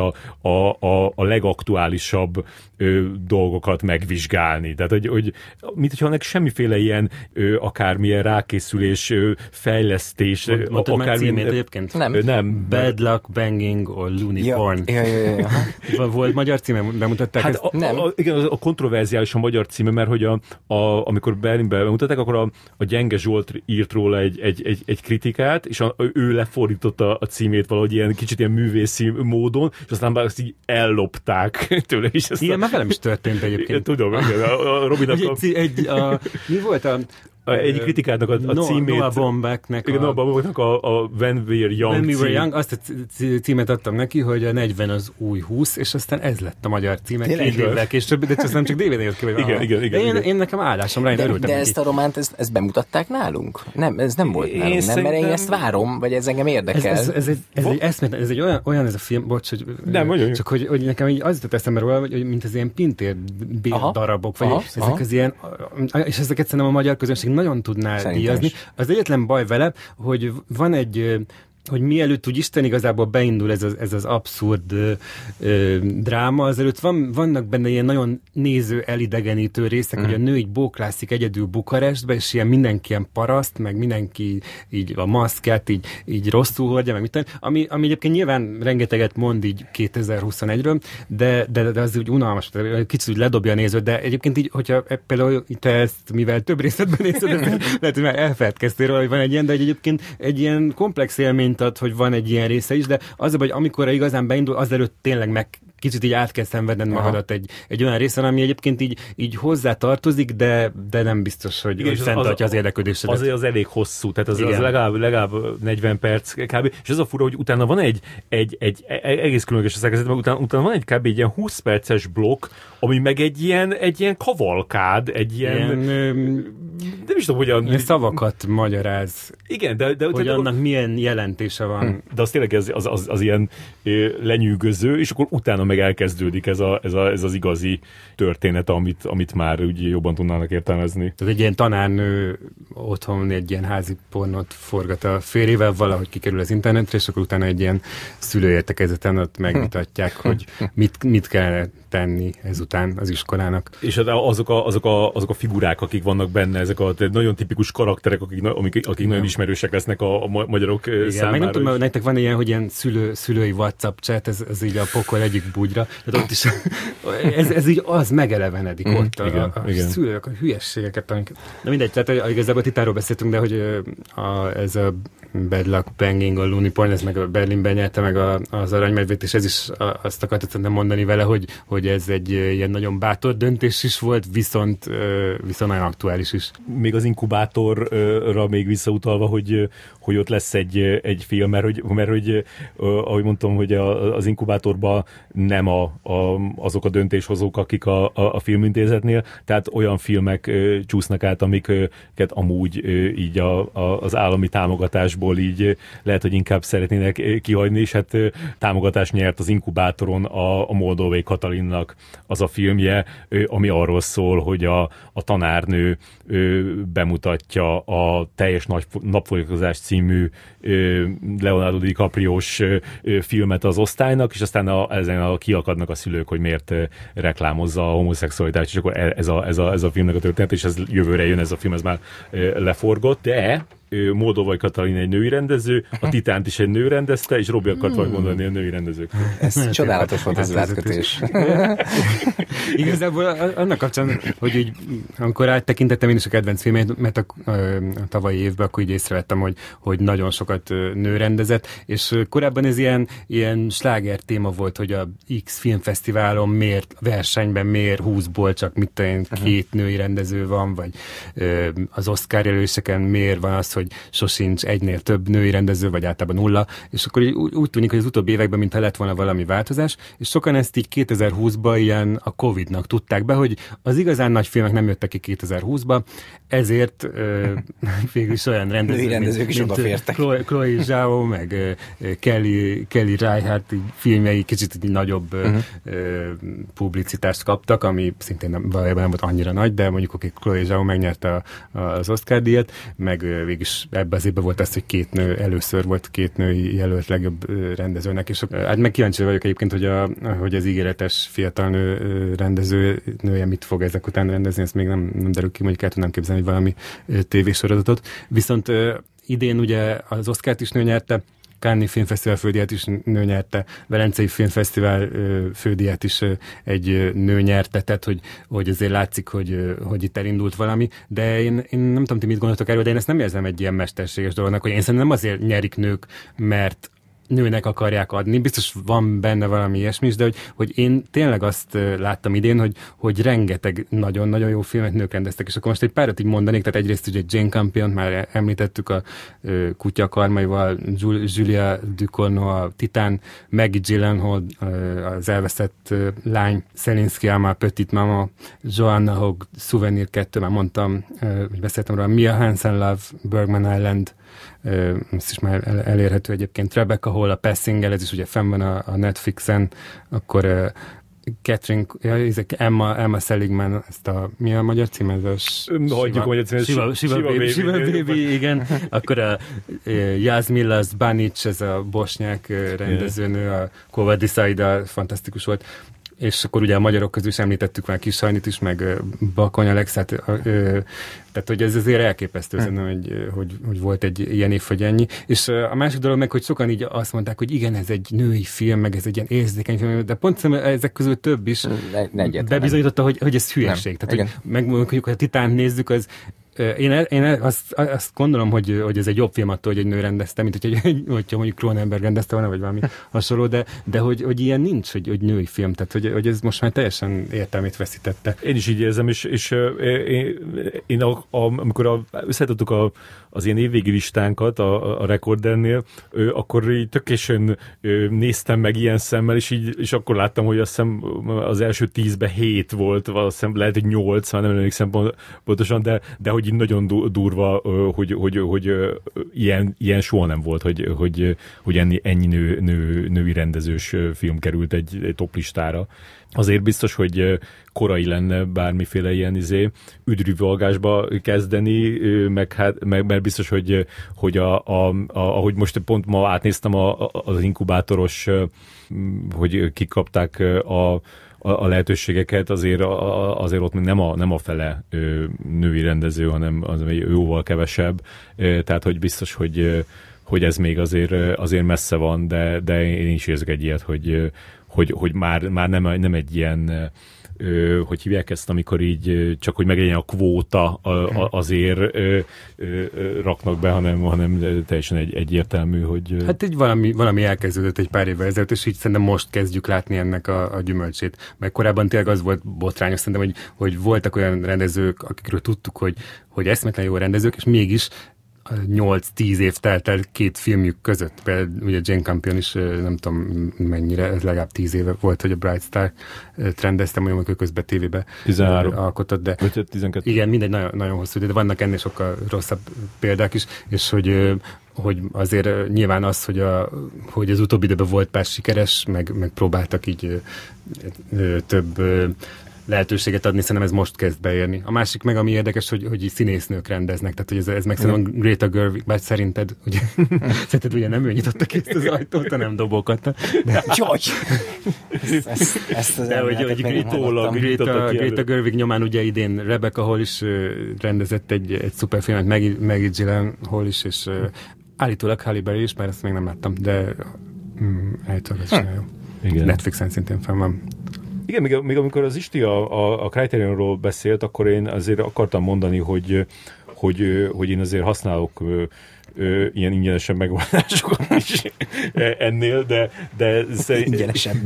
a legaktuálisabb dolgokat megvizsgálni. Tehát, hogy mint hogyha ennek semmiféle ilyen akármilyen rákészülés, fejlesztés, Mondtad már címét egyébként? Nem. Bad Luck Banging or Looney Porn. Volt magyar címe? Bemutatták hát ezt? Igen, a kontroverziális a magyar címe, mert hogy amikor Berlinben bemutatták, akkor a Gyenge Zsolt írt róla egy kritikát, és ő lefordította a címét valahogy ilyen kicsit ilyen művészi módon, és aztán már ezt így ellopták tőle is. Igen, már velem is történt egyébként. Tudom, a Robinak mi volt a... Egyik kritikának a címét... Noah Baumbachnek a When We Were Young When We Were Young, azt a címet adtam neki, hogy a 40 az új 20, és aztán ez lett a magyar címe. 2 évvel később, de ez nem csak DVD-n jött ki. Igen. Én nekem állásom rá, én örültem de ezt a románt, ezt bemutatták nálunk? Nem, ez nem volt nálunk, nem? Mert én ezt várom, vagy ez engem érdekel. Ez egy olyan ez a film, bocs, hogy... Nem, csak hogy nekem így az jutott eszembe róla, hogy mint az ilyen pintér darabok, vagy ezek az ilyen... És ezeket szerintem a magyar közönség nagyon tudná díjazni. Az egyetlen baj vele, hogy van egy, hogy mielőtt úgy Isten igazából beindul ez az abszurd dráma, azelőtt vannak benne ilyen nagyon néző elidegenítő részek, hogy a nő így bóklászik egyedül Bukarestbe, és ilyen mindenki ilyen paraszt, meg mindenki így a maszkát így rosszul hordja, meg mit ami egyébként nyilván rengeteget mond így 2021-ről, de az úgy unalmas, kicsit úgy ledobja a nézőt, de egyébként így, hogyha például te ezt, mivel több részletben nézed, lehet, hogy már elfeledkeztél róla, hogy van egy ilyen, de egyébként egy ilyen komplex élményt ad, hogy van egy ilyen része is, de az, hogy amikor igazán beindul, azelőtt tényleg kicsit így át kell szenvedned magadat egy olyan részen, ami egyébként így hozzá tartozik, de nem biztos, hogy fenntartja az érdeklődésedet. Az elég hosszú, tehát az legalább 40 perc kb. És az a fura, hogy utána van egy egész különleges a szerkezet, meg utána van egy kb. Egy ilyen 20 perces blokk, ami meg egy ilyen kavalkád, egy ilyen nem is tudom, hogyan... Ilyen szavakat magyaráz. Igen, de hogy annak milyen jelentése van. De az tényleg az ilyen lenyűgöző, és akkor utána meg elkezdődik ez az igazi történet, amit már úgy jobban tudnának értelmezni. Tehát egy ilyen tanárnő otthon egy ilyen házi pornót forgat a férjével, valahogy kikerül az internetre, és akkor utána egy ilyen szülőértekezeten ott megmutatják, hogy mit kellene tenni ezután az iskolának. És azok a figurák, akik vannak benne, ezek a nagyon tipikus karakterek, akik nagyon ismerősek lesznek a magyarok számára. Meg nem tudom, nektek van ilyen, hogy ilyen szülői WhatsApp chat, ez így a pokol egyik bugyra. Tehát ott is ez így az megelevenedik ott a szülők, a hülyességeket. De mindegy, tehát igazából titáról beszéltünk, de hogy ez a Bad Luck Banging, a Looney Porn, ez meg a Berlinben nyerte meg az Aranymedvét, és ez is azt akartam mondani vele, hogy ez egy ilyen nagyon bátor döntés is volt, viszont nagyon aktuális is. Még az inkubátorra még visszautalva, hogy ott lesz egy film, mert hogy ahogy mondtam, hogy az inkubátorban nem azok a döntéshozók, akik a filmintézetnél, tehát olyan filmek csúsznak át, amiket amúgy így az állami támogatásból így lehet, hogy inkább szeretnének kihagyni, és hát támogatást nyert az inkubátoron a Moldovai Katalinnak az a filmje, ami arról szól, hogy a tanárnő bemutatja a Teljes napfogyatkozás című Leonardo DiCaprio-s filmet az osztálynak, és aztán ezen kiakadnak a szülők, hogy miért reklámozza a homoszexualitást, és akkor ez a filmnek a történet, és ez jövőre jön, ez a film, ez már leforgott, de Moldovai Katalin egy női rendező, a Titánt is egy nő rendezte, és Robi akart vagy mondani a női rendezőkről. Ez csodálatos volt, ez az átkötés. Igazából annak kapcsán, hogy így, amikor áttekintettem én is a kedvenc filmét, mert a tavalyi évben akkor így észrevettem, hogy nagyon sokat nő rendezett, és korábban ez ilyen sláger téma volt, hogy a X filmfesztiválon versenyben miért 20-ból csak 2 női rendező van, vagy az Oscar jelöléseken miért van az, hogy sosincs egynél több női rendező, vagy általában 0, és akkor úgy tűnik, hogy az utóbbi években mintha lett volna valami változás, és sokan ezt így 2020-ban ilyen a Covid-nak tudták be, hogy az igazán nagy filmek nem jöttek ki 2020-ba, ezért végül is olyan rendezők is odafértek. Chloe Zhao, meg Kelly Reichardt filmjei kicsit nagyobb publicitást kaptak, ami szintén valójában nem volt annyira nagy, de mondjuk Chloe Zhao megnyerte az Oscar-díjat, meg végül és ebbe az évben volt az, hogy először volt 2 női jelölt legjobb rendezőnek, és hát meg kíváncsi vagyok egyébként, hogy az ígéretes fiatal rendezőnője mit fog ezek után rendezni, ezt még nem derül ki, mondjuk el tudnám képzelni valami tévésorozatot. Viszont idén ugye az Oscart is nő nyerte, Cannes Filmfesztivál fődíját is nő nyerte, Velencei Filmfesztivál fődíját is egy nő nyerte, tehát hogy azért látszik, hogy itt elindult valami, de én nem tudom, ti mit gondoltok erről, de én ezt nem érzem egy ilyen mesterséges dolognak, hogy én szerintem nem azért nyerik nők, mert nőnek akarják adni. Biztos van benne valami ilyesmi is, de hogy én tényleg azt láttam idén, hogy rengeteg nagyon-nagyon jó filmet nők rendeztek, és akkor most egy párat így mondanék, tehát egyrészt ugye Jane Campiont már említettük a Kutya karmaival, Julia Ducournau a Titán, Maggie Gyllenhaal az elveszett lány, Szelinszky Alma, Petit Mama, Joanna Hogg, Souvenir 2, már mondtam, hogy beszéltem róla, Mia Hansen-Love, Bergman Island, ez is már elérhető egyébként, Rebecca Hall, a Passing-el, ez is ugye fenn van a Netflixen, akkor Catherine, Emma Seligman, ezt mi a magyar cím? Hagyjuk a magyar cím. Shiva Baby, igen. Akkor a Jasmila Zbanic, ez a bosnyák rendezőnő, a Kovadi Saida, fantasztikus volt. És akkor ugye a magyarok közül is említettük már Kis Hajnit is, meg Bakony Alexát, tehát hogy ez azért elképesztő, szerintem, hogy volt egy ilyen év, hogy ennyi. És a másik dolog meg, hogy sokan így azt mondták, hogy igen, ez egy női film, meg ez egy ilyen érzékeny film, de pont ezek közül több is bebizonyította, hogy ez hülyeség. Tehát, hogy megmondjuk, hogy a Titánt nézzük, az én azt gondolom, hogy ez egy jobb film attól, hogy egy nő rendezte, mint hogyha mondjuk Cronenberg rendezte volna, vagy valami hasonló, de hogy ilyen nincs, hogy női film, tehát hogy ez most már teljesen értelmét veszítette. Én is így érzem, és én amikor összeadtuk az ilyen évvégi listánkat a Recordernél, akkor így tökésen néztem meg ilyen szemmel, és akkor láttam, hogy azt hiszem az első 10-ben 7 volt, azt hiszem lehet, hogy 8, nem emlékszem pontosan, de hogy így nagyon durva, hogy ilyen soha nem volt, hogy ennyi női rendezős film került egy toplistára. Azért biztos, hogy korai lenne bármiféle ilyen üdvrivalgásba kezdeni, mert biztos, hogy ahogy most pont ma átnéztem az inkubátoros, hogy kikapták a lehetőségeket, azért ott még nem a fele női rendező, hanem az jóval kevesebb. Tehát, hogy biztos, hogy ez még azért messze van, de én is érzek egy ilyet, hogy már nem egy ilyen, hogy hívják ezt, amikor így csak, hogy meglegyen a kvóta azért raknak be, hanem teljesen egyértelmű, hogy... Hát egy valami elkezdődött egy pár évvel ezelőtt, és így szerintem most kezdjük látni ennek a gyümölcsét. Mert korábban tényleg az volt botrányos, szerintem, hogy voltak olyan rendezők, akikről tudtuk, hogy eszmetlen jó rendezők, és mégis 8-10 év telt el 2 filmjük között. Például ugye Jane Campion is, nem tudom mennyire, ez legalább 10 éve volt, hogy a Bright Star rendeztem, mondjuk, amikor közben tévébe 13 alkotott, de 12. Igen, mindegy, nagyon, nagyon hosszú, de vannak ennél sokkal rosszabb példák is, és hogy azért nyilván az, hogy az utóbbi időben volt pár sikeres, meg próbáltak így több lehetőséget adni, szerintem ez most kezd beérni. A másik meg, ami érdekes, hogy színésznők rendeznek, tehát hogy ez meg szerintem Greta Gerwig, bár szerinted ugye nem ő nyitotta ki ezt az ajtót, hanem dobokat. Jaj! Ezt az hogy Greta Gerwig nyomán ugye idén Rebecca Hall is rendezett egy szuper filmet, Maggie Gyllenhaal is, és állítólag Halle Berry is, mert ezt még nem láttam, de állítólag ez sem jó. Netflixen szintén fenn van. Igen, még amikor az Isti a Criterionról beszélt, akkor én azért akartam mondani, hogy én azért használok ilyen ingyenesebb megoldásokat is ennél, de ingyenesebb.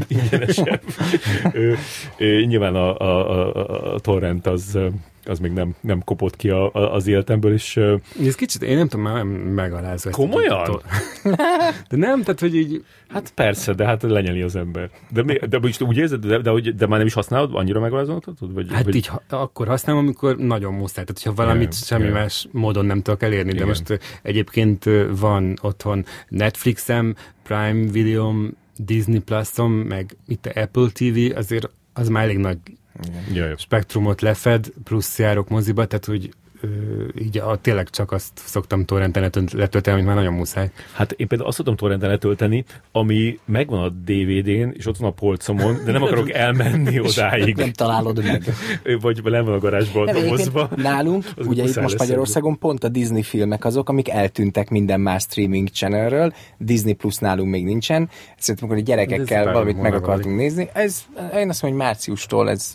Nyilván a torrent az még nem kopott ki az életemből, és... Ez kicsit, én nem tudom, már megalázva. Komolyan? De nem, tehát, hogy így... Hát persze, de hát lenyeli az ember. De úgy érzed, de már nem is használod? Annyira megalázolhatod? Hát így akkor használom, amikor nagyon muszáj. Tehát, hogyha valamit semmi más módon nem tudok elérni, de most egyébként van otthon Netflixem, Prime Videom, Disney Plusom, meg itt a Apple TV, azért az már elég nagy spektrumot lefed, plusz járok moziba, tehát hogy így tényleg csak azt szoktam torrenten letölteni, amit már nagyon muszáj. Hát én például azt szoktam torrenten letölteni, ami megvan a DVD-n, és ott van a polcomon, de nem akarok elmenni odáig. Nem találod meg. Vagy nem van a garázsban dobozva. Nálunk, ugye itt most Magyarországon pont a Disney filmek azok, amik eltűntek minden más streaming channelről. Disney Plus nálunk még nincsen. Szerintem, amikor a gyerekekkel valamit meg akartunk nézni, én azt mondom, hogy márciustól ez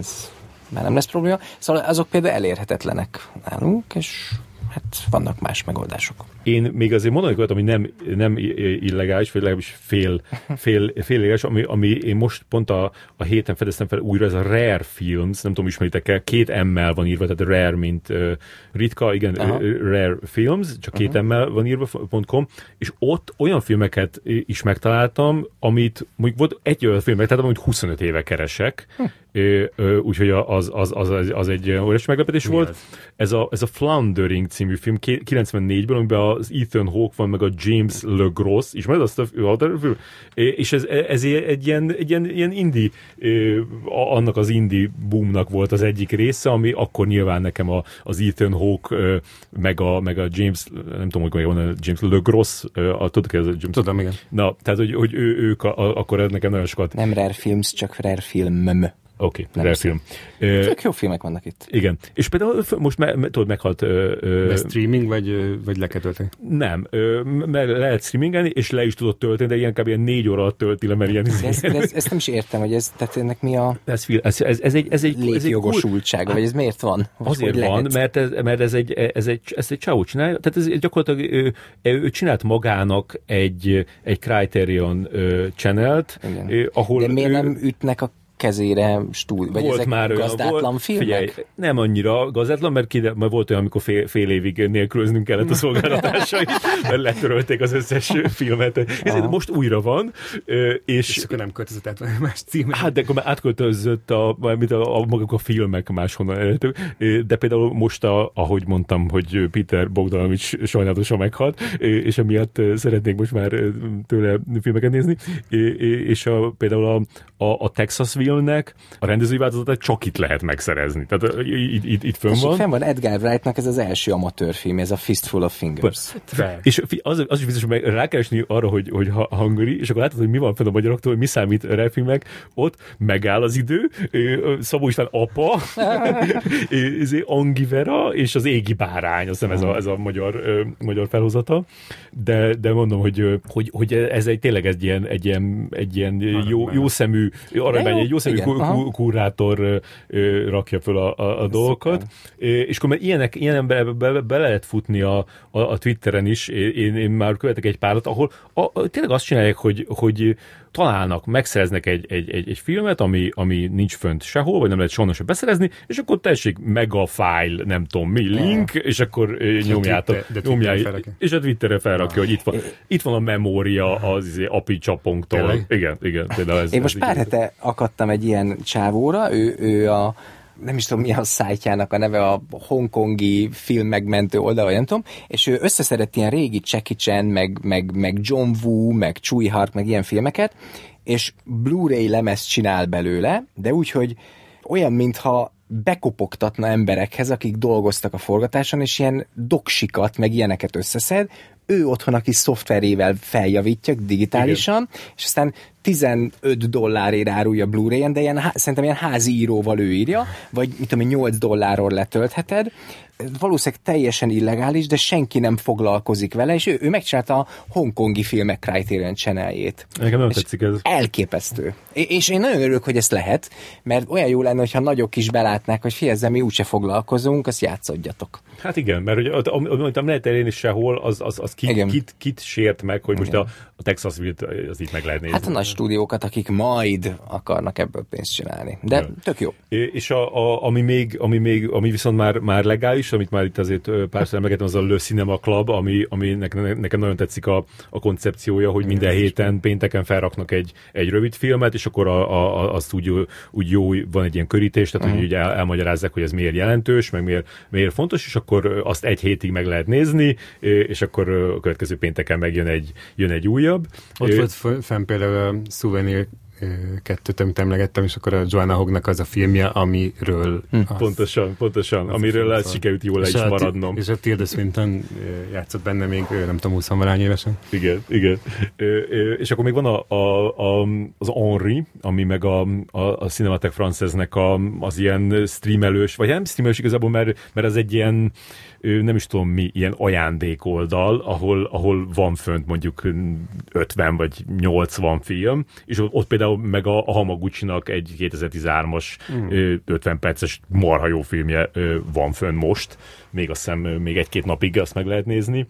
már nem lesz probléma. Szóval azok például elérhetetlenek nálunk, és hát vannak más megoldások. Én még azért mondanék olyat, ami nem illegális, vagy legalábbis fél illegális, ami én most pont a héten fedeztem fel újra, ez a Rare Films, nem tudom, ismeritek-e, 2 M-mel van írva, tehát Rare, mint ritka, igen, Rare Films, csak 2 M-mel van írva.com, és ott olyan filmeket is megtaláltam, amit, mondjuk volt egy olyan filmet, tehát amit 25 éve keresek, úgyhogy az egy óriási meglepetés volt. Ez a Floundering című film 94-ből, amiben az Ethan Hawke van, meg a James Le Gros, ismered azt a film? És ez egy ilyen indie, annak az indie boomnak volt az egyik része, ami akkor nyilván nekem az Ethan Hawke, meg a James, nem tudom, hogy van a James Le Gros, tudod, ez a James? Tudom, igen. Na, tehát, hogy ők akkor nekem nagyon sokat... Nem Rare Films, csak Rare Film. Oké, Rare Film. Tök jó filmek vannak itt. Igen. És például most tudod, meghalt... De streaming, vagy le kell tölteni? Nem. Lehet streamingelni, és le is tudod tölteni, de inkább ilyen 4 óra alatt tölti le, mert ilyen... Ezt nem is értem, hogy tehát ennek mi a ez egy létjogosultsága, vagy ez miért van? Azért van, mert ez egy csávó csinálja, tehát ez gyakorlatilag ő csinált magának egy Criterion channelt, ahol... De miért nem ütnek a kezére stúdió, vagy ezek már gazdátlan filmek? Figyelj, nem annyira gazdátlan, mert volt olyan, amikor fél évig nélkülöznünk kellett a szolgáltatásait, mert letörölték az összes filmet. Ez most újra van. És akkor nem költözött át más címet. Hát, de akkor már átköltözött maguk a filmek máshonnan eredető. De például most, ahogy mondtam, hogy Peter Bogdanovich sajnálatosan meghalt, és emiatt szeretnék most már tőle filmeket nézni, és például a Texasville-nek a rendezői változatát csak itt lehet megszerezni. Tehát itt fönn van. Fenn van Edgar Wrightnak ez az első amatőrfilm, ez a Fistful of Fingers. És az is biztos, hogy rákeresni arra, hogy Hungary, és akkor látod, hogy mi van fenn a magyaroktól, hogy mi számít refilmek, ott megáll az idő, Szabó István apa, Angivera, és az égi bárány, azt hiszem ez a magyar felhozata. De mondom, hogy ez tényleg egy ilyen jó szemű aranyban egy jó szemű kurátor rakja föl a dolgokat, és akkor már ilyen be lehet futni a Twitteren is, én már követek egy párat, ahol tényleg azt csinálják, hogy találnak, megszereznek egy filmet, ami nincs fönt sehol, vagy nem lehet soha sem beszerezni, és akkor tessék megafile, nem tudom mi, link, és akkor nyomjátok. És a Twitterre felrakja, hogy itt van a memória az api csapongtól. Igen. Én most pár hete akadtam egy ilyen csávóra, ő a nem is tudom, mi a szájtjának a neve, a hongkongi film megmentő oldal, vagy nem tudom, és ő összeszedett ilyen régi Jackie Chan, meg John Woo, meg Tsui Hark, meg ilyen filmeket, és Blu-ray lemezt csinál belőle, de úgy, hogy olyan, mintha bekopogtatna emberekhez, akik dolgoztak a forgatáson, és ilyen doksikat, meg ilyeneket összeszed, ő otthon a kis szoftverével feljavítja digitálisan, igen. És aztán $15 árulja Blu-ray-en, de szerintem ilyen házi íróval ő írja, vagy mit tudom, $8 letöltheted. Valószínűleg teljesen illegális, de senki nem foglalkozik vele, és ő megcsinálta a hongkongi filmek Criterion Channel-jét. Nekem nem tetszik ez. Elképesztő. És én nagyon örülök, hogy ezt lehet, mert olyan jó lenne, hogyha nagyok is belátnák, hogy figyelj, ezzel mi úgyse foglalkozunk, azt játszodjatok. Hát igen, mert hogy amit nem lehet elérni sehol, az kit sért meg, hogy most a Texasville-t az itt meg lehet nézni. Hát a nagy stúdiókat, akik majd akarnak ebből pénzt csinálni. De tök jó. És ami viszont már legális, amit már itt azért párszor emlegettem, az a Le Cinema Club, ami nekem nagyon tetszik a koncepciója, hogy minden héten pénteken felraknak egy rövid filmet, és akkor azt úgy jó, van egy ilyen körítés, tehát hogy elmagyarázzák, hogy ez miért jelentős, meg miért fontos, és akkor azt egy hétig meg lehet nézni, és akkor a következő pénteken megjön egy újabb. Ott volt fenn például a Souvenir kettőt, amit emlegettem, és akkor a Joanna Hoggnak az a filmje, amiről... Pontosan, amiről sikerült jól le is maradnom. És a Tilda Swinton játszott benne még, nem tudom, 20-valány évesen. Igen. És akkor még van az Henri, ami meg a Cinémathèque Française-nek az ilyen streamelős, vagy nem streamelős igazából, mert ez egy ilyen, nem is tudom mi, ilyen ajándékoldal, ahol van fönt mondjuk 50 vagy 80 film, és ott például meg a Hamaguchi-nak egy 2013-as 50 perces marha jó filmje van fönn most, még azt hiszem, még egy-két napig azt meg lehet nézni,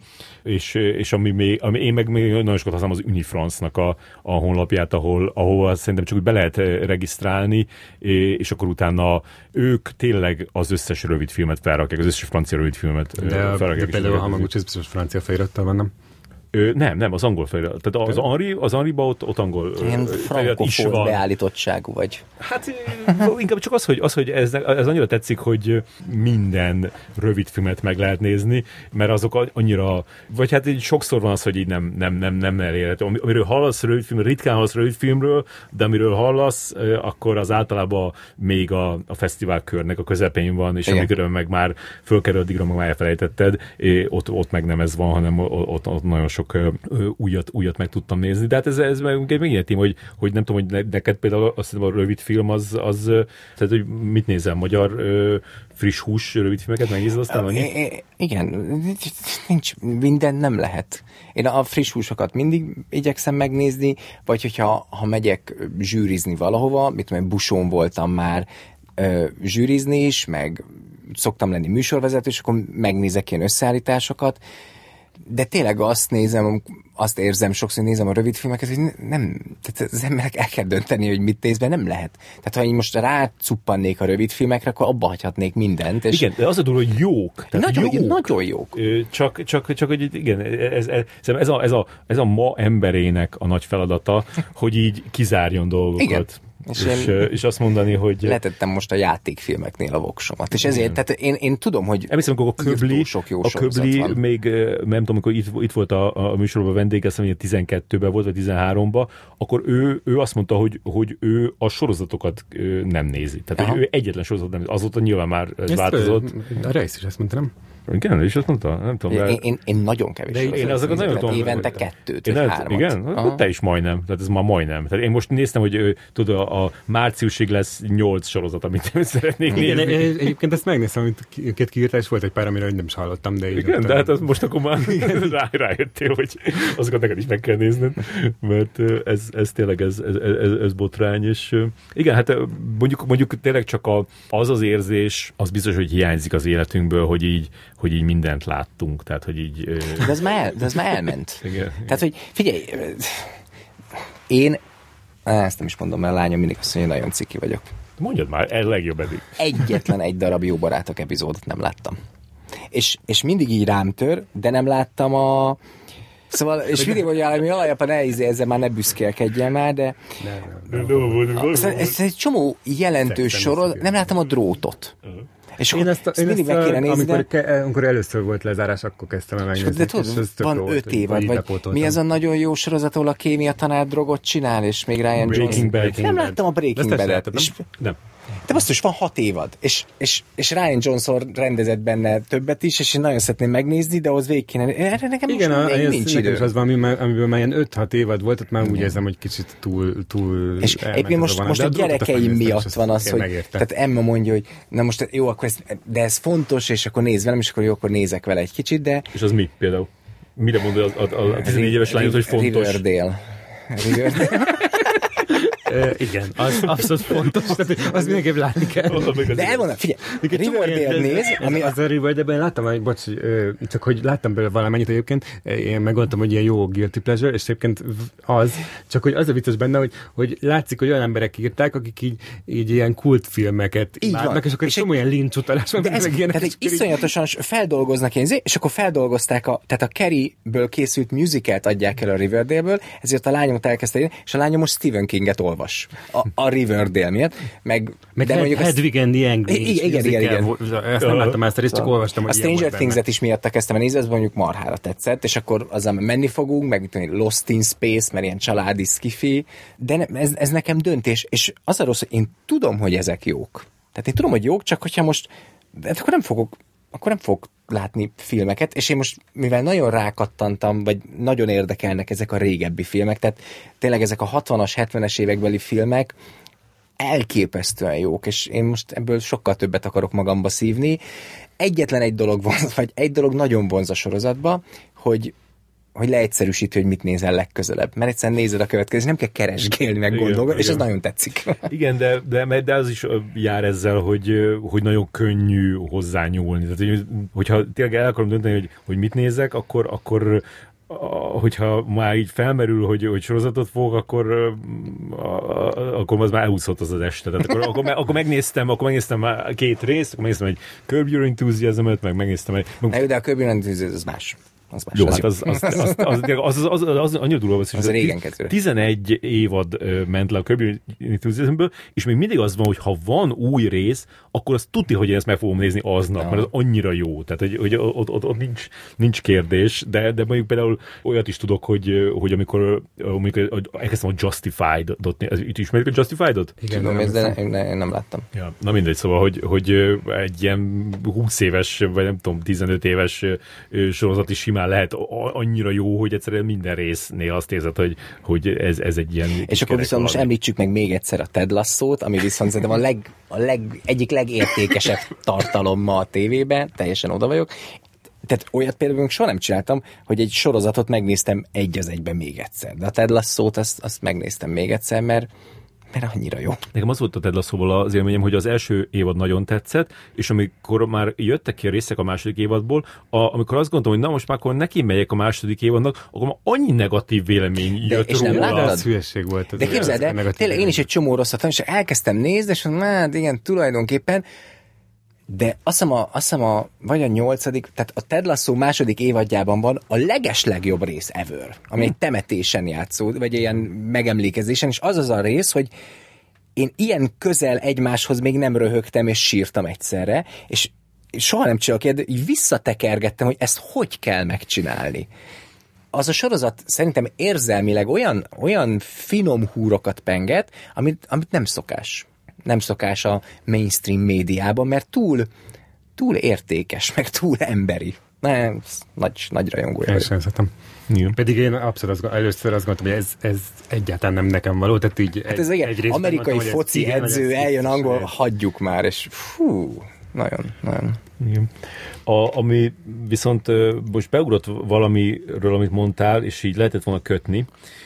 és ami én meg még nagyon sokat használom az Unifrance-nak a honlapját, ahol szerintem csak úgy be lehet regisztrálni, és akkor utána ők tényleg az összes rövid filmet felrakják, az összes francia rövid filmet felrakják. De például a Hamaguchi biztos francia felirattal van, nem? Nem, az angol felirat. Tehát az Henriba ott angol felirat is van. Beállítottságú vagy. Hát inkább csak az, hogy ez annyira tetszik, hogy minden rövid filmet meg lehet nézni, mert azok annyira, vagy hát így sokszor van az, hogy így nem elérhető. Amiről hallasz rövidfilmről, ritkán hallasz rövidfilmről, de amiről hallasz, akkor az általában még a fesztiválkörnek a közepén van, és amikor meg már fölkerül, addigra meg már elfelejtetted, ott meg nem ez van, hanem ott nagyon sok újat meg tudtam nézni. De hát ez megint tím, hogy nem tudom, hogy neked például azt hiszem a rövid film az tehát, hogy mit nézel, magyar friss hús rövid filmeket megnézed aztán annyi? Igen, nincs, minden nem lehet. Én a friss húsokat mindig igyekszem megnézni, vagy hogyha megyek zsűrizni valahova, mit tudom, Busón voltam már zsűrizni is, meg szoktam lenni műsorvezető, és akkor megnézek ilyen összeállításokat, de tényleg azt érzem, sokszor nézem a rövidfilmeket, hogy nem, tehát az emberek el kell dönteni, hogy mit néz be, nem lehet. Tehát ha én most rácuppannék a rövidfilmekre, akkor abba hagyhatnék mindent. És igen, de az a dolog, hogy jók. Nagyon jók. Csak hogy igen, ez a ma emberének a nagy feladata, hogy így kizárjon dolgokat. Igen. És azt mondani, hogy... Letettem most a játékfilmeknél a voksomat. És ezért, tehát én tudom, hogy emlékszem, amikor a Köbli még, nem tudom, amikor itt volt a műsorban vendég, azt mondja, 12-ben volt, vagy 13-ban, akkor ő azt mondta, hogy ő a sorozatokat nem nézi. Tehát, hogy ő egyetlen sorozatot nem nézi. Azóta nyilván már változott. A Reis is ezt mondta, nem? Igen, és azt mondta, nem tudom. Én nagyon kevés. Én azokat nagyon tudom. Évente 2 vagy 3. Igen? Te is majdnem. Tehát ez már majdnem. Tehát én most néztem, hogy tudod, a márciusig lesz 8 sorozat, amit én szeretnék nézni. Igen, egyébként ezt megnéztem, amit kiírtál, és volt egy pár, amiről nem is hallottam, de igen, de hát most akkor már rájöttél, hogy azokat neked is meg kell nézned, mert ez tényleg ez botrány, és igen, hát mondjuk tényleg csak az érzés, az biztos, hogy hiányzik az életünkből, hogy így mindent láttunk, tehát, hogy így... De ez már elment. Igen. Tehát, hogy figyelj, én ezt nem is mondom, mert a lányom mindig azt mondja, hogy nagyon ciki vagyok. Mondjad már, ez legjobb eddig. Egyetlen egy darab Jó barátok epizódot nem láttam. És mindig így rám tör, de nem láttam Szóval, és mindig mondja, hogy alapján ezzel már ne büszkélkedjen már, de... Ez egy csomó jelentős sorod, nem láttam a Drótot. És én ezt mindig meg kéne nézni. Amikor először volt lezárás, akkor kezdtem el megnézni. De tudod, van 5 évad, vagy mi az a nagyon jó sorozat, ahol a kémia tanár drogot csinál, és még Ryan Jones... Nem láttam a Breaking Bad-et. Nem. De basszus, van 6 évad, és Ryan Johnson rendezett benne többet is, és én nagyon szeretném megnézni, de ahhoz végig kéne. Erre nekem igen, most még nincs idő. Igen, az van, amiből már ilyen 5-6 évad volt, ott már úgy érzem, hogy kicsit túl és éppen most a gyerekeim miatt van az, hogy tehát Emma mondja, hogy na most jó, akkor de ez fontos, és akkor nézz velem, és akkor jó, akkor nézek vele egy kicsit, de... És az mi például? Mire mondod a 14 éves lányod, hogy fontos? Riverdale. Igen, az abszolút fontos, tehát az mindenképp látni kell. De elmondom, figyelj, Riverdale néz, ami... Az a Riverdale-ben láttam, csak hogy láttam belőle valamennyit egyébként, én meggondoltam, hogy ilyen jó guilty pleasure, és egyébként az, csak hogy az a vicces benne, hogy látszik, hogy olyan emberek írták, akik így ilyen kultfilmeket imádnak, és akkor egy csomó ilyen lincsutalás van. Tehát egy iszonyatosan feldolgoznak ilyen, és akkor feldolgozták, tehát a Carrie-ből készült musicalt adják el a Riverdale-ből, ezért a lányom elkezdte írni, és a lányom most Stephen Kinget olvas. havas. A Riverdale miatt. Meg de mondjuk Hedwig and the Angry. Igen. Ezt nem láttam ezt a részt, csak olvastam, hogy a Stranger Things-et is miatta kezdtem a nézni, ez mondjuk marhára tetszett, és akkor azzal menni fogunk, meg Lost in Space, mert ilyen családi skifi, de ez nekem döntés, és az a rossz, hogy én tudom, hogy ezek jók. Tehát én tudom, hogy jók, csak hogyha most, akkor nem fogok látni filmeket, és én most, mivel nagyon rákattantam, vagy nagyon érdekelnek ezek a régebbi filmek, tehát tényleg ezek a 60-as, 70-es évekbeli filmek elképesztően jók, és én most ebből sokkal többet akarok magamba szívni. Egyetlen egy dolog nagyon vonz a sorozatba, hogy leegyszerűsíti, hogy mit nézel legközelebb. Mert egyszerűen nézed a következő, nem kell keresgélni, meg gondolni, és ez nagyon tetszik. Igen, de az is jár ezzel, hogy nagyon könnyű hozzányúlni. Tehát, hogyha tényleg el akarom dönteni, hogy mit nézek, akkor hogyha már így felmerül, hogy sorozatot fogok, akkor az már elhúzott az este. Tehát akkor megnéztem már 2 részt, akkor megnéztem egy Curb Your Enthusiasm-et, meg megnéztem egy... De a Curb Your Enthusiasm az más. Jó, hát az annyira durva az, az régen kezdődött. 11 évad ment le a Curb Your Enthusiasmből, és még mindig az van, hogy ha van új rész, akkor azt tudni, hogy én ezt meg fogom nézni aznap, mert az annyira jó. Tehát, hogy ott nincs kérdés, de mondjuk például olyat is tudok, hogy amikor elkezdtem a Justified-ot, itt ismerik a Justified-ot? Igen, de én nem láttam. Ja, na mindegy, szóval, hogy egy ilyen 20 éves, vagy nem tudom, 15 éves sorozat is simán lehet annyira jó, hogy egyszerűen minden résznél azt érzed, hogy ez egy ilyen... És akkor viszont most említsük meg még egyszer a Ted Lasso-t, ami viszont szerintem egyik legértékesebb tartalom ma a tévében, teljesen oda vagyok. Tehát olyat például soha nem csináltam, hogy egy sorozatot megnéztem egy az egyben még egyszer. De a Ted Lasso-t azt megnéztem még egyszer, mert annyira jó. Nekem az volt a Ted Lasso-val az élményem, hogy az első évad nagyon tetszett, és amikor már jöttek ki a részek a második évadból, amikor azt gondoltam, hogy na most már akkor neki megyek a második évadnak, akkor már annyi negatív vélemény jött róla. Ez hülyeség volt. De képzeld el, tényleg én is egy csomó rosszat, és elkezdtem nézni, és hát igen, tulajdonképpen, de azt hiszem vagy a 8., tehát a Ted Lasso második évadjában van a legeslegjobb rész ever, ami egy temetésen játszód, vagy ilyen megemlékezésen, és az a rész, hogy én ilyen közel egymáshoz még nem röhögtem, és sírtam egyszerre, és soha nem csinálok ilyet, de így visszatekergettem, hogy ezt hogy kell megcsinálni. Az a sorozat szerintem érzelmileg olyan finom húrokat penget, amit nem szokás. Nem szokás a mainstream médiában, mert túl értékes, meg túl emberi. Nagy rajongója vagyok. Pedig én abszolút először azt gondoltam, hogy ez egyáltalán nem nekem való. Tehát így hát ez egy amerikai foci edző eljön angol, hagyjuk már, és fú, nagyon. Igen. Ami viszont most beugrott valamiről, amit mondtál, és így lehetett volna kötni.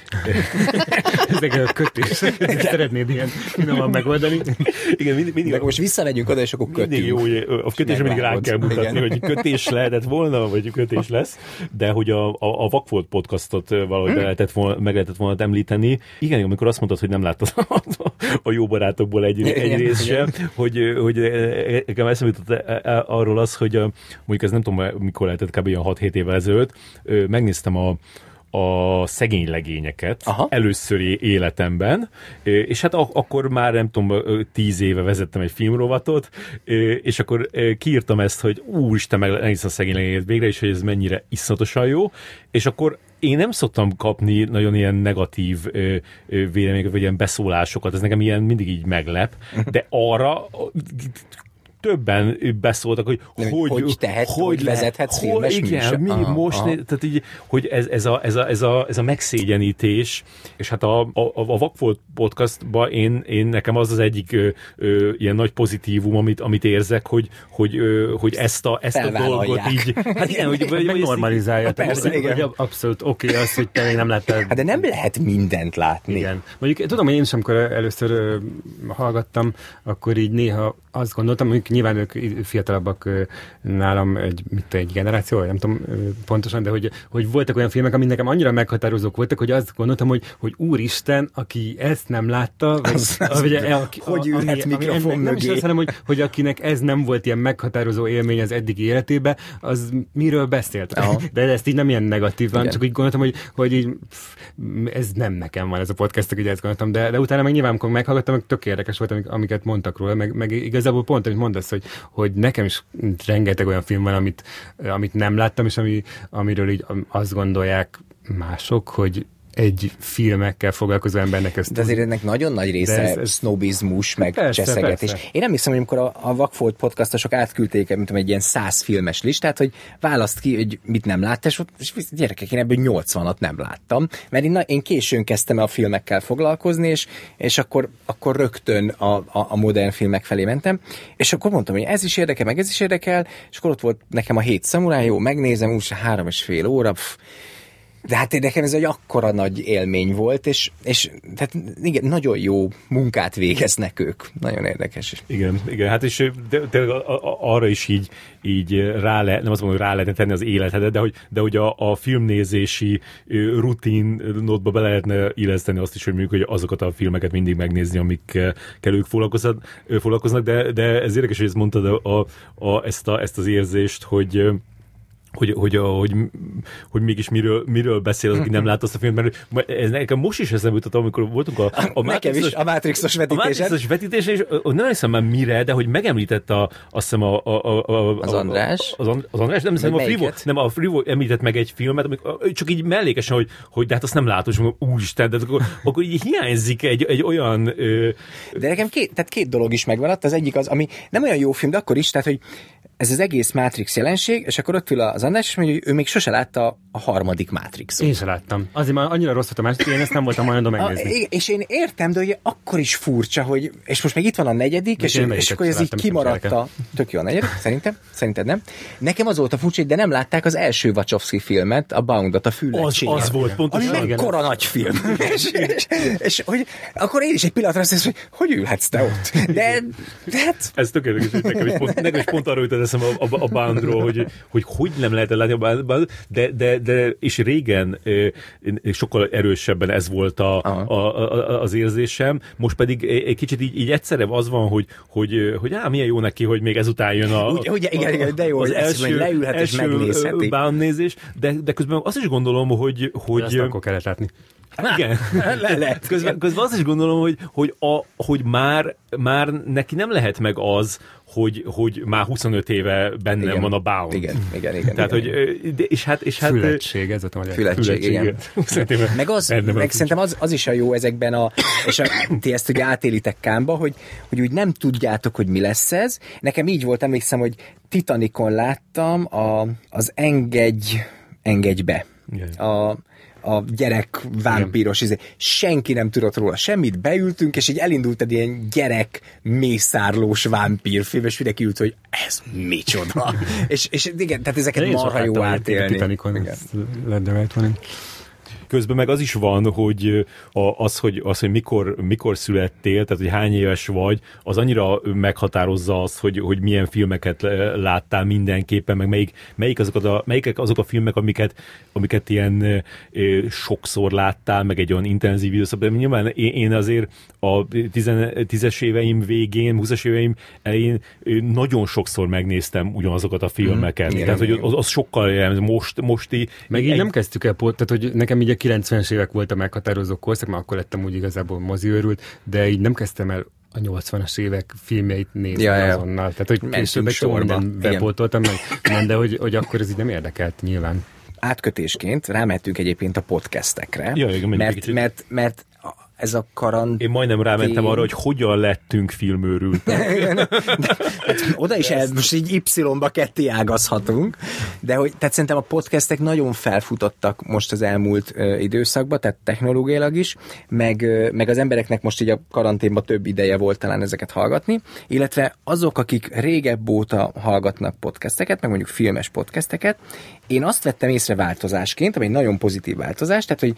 Ezek a kötés. Szeretnéd ilyen finoman megoldani? Igen, mindig most visszamegyünk oda, és akkor kötünk. Jó, a kötésre mindig rá kell mutatni, hogy kötés lehetett volna, vagy kötés lesz, de hogy a Vakfolt podcastot valahogy meg lehetett volna említeni. Igen, amikor azt mondtad, hogy nem láttad a Jó barátokból egy részt sem, hogy nekem eszembe jutott arról az, hogy mondjuk ez nem tudom, mikor lehetett kb. Ilyen 6-7 évvel ezelőtt, megnéztem a szegény legényeket. Aha. Először életemben, és hát akkor már nem tudom, 10 éve vezettem egy filmrovatot, és akkor kiírtam ezt, hogy úristen, megnéztem a szegény legényeket végre, és hogy ez mennyire iszonyatosan jó, és akkor én nem szoktam kapni nagyon ilyen negatív véleményeket, vagy ilyen beszólásokat, ez nekem ilyen mindig így meglep, de arra többen beszóltak, hogy tehet, hogy vezethetsz filmes igen, most, tehát így, hogy ez a megszégyenítés, és hát a Vakfolt podcastban nekem az egyik ilyen nagy pozitívum, amit érzek, hogy ezt a dolgot így, hát igen, hogy normalizálja. Persze, igen. Abszolút oké az, hogy te még nem láttál. Hát de nem lehet mindent látni. Igen. Mondjuk tudom, hogy én sem, amikor először hallgattam, akkor így néha azt gondoltam, hogy nyilván ők fiatalabbak nálam egy generáció, nem tudom pontosan, de hogy voltak olyan filmek, amik nekem annyira meghatározók voltak, hogy azt gondoltam, hogy úristen, aki ezt nem látta, hogy ülhet mikrofon mögé. Nem is hanem, hogy akinek ez nem volt ilyen meghatározó élmény az eddigi életébe, az miről beszélt. De ezt így nem ilyen negatívan, csak úgy gondoltam, hogy így, ez nem nekem van ez a podcast, így ezt gondoltam, de utána meg nyilván, amikor meghallgattam, tök érdekes volt, amiket mondtak róla, meg igazából pont, amit mondasz, hogy nekem is rengeteg olyan film van, amit nem láttam, és amiről így azt gondolják mások, hogy egy filmekkel foglalkozó embernek ezt. De azért ennek nagyon nagy része sznobizmus, meg cseszegetés. Én nem hiszem, hogy amikor a Vakfolt podcastosok átküldték, mint egy ilyen 100 filmes listát, hogy választ ki, hogy mit nem láttál, és gyerekek, én ebből 80-at nem láttam, mert én későn kezdtem a filmekkel foglalkozni, és akkor rögtön a modern filmek felé mentem, és akkor mondtam, hogy ez is érdekel, meg ez is érdekel, és akkor ott volt nekem a 7 szamuráj, jó, megnézem, úgy 3,5 óra, de hát nekem ez egy akkora nagy élmény volt, és tehát igen, nagyon jó munkát végeznek ők. Nagyon érdekes. Igen, hát és de arra is így rá lehet, nem azt mondom, hogy rá lehetne tenni az életedet, de hogy a filmnézési rutinodba be lehetne illeszteni azt is, hogy mondjuk, hogy azokat a filmeket mindig megnézni, amikkel ők foglalkoznak, de ez érdekes, hogy ezt mondtad ezt az érzést, hogy mégis miről beszél az, aki nem látta azt a filmet, mert ez nekem most is eszembe jutott, amikor voltunk a Matrixos vetítésen, és nem hiszem már mire, de hogy megemlített azt hiszem az András. Az András, nem hiszem, a Frivo említett meg egy filmet, csak így mellékesen, hogy de hát azt nem látom, és mondom, úristen, de akkor így hiányzik egy olyan... De nekem két dolog is megvan, az egyik az, ami nem olyan jó film, de akkor is, tehát, hogy ez az egész Matrix jelenség, és akkor ott ül az András, és mondja, hogy ő még sose látta a harmadik Matrixot. Én sem láttam. Azért már annyira rossz volt a második, én ezt nem voltam hajlandó megnézni. És én értem, de hogy akkor is furcsa, hogy, és most meg itt van a negyedik, és akkor ez így kimaradt a... Tök jó a negyedik, szerintem. Szerinted nem? Nekem az volt a furcsa, de nem látták az első Wachowski filmet, a Bound-ot, a Füllecséget. Az volt, pontosan. Ami mekkora nagy film. és hogy akkor én is egy pillanatra azt mondom, hogy ülhetsz te ott. De hát... Ez tökéletes, hogy nekem is pont arra jutott eszem a Boundról, hogy nem lehet látni a Bound, de és régen sokkal erősebben ez volt az érzésem, most pedig egy kicsit így egyszerre az van, hogy milyen jó neki, hogy még ezután jön igen, de jó, az hogy első leülhet és megnézheti. Bound nézés, de közben azt is gondolom, hogy ezt akkor kellett látni. Igen. Közben azt is gondolom, hogy már neki nem lehet meg az, hogy már 25 éve benne van a Bound. Igen. Tehát, hogy, és hát... Füllettség, ez a magyar. Füllettség, igen. Meg szerintem az is a jó ezekben és ti ezt ugye átélitek Kámba, hogy úgy nem tudjátok, hogy mi lesz ez. Nekem így volt, emlékszem, hogy Titanicon láttam az Engedj be. A gyerek vámpíros, senki nem tudott róla semmit, beültünk, és így elindult egy ilyen gyerek mészárlós vámpírfilm, és mindenki ült, hogy ez micsoda. és igen, tehát ezeket marha jó átélni. Titanicon ledevelt van. Közben meg az is van, hogy hogy mikor születtél, tehát hogy hány éves vagy, az annyira meghatározza azt, hogy milyen filmeket láttál mindenképpen, meg melyik azok a filmek, amiket ilyen sokszor láttál, meg egy olyan intenzív időszakban. De nyilván én azért a 10-es éveim végén, 20-as éveim elején nagyon sokszor megnéztem ugyanazokat a filmeket. Tehát, hogy az sokkal jellemző. Mosti... Meg így nem kezdtük el, tehát, hogy nekem így a 90-es évek volt a meghatározó korszak, mert akkor lettem úgy igazából moziőrült, de így nem kezdtem el a 80-as évek filmjeit nézni azonnal. Tehát, hogy később egy csomó minden bepótoltam meg, de hogy akkor ez így nem érdekelt nyilván. Átkötésként rámehetünk egyébként a podcastekre, mert ez a Én majdnem rámentem arra, hogy hogyan lettünk filmőrültek. Oda is most így Y-ba ketté ágazhatunk, de hogy, tehát szerintem a podcastek nagyon felfutottak most az elmúlt időszakban, tehát technológiailag is, meg az embereknek most így a karanténban több ideje volt talán ezeket hallgatni, illetve azok, akik régebb óta hallgatnak podcasteket, meg mondjuk filmes podcasteket, én azt vettem észre változásként, ami egy nagyon pozitív változás, tehát hogy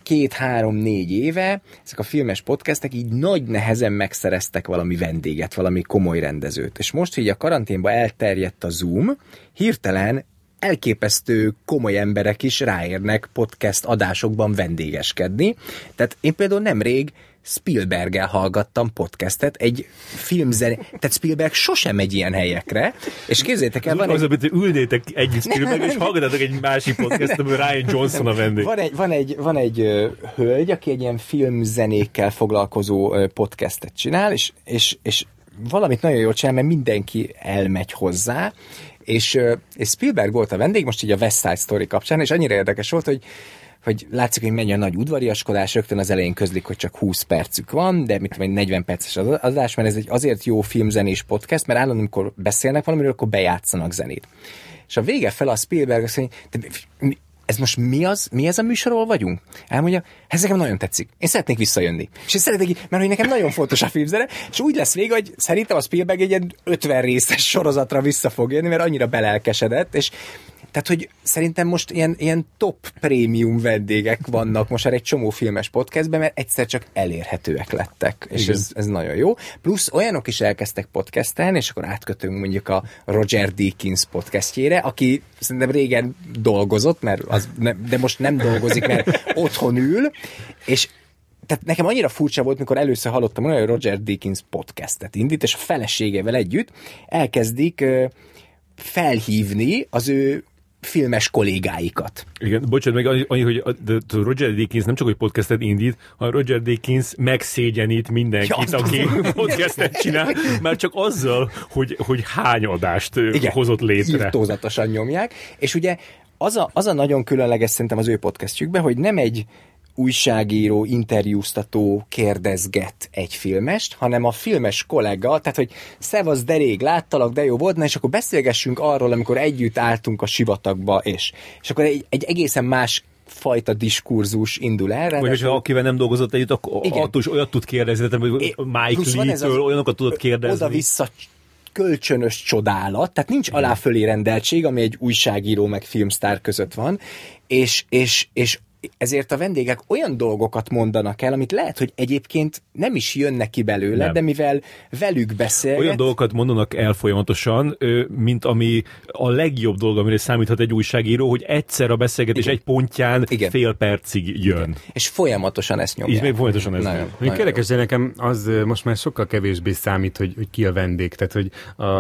2-3-4 éve ezek a filmes podcastek így nagy nehezen megszereztek valami vendéget, valami komoly rendezőt. És most, hogy a karanténban elterjedt a Zoom, hirtelen elképesztő komoly emberek is ráérnek podcast adásokban vendégeskedni. Tehát én például nemrég Spielberggel hallgattam podcastet, egy filmzene, tehát Spielberg sosem megy ilyen helyekre, és képzeljétek el, hogy ülnétek együtt Spielberg, és hallgatátok egy másik podcastot, amely Ryan Johnson a vendég. Van egy hölgy, aki egy ilyen filmzenékkel foglalkozó podcastet csinál, és valamit nagyon jól csinál, mert mindenki elmegy hozzá, és Spielberg volt a vendég, most így a West Side Story kapcsán, és annyira érdekes volt, hogy látszik, hogy megy a nagy udvariaskodás, rögtön az elején közlik, hogy csak 20 percük van, de mit tudom, egy 40 perces az adás, mert ez egy azért jó filmzenés podcast, mert állandóan, amikor beszélnek valamiről, akkor bejátszanak zenét. És a vége fel a Spielberg azt mondja, ez most mi ez a műsorról vagyunk? Elmondja, ez nekem nagyon tetszik. Én szeretnék visszajönni. És én szeretnék, mert hogy nekem nagyon fontos a filmzene, és úgy lesz vége, hogy szerintem a Spielberg egy ilyen 50 részes sorozatra vissza fog jönni, mert annyira belelkesedett, és tehát, hogy szerintem most ilyen top prémium vendégek vannak most már egy csomó filmes podcastben, mert egyszer csak elérhetőek lettek, és ez nagyon jó. Plusz olyanok is elkezdtek podcastelni, és akkor átkötünk mondjuk a Roger Deakins podcastjére, aki szerintem régen dolgozott, de most nem dolgozik, mert otthon ül, és tehát nekem annyira furcsa volt, mikor először hallottam olyan, hogy Roger Deakins podcastet indít, és a feleségével együtt elkezdik felhívni az ő filmes kollégáikat. Igen, bocsánat, meg annyi, hogy Roger Deakins nem csak, hogy podcastet indít, hanem Roger Deakins megszégyenít mindenkit, aki podcastet csinál, már csak azzal, hogy hány adást hozott létre. Irtózatosan nyomják, és ugye az a nagyon különleges szerintem az ő podcastjükben, hogy nem egy újságíró, interjúztató kérdezget egy filmest, hanem a filmes kollega, tehát, hogy szevasz, de rég láttalak, de jó volt, na és akkor beszélgessünk arról, amikor együtt álltunk a sivatagba, és akkor egy egészen más fajta diskurzus indul el. Vagy hogyha akivel nem dolgozott együtt, akkor attól is olyat tud kérdezni, hogy Mike Lee-től olyanokat tudod kérdezni. Oda-vissza kölcsönös csodálat, tehát nincs alá-fölé rendeltség, ami egy újságíró meg filmsztár között van, és ezért a vendégek olyan dolgokat mondanak el, amit lehet, hogy egyébként nem is jönnek ki belőle, de mivel velük beszélget... Olyan dolgokat mondanak el folyamatosan, mint ami a legjobb dolog, amire számíthat egy újságíró, hogy egyszer a beszélgetés egy pontján fél percig jön. Igen. És folyamatosan ezt nyomják. És még folyamatosan ez nagyon. Érdekes, de nekem az most már sokkal kevésbé számít, hogy ki a vendég. Tehát, hogy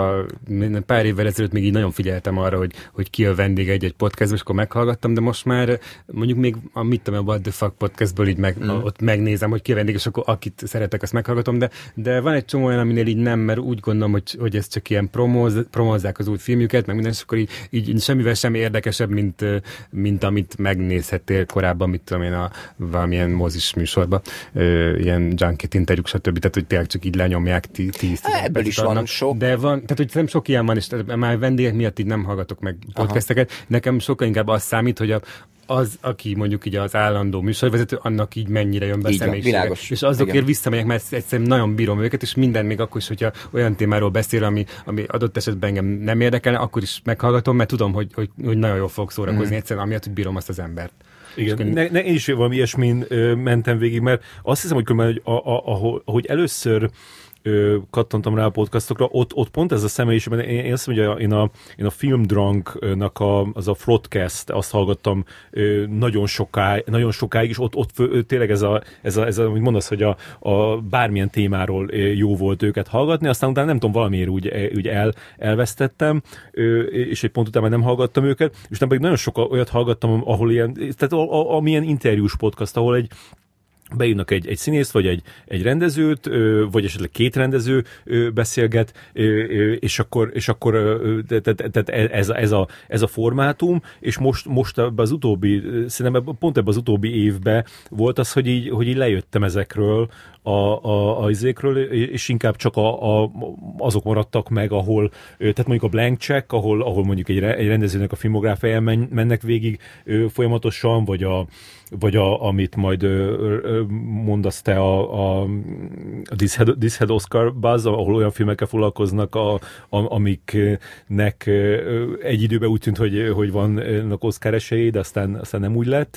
pár évvel ezelőtt még így nagyon figyeltem arra, hogy ki a vendég egy podcastban, és akkor meghallgattam, de most már mondjuk még a What the Fuck podcastből így ott megnézem, hogy ki a vendég, és akkor akit szeretek, azt meghallgatom, de van egy csomó olyan, aminél így nem, mert úgy gondolom, hogy ez csak ilyen promózzák az új filmjüket, meg minden, és akkor így semmivel sem érdekesebb, mint amit megnézhettél korábban, mit tudom én, valamilyen mozis műsorban, ilyen junket interjúk, stb. Tehát, hogy tényleg csak így lenyomják 10. Ebből is van sok. De van, tehát, hogy nem sok ilyen van, és már vendégek miatt így nem hallgatok meg podcasteket. Nekem sokkal inkább az számít, hogy az, aki mondjuk így az állandó műsorvezető, annak így mennyire jön be személyisége. És azokért visszamegyek, mert egyszerűen nagyon bírom őket, és minden még akkor is, hogyha olyan témáról beszél, ami adott esetben engem nem érdekelne, akkor is meghallgatom, mert tudom, hogy nagyon jól fogok szórakozni, egyszerűen amiatt, hogy bírom azt az embert. Igen, én is valami ilyesmin mentem végig, mert azt hiszem, hogy különben, ahogy először kattantam rá a podcastokra, ott pont ez a személyiség, mert én azt mondom, hogy én a Filmdrunknak az a Floodcast, azt hallgattam nagyon sokáig, és ott tényleg ez a hogy mondasz, hogy a bármilyen témáról jó volt őket hallgatni, aztán utána nem tudom, valamiért úgy elvesztettem, és egy pont után már nem hallgattam őket, és utána pedig nagyon sok olyat hallgattam, ahol ilyen, tehát amilyen interjús podcast, ahol beírnak egy színészt, vagy egy rendezőt, vagy esetleg két rendező beszélget, és akkor tehát ez a formátum, és most ebben az utóbbi, szerintem pont ebben az utóbbi évben volt az, hogy így lejöttem ezekről a izékről, és inkább csak azok maradtak meg, ahol, tehát mondjuk a blank check, ahol mondjuk egy rendezőnek a filmográfiáján mennek végig folyamatosan, vagy amit majd mondasz te a This Had Oscar Buzz, ahol olyan filmekkel foglalkoznak, amiknek egy időben úgy tűnt, hogy vannak Oscar esélyei, de aztán nem úgy lett.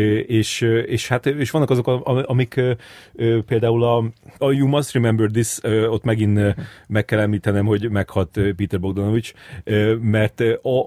És vannak azok, amik például a You Must Remember This, ott megint meg kell említenem, hogy meghalt Peter Bogdanovich, mert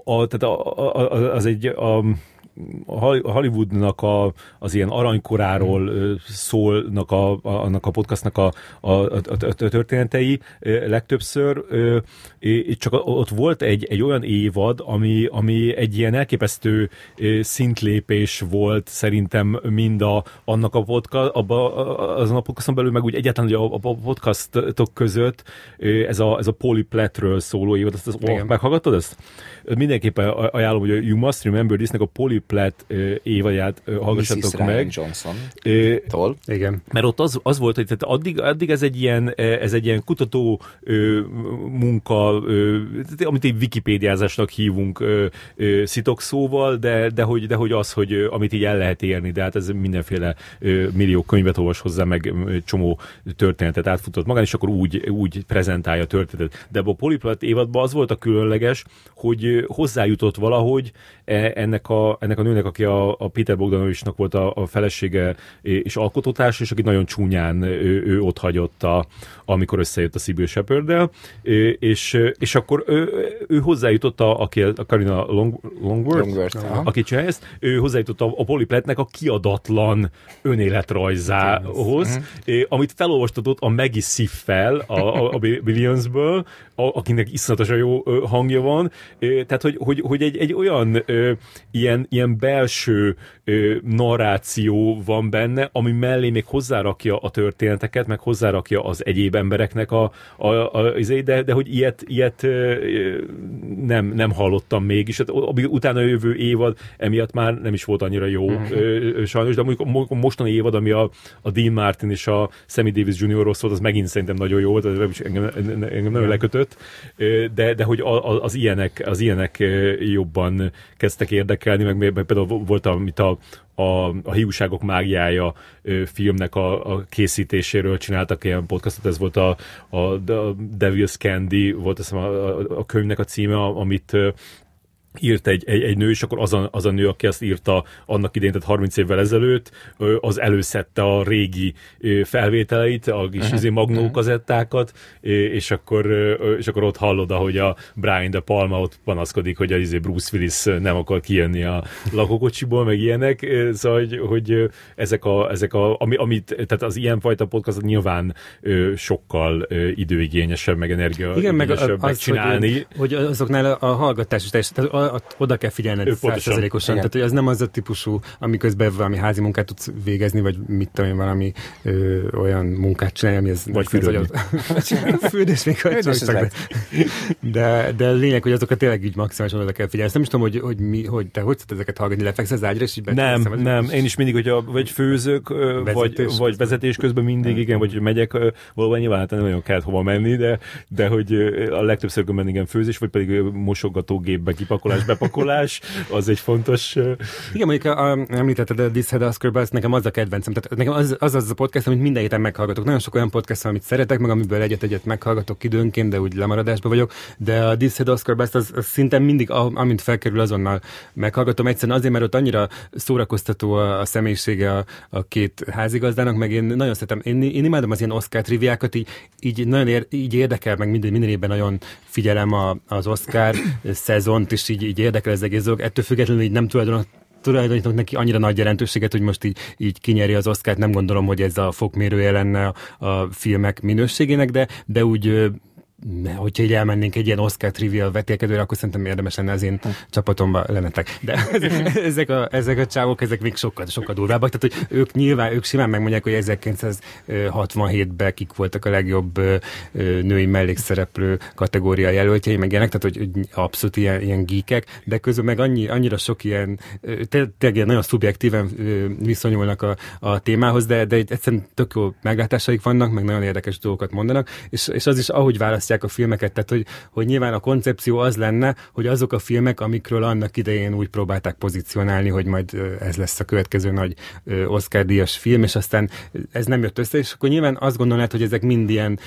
az egy a Hollywoodnak az ilyen aranykoráról szólnak annak a podcastnak a történetei legtöbbször, csak ott volt egy olyan évad, ami egy ilyen elképesztő szintlépés volt szerintem mind annak a podcast, azon a podcaston belül, meg úgy egyáltalán a podcastok között ez a Polypletről szóló évad, meghallgattad ezt? Mindenképpen ajánlom, hogy a You Must Remember This-nek a Polyplet évadját hallgassatok meg. Mrs. Johnson-tól. Igen. Mert ott az volt, hogy addig ez egy ilyen kutató munka, amit egy wikipédiázásnak hívunk szitokszóval, de hogy az, hogy amit így el lehet érni, de hát ez mindenféle millió könyvet olvas hozzá, meg csomó történetet átfutott magán, és akkor úgy prezentálja a történetet. De a Polyplet évadban az volt a különleges, hogy hozzájutott valahogy ennek a nőnek, aki a Peter Bogdanovichnak volt a felesége és alkotótárs, és aki nagyon csúnyán ő ott hagyott, amikor összejött a Sybil Shepherd-del, és akkor ő hozzájutott a Karina Longworth, aki csinálja ezt, ő hozzájutott a Polypletnek a kiadatlan önéletrajzához, amit felolvastatott a Maggie Siffel a Billionsből, akinek iszonyatosan jó hangja van, tehát hogy egy olyan ilyen belső narráció van benne, ami mellé még hozzárakja a történeteket, meg hozzárakja az egyéb embereknek de hogy ilyet nem hallottam még, és utána jövő évad emiatt már nem is volt annyira jó sajnos, de mondjuk a mostani évad, ami a Dean Martin és a Sammy Davis Jr.-ról szólt, az megint szerintem nagyon jó volt, engem nagyon lekötött, de hogy az ilyenek jobban kezdtek érdekelni, meg például volt, amit a hiúságok mágiája filmnek a készítéséről csináltak ilyen podcastot, ez volt a Devil's Candy, volt azt hiszem a könyvnek a címe, amit írt egy nő, és akkor az a nő, aki azt írta annak idején, tehát 30 évvel ezelőtt, az előszedte a régi felvételeit, a kis magnó kazettákat, és akkor ott hallod, ahogy a Brian De Palma ott panaszkodik, hogy a Bruce Willis nem akar kijönni a lakókocsiból, meg ilyenek, szóval, hogy tehát az ilyenfajta podcast nyilván sokkal időigényesebb, meg energiaigényesebb megcsinálni. Hogy azoknál a hallgatás is oda kell figyelned 100%-osan. Tehát, hogy az nem az a típusú, amiközben valami házi munkát tudsz végezni, vagy mit tudom én, valami olyan munkát csinálni, ami ez... Vagy fürödni. Fürdés még de lényeg, hogy azokat tényleg így maximálisan oda kell figyelni. Ezt nem is tudom, hogy te hogy szokod ezeket hallgatni, lefeksz az ágyra, és így Nem. Én is mindig, hogy vagy főzök, vagy vezetés közben mindig, igen, vagy megyek valóban nyilván hát nem nagyon kellett hova menni, de hogy a legtöbbször igen főzés, vagy pedig mosogatógépbe bepakolás, az egy fontos... Igen, mondjuk említetted a This Had Oscar Buzz, nekem az a kedvencem. Tehát nekem az a podcast, amit minden héten meghallgatok. Nagyon sok olyan podcast, amit szeretek, meg amiből egyet meghallgatok időnként, de úgy lemaradásban vagyok. De a This Had Oscar Buzz az szinte mindig, amint felkerül, azonnal meghallgatom. Egyszerűen azért, mert ott annyira szórakoztató a személyisége a két házigazdának, meg én nagyon szeretem. Én imádom az ilyen Oscar triviákat, így nagyon így érdekel, meg minden évben nagyon figyelem az Oscar szezont, és így érdekel az egész dolog. Ettől függetlenül így nem tulajdonítok neki annyira nagy jelentőséget, hogy most így kinyeri az Oscart. Nem gondolom, hogy ez a fokmérője lenne a filmek minőségének, de úgy hogyha így elmennénk egy ilyen Oscar trivial vetélkedőre, akkor szerintem érdemes lenne az én csapatomba lennetek. De ezek a csávok, ezek még sokkal durvábbak. Tehát, hogy ők simán megmondják, hogy 1967-ben kik voltak a legjobb női mellékszereplő kategória jelöltjei, meg ilyenek, tehát, hogy abszolút ilyen geekek, de közben meg annyira sok ilyen, tényleg nagyon szubjektíven viszonyulnak a témához, de egyszerűen tök jó meglátásaik vannak, meg nagyon érdekes dolgokat mondanak, és az is, ahogy választják kiválasztják a filmeket, tehát hogy nyilván a koncepció az lenne, hogy azok a filmek, amikről annak idején úgy próbálták pozícionálni, hogy majd ez lesz a következő nagy Oscar-díjas film, és aztán ez nem jött össze, és akkor nyilván azt gondolnád, hogy ezek mind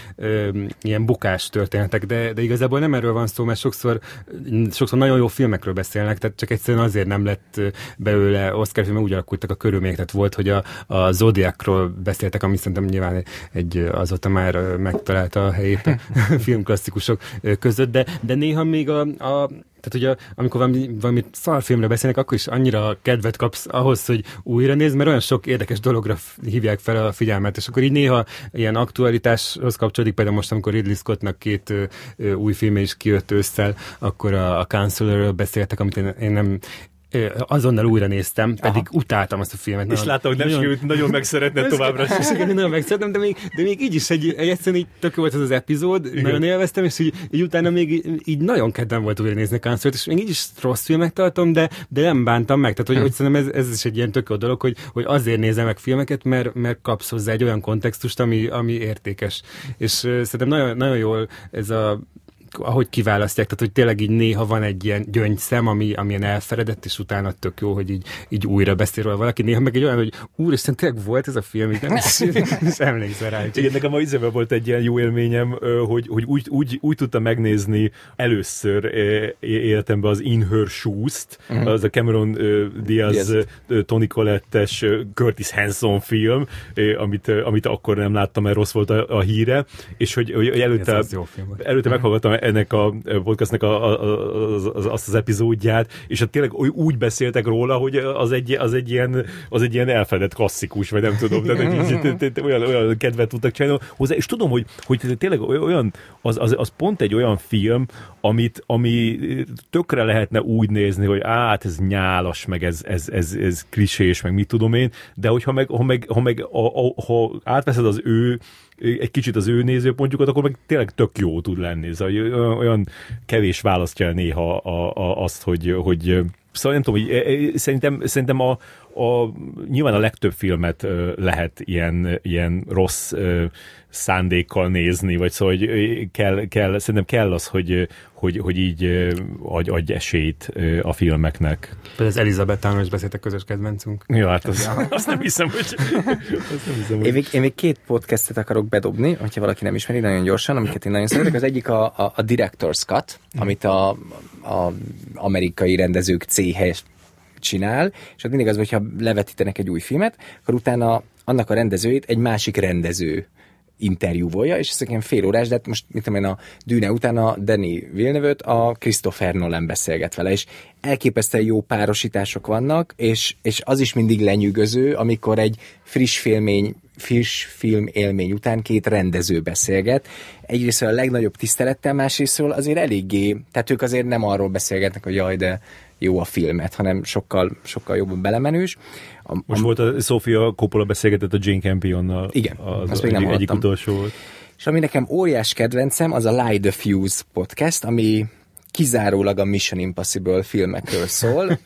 ilyen bukás történetek, de igazából nem erről van szó, mert sokszor nagyon jó filmekről beszélnek, tehát csak egyszerűen azért nem lett belőle Oscar film, mert úgy alakultak a körülmények, tehát volt, hogy a Zodiacról beszéltek, ami szerintem nyilván azóta már megtalálta a helyét a filmklasszikusok között, de néha még tehát ugye, amikor valami szarfilmre beszélnek, akkor is annyira kedvet kapsz ahhoz, hogy újra nézd, mert olyan sok érdekes dologra hívják fel a figyelmet, és akkor így néha ilyen aktualitáshoz kapcsolódik, például most, amikor Ridley Scottnak 2 új filmje is kijött ősszel, akkor a Counselorről beszéltek, amit én nem azonnal újra néztem, pedig utáltam azt a filmet. És láttam, hogy nem sikerült, nagyon megszeretned továbbra is. Igen, nagyon megszerettem, de még így is egyszerűen így tök jó volt ez az epizód, igen. Nagyon élveztem, és így utána még így nagyon kedvem volt újra nézni Counselort, és még így is rossz filmek tartom, de nem bántam meg. Tehát, hogy szerintem ez is egy ilyen tök jó dolog, hogy azért nézem meg filmeket, mert kapsz hozzá egy olyan kontextust, ami értékes. És szerintem nagyon, nagyon jól ez ahogy kiválasztják, tehát hogy tényleg így néha van egy ilyen gyöngyszem, ami ilyen elfeledett, és utána tök jó, hogy így újra beszél róla valaki. Néha meg egy olyan, hogy úristen, tényleg volt ez a film, így nem is emlékszel rá. Igen, nekem a izével volt egy ilyen jó élményem, hogy úgy tudtam megnézni először életemben az In Her Shoes-t, az a Cameron Diaz, Toni Collette-es Curtis Hanson film, amit akkor nem láttam, mert rossz volt a híre, és hogy előtte meghallgattam ennek a podcastnak azt az epizódját, és hát tényleg úgy beszéltek róla, hogy az egy ilyen elfedett klasszikus, vagy nem tudom, de olyan kedvet tudtak csinálni hozzá, és tudom, hogy tényleg olyan, az pont egy olyan film, ami tökre lehetne úgy nézni, hogy ez nyálas, meg ez klisés, meg mit tudom én, de ha átveszed egy kicsit az ő nézőpontjukat, akkor meg tényleg tök jó tud lenni. Szóval olyan kevés választja el néha azt, hogy szóval nem tudom, hogy szerintem nyilván a legtöbb filmet lehet ilyen rossz szándékkal nézni, vagy szóval, hogy szerintem kell az, hogy így adj esélyt a filmeknek. Például az Elizabeth-tánról is beszéltek, közös kedvencünk. Ja, hát azt nem hiszem, hogy... Én még 2 podcastet akarok bedobni, hogyha valaki nem ismeri, nagyon gyorsan, amiket én nagyon szeretek. Az egyik a Director's Cut, amit a amerikai rendezők céhe csinál, és ott mindig az, hogyha levetítenek egy új filmet, akkor utána annak a rendezőjét egy másik rendező interjúvolja, és ez ilyen fél órás, de hát most mit tudom én, a Dűne után a Denis Villeneuve-t a Christopher Nolan beszélget vele, és elképesztően jó párosítások vannak, és az is mindig lenyűgöző, amikor egy friss film élmény után 2 rendező beszélget. Egyrészt a legnagyobb tisztelettel, másrésztről azért eléggé, tehát ők azért nem arról beszélgetnek, hogy jaj, de jó a filmet, hanem sokkal, sokkal jobban belemenős. Most volt a Sofia Coppola beszélgetett a Jane Campionnal. Igen, azt még nem egyik utolsó volt. És ami nekem óriás kedvencem, az a Light the Fuse podcast, ami kizárólag a Mission Impossible filmekről szól.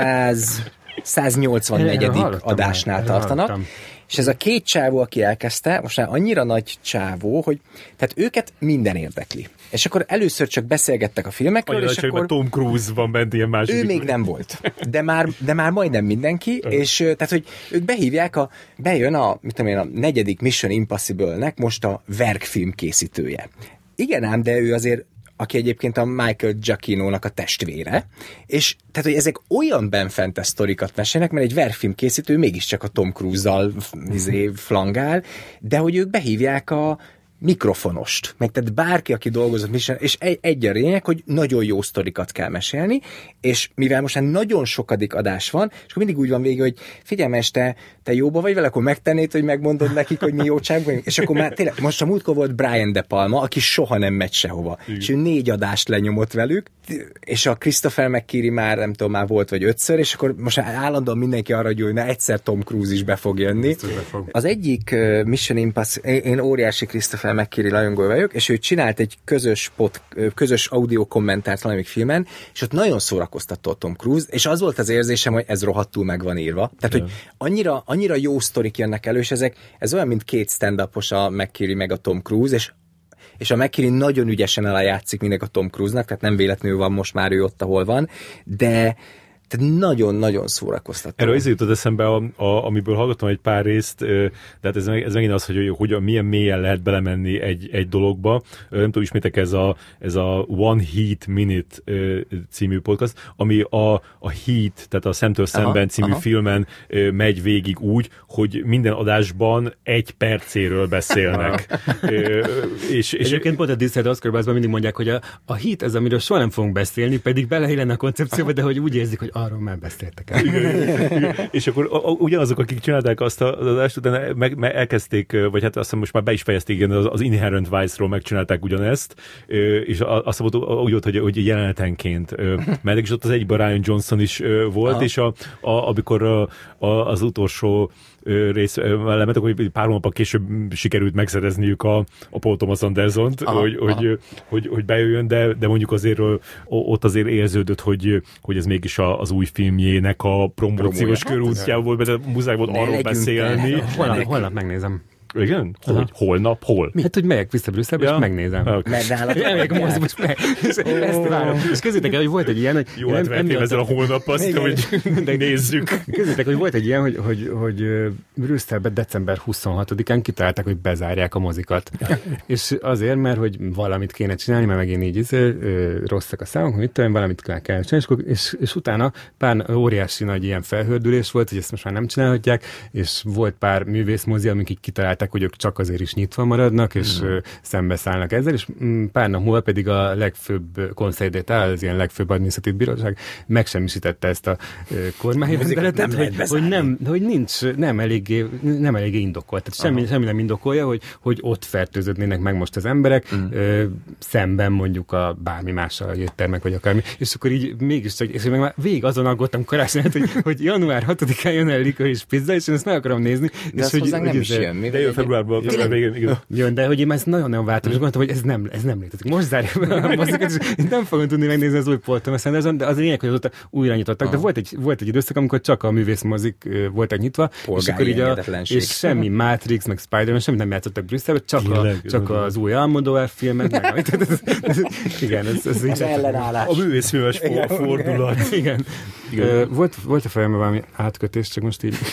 184. adásnál tartanak. És ez a 2 csávó, aki elkezdte, most már annyira nagy csávó, hogy tehát őket minden érdekli. És akkor először csak beszélgettek a filmekről, annyira és csak, akkor... Tom Cruise van bent ilyen második. Ő még nem volt. De már majdnem mindenki, és tehát, hogy ők bejön a 4. Mission Impossible-nek most a verkfilm készítője. Igen ám, de ő azért aki egyébként a Michael Giacchino-nak a testvére, és tehát, hogy ezek olyan benfentes sztorikat mesélnek, mert egy verkfilm készítő mégiscsak a Tom Cruise-zal flangál, de hogy ők behívják a mikrofonost, meg tehát bárki, aki dolgozott, és egy a lényeg, hogy nagyon jó sztorikat kell mesélni, és mivel most már nagyon sokadik adás van, és akkor mindig úgy van vége, hogy figyelj, te jóba vagy vele, akkor megtennéd, hogy megmondod nekik, hogy mi jócság vagyunk, és akkor már tényleg, most a múltkor volt Brian De Palma, aki soha nem megy sehova, és ő 4 adást lenyomott velük, és a Christopher McQuarrie már, nem tudom, már volt vagy 5-ször, és akkor most állandóan mindenki arra hogy na egyszer Tom Cruise is be fog jönni. Az egyik Mission Impossible, én óriási Christopher McQuarrie rajongó vagyok, és ő csinált egy közös audio kommentárt valamelyik filmen, és ott nagyon szórakoztatta Tom Cruise, és az volt az érzésem, hogy ez rohadtul meg van írva. Tehát, hogy annyira jó sztorik jönnek elő, és ez olyan, mint 2 stand-upos a McQuarrie meg a Tom Cruise, és és a McKinley nagyon ügyesen eljátszik mindenek a Tom Cruise-nak, tehát nem véletlenül van most már ő ott, ahol van, de nagyon-nagyon szórakoztató. Erről ez jutott eszembe, amiből hallgattam egy pár részt, de hát ez megint az, hogy milyen mélyen lehet belemenni egy dologba. Nem tudom, ismétek ez a One Heat Minute című podcast, ami a Heat, tehát a Szemtől szemben című filmen megy végig úgy, hogy minden adásban 1 percéről beszélnek. és egyébként pont a Disney Oscar-ban mindig mondják, hogy a Heat az, amiről soha nem fogunk beszélni, pedig beleillene a koncepcióba, de hogy úgy érzik, hogy arról már beszéltek el. Igen. És akkor ugyanazok, akik csinálták azt az adást, utána elkezdték, vagy hát azt hiszem most már be is fejezték, igen, az Inherent Vice-ról megcsinálták ugyanezt, és azt mondta, úgy volt, hogy jelenetenként mentek, és ott az egyben Ryan Johnson is volt, és amikor az utolsó rész lementek, hogy pár hónappal később sikerült megszerezniük a Paul Thomas Andersont, hogy bejöjjön, de mondjuk azért ott azért érződött, hogy ez mégis az új filmjének a promóciós körútjából, de muszáj volt arról beszélni. Holnap megnézem. Igen? Holnap? Hol? Hát, hogy megyek vissza Brüsszelbe, és megnézem. Mert nálatok elmegyek a moziba, és ezt várom. És közétek el, hogy volt egy ilyen, hogy... Jó, hát vettél ezzel a holnap azt, hogy nézzük. Közétek, hogy volt egy ilyen, hogy Brüsszelbe december 26-án kitalálták, hogy bezárják a mozikat. És azért, mert hogy valamit kéne csinálni, mert megint így rosszak a számok, mit tudom, valamit kell csinálni, és utána pár óriási nagy ilyen felhördülés volt, hogy ezt most már nem csinálhatják, és volt pár művészmozi, amik így kitalálták, hogy ők csak azért is nyitva maradnak, és szembeszállnak ezzel, és pár nap múlva pedig a legfőbb Conseil d'État, az ilyen legfőbb adminisztratív bíróság megsemmisítette ezt a kormányi rendeletet, hogy nem eléggé indokolt. Tehát semmi nem indokolja, hogy ott fertőződnének meg most az emberek, szemben mondjuk a bármi mással, a éttermek, vagy akármi. És akkor így mégiscsak, és meg már végig azon aggódtam karácsonyát, hogy január 6-án jön el Likör és Pizza, és én ezt meg akarom nézni. De és az nem is jön. De jön februárban, végén. Jön, de hogy én ezt nagyon-nagyon váltam, és gondoltam, hogy ez nem létezik. Most zárja a mozikat, és én nem fogom tudni megnézni az új Paul Thomas Anderson, de az lényeg, hogy azóta újra nyitottak. De volt egy időszak, amikor csak a művészmozik voltak nyitva, és akkor így és semmi Matrix, meg Spider-Man, semmit nem játszottak Brüsszelbe, csak az új Almodóvar filmet, meg igen, ez az ellenállás. A művészfilmes fordulat. Igen. Volt a fejemben valami átkötés, csak most így.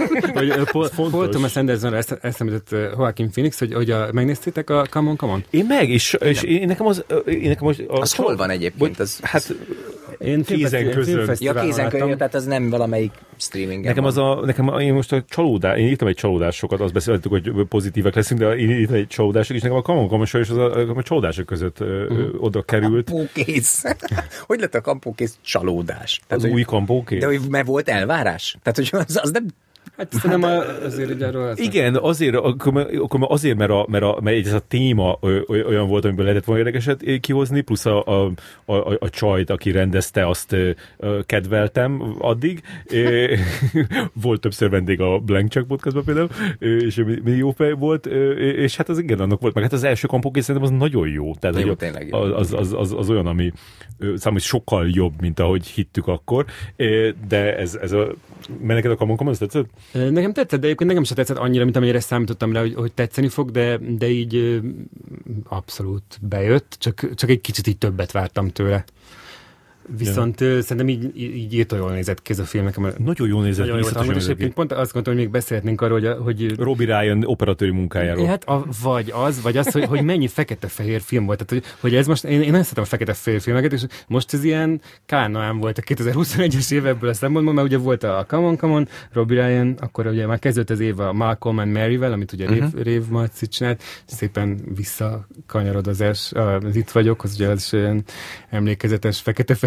Paul Thomas Andersonra eszemített Joaquin Phoenix, hogy megnéztétek a Come On? Én meg, és én nekem az hol van egyébként? Hát én kézen közön. Kézen közön, tehát az nem valamelyik streamingen. Én most én írtam egy csalódásokat, azt beszéltük, hogy pozitívek leszünk, de én írtam egy csalódások, és nekem a Come On és a csalódások között oda került. Kampókész. Hogy lett a kampókész csalódás? Az új kampókész? De mert volt elvárás? Tehát, hogy az nem... Hát szerintem azért ugye arról... Igen, azért mert ez a téma olyan volt, amiből lehetett volna érdekeset kihozni, plusz a csajt, aki rendezte, azt kedveltem addig. Volt többször vendég a Blank Check podcastban például, és mi jó fej volt, és hát az igen, annak volt. Meg hát az első kampókész szerintem az nagyon jó. Tehát jó, tényleg jó. Az olyan, ami számomra sokkal jobb, mint ahogy hittük akkor, de ez a... Mert neked a Come On, ez tetszett? Nekem tetszett, de egyébként nekem sem tetszett annyira, mint amennyire számítottam rá, hogy tetszeni fog, de így abszolút bejött, csak egy kicsit így többet vártam tőle. Viszont szerintem így írta jól nézett ki ez a film. Nagyon jól nézett ki. És egyébként pont azt gondoltam, hogy még beszélhetnénk arról, hogy Robbie Ryan operatőri munkájáról. Hát vagy az, hogy mennyi fekete-fehér film volt. Tehát, hogy ez most, én nem szeretem a fekete-fehér filmeket, és most ez ilyen kánoán volt a 2021-es évekből a szempontból, mert ugye volt a Come On, Robbie Ryan, akkor ugye már kezdődött az év a Malcolm and Maryvel, amit ugye Rév Marci csinált, szépen visszakanyarod az Itt vagyok, az ugye az olyan emlékezetes fekete-fehér,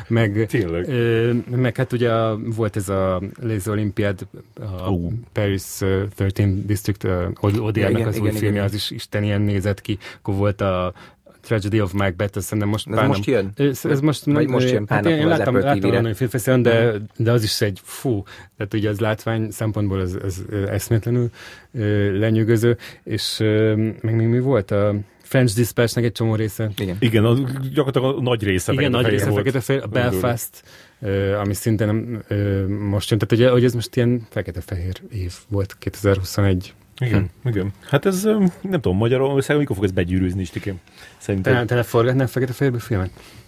meg hát ugye volt ez a Lazy Olympiad, a Paris 13 District, Odiának az új filmje, az is istenien nézett ki, akkor volt a Tragedy of Macbeth, azt szerintem most pár most jön? Ez most jön pár napon az Apple TV-re. Láttam a filmfesztiválon, de az is egy tehát ugye az látvány szempontból az eszméletlenül lenyűgöző, és meg még mi volt a French Dispatch-nek egy csomó része. Igen, gyakorlatilag a nagy része. Igen, nagy része fekete-fehér. A Belfast, ami szintén most jön. Tehát ugye, hogy ez most ilyen fekete-fehér év volt, 2021. Igen. Hát ez, nem tudom, Magyarországon mikor fog ez begyűrűzni, Istikém? Szerintem. Te forgatnál fekete-fehérbe filmet?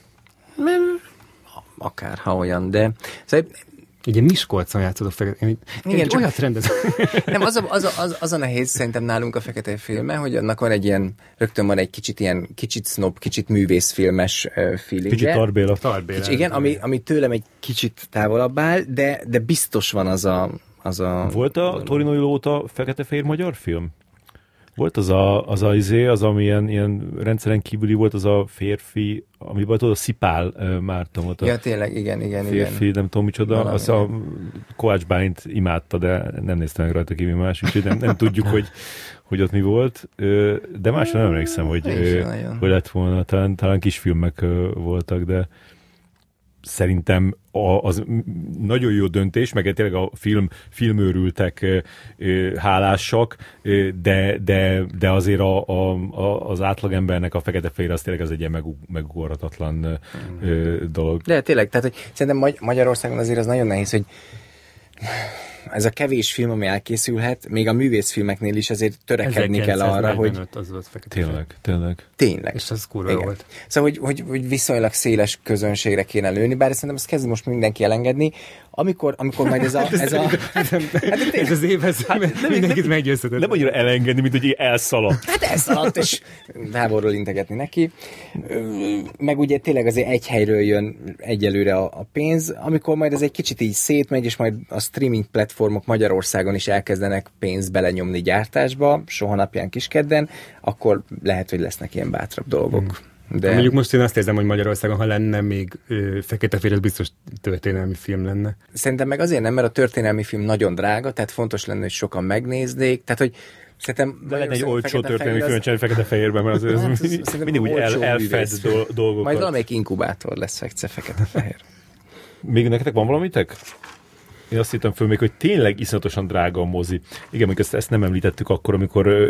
Akár, ha olyan, de... Szóval, ugye Miskolcon játszod a fekete... Igen, csak olyat rendezem. Nem, az a nehéz szerintem nálunk a fekete filme, hogy annak van egy ilyen, rögtön van egy kicsit snob, kicsit művészfilmes feelingje. Kicsit Tarbéla. Igen, ami tőlem egy kicsit távolabb áll, de biztos van az a Volt a Torinoi Lóta fekete-fehér magyar film? Volt az ami ilyen rendszeren kívüli volt, az a férfi, amiben tudod, a Szipál Márton volt. Ja, tényleg, igen. Férfi, nem tudom micsoda. Az a Kovács Bálint imádta, de nem néztem meg rajta kívül más, úgyhogy nem tudjuk, hogy ott mi volt. De másra nem emlékszem, hogy lett volna. Talán kisfilmek voltak, de szerintem az nagyon jó döntés, meg tényleg a filmőrültek hálásak, de azért az átlagembernek a fekete-fehér az tényleg az egy ilyen megugorhatatlan dolog. De tényleg, tehát hogy szerintem Magyarországon azért az nagyon nehéz, hogy ez a kevés film, ami elkészülhet, még a művészfilmeknél is azért törekedni kell arra, hogy... Az volt Tényleg. És az kurva volt. Szóval, hogy viszonylag széles közönségre kéne lőni, bár szerintem ezt kezdi most mindenki elengedni, amikor majd ez a... Ez az évhez mindenkit meggyőzhetett. Nem annyira elengedni, mint hogy elszaladt. Hát elszaladt, és távolról integetni neki. Meg ugye tényleg azért egy helyről jön egyelőre a pénz, amikor majd ez egy kicsit így szétmegy, és majd a streaming platformok Magyarországon is elkezdenek pénzt belenyomni gyártásba, soha napján kiskedden, akkor lehet, hogy lesznek ilyen bátrabb dolgok. De... Mondjuk most én azt érzem, hogy Magyarországon, ha lenne még fekete-fehér, az biztos történelmi film lenne. Szerintem meg azért nem, mert a történelmi film nagyon drága, tehát fontos lenne, hogy sokan megnéznék, tehát hogy szerintem... De lenne egy olcsó történelmi film, csinálni fekete-fehérben, mert az mindig úgy elfed dolgokat. Majd valamelyik inkubátor lesz fekete-fehér. Még nektek van valamitek? Én azt hittem föl még, hogy tényleg iszonyatosan drága a mozi. Igen, még ezt nem említettük akkor, amikor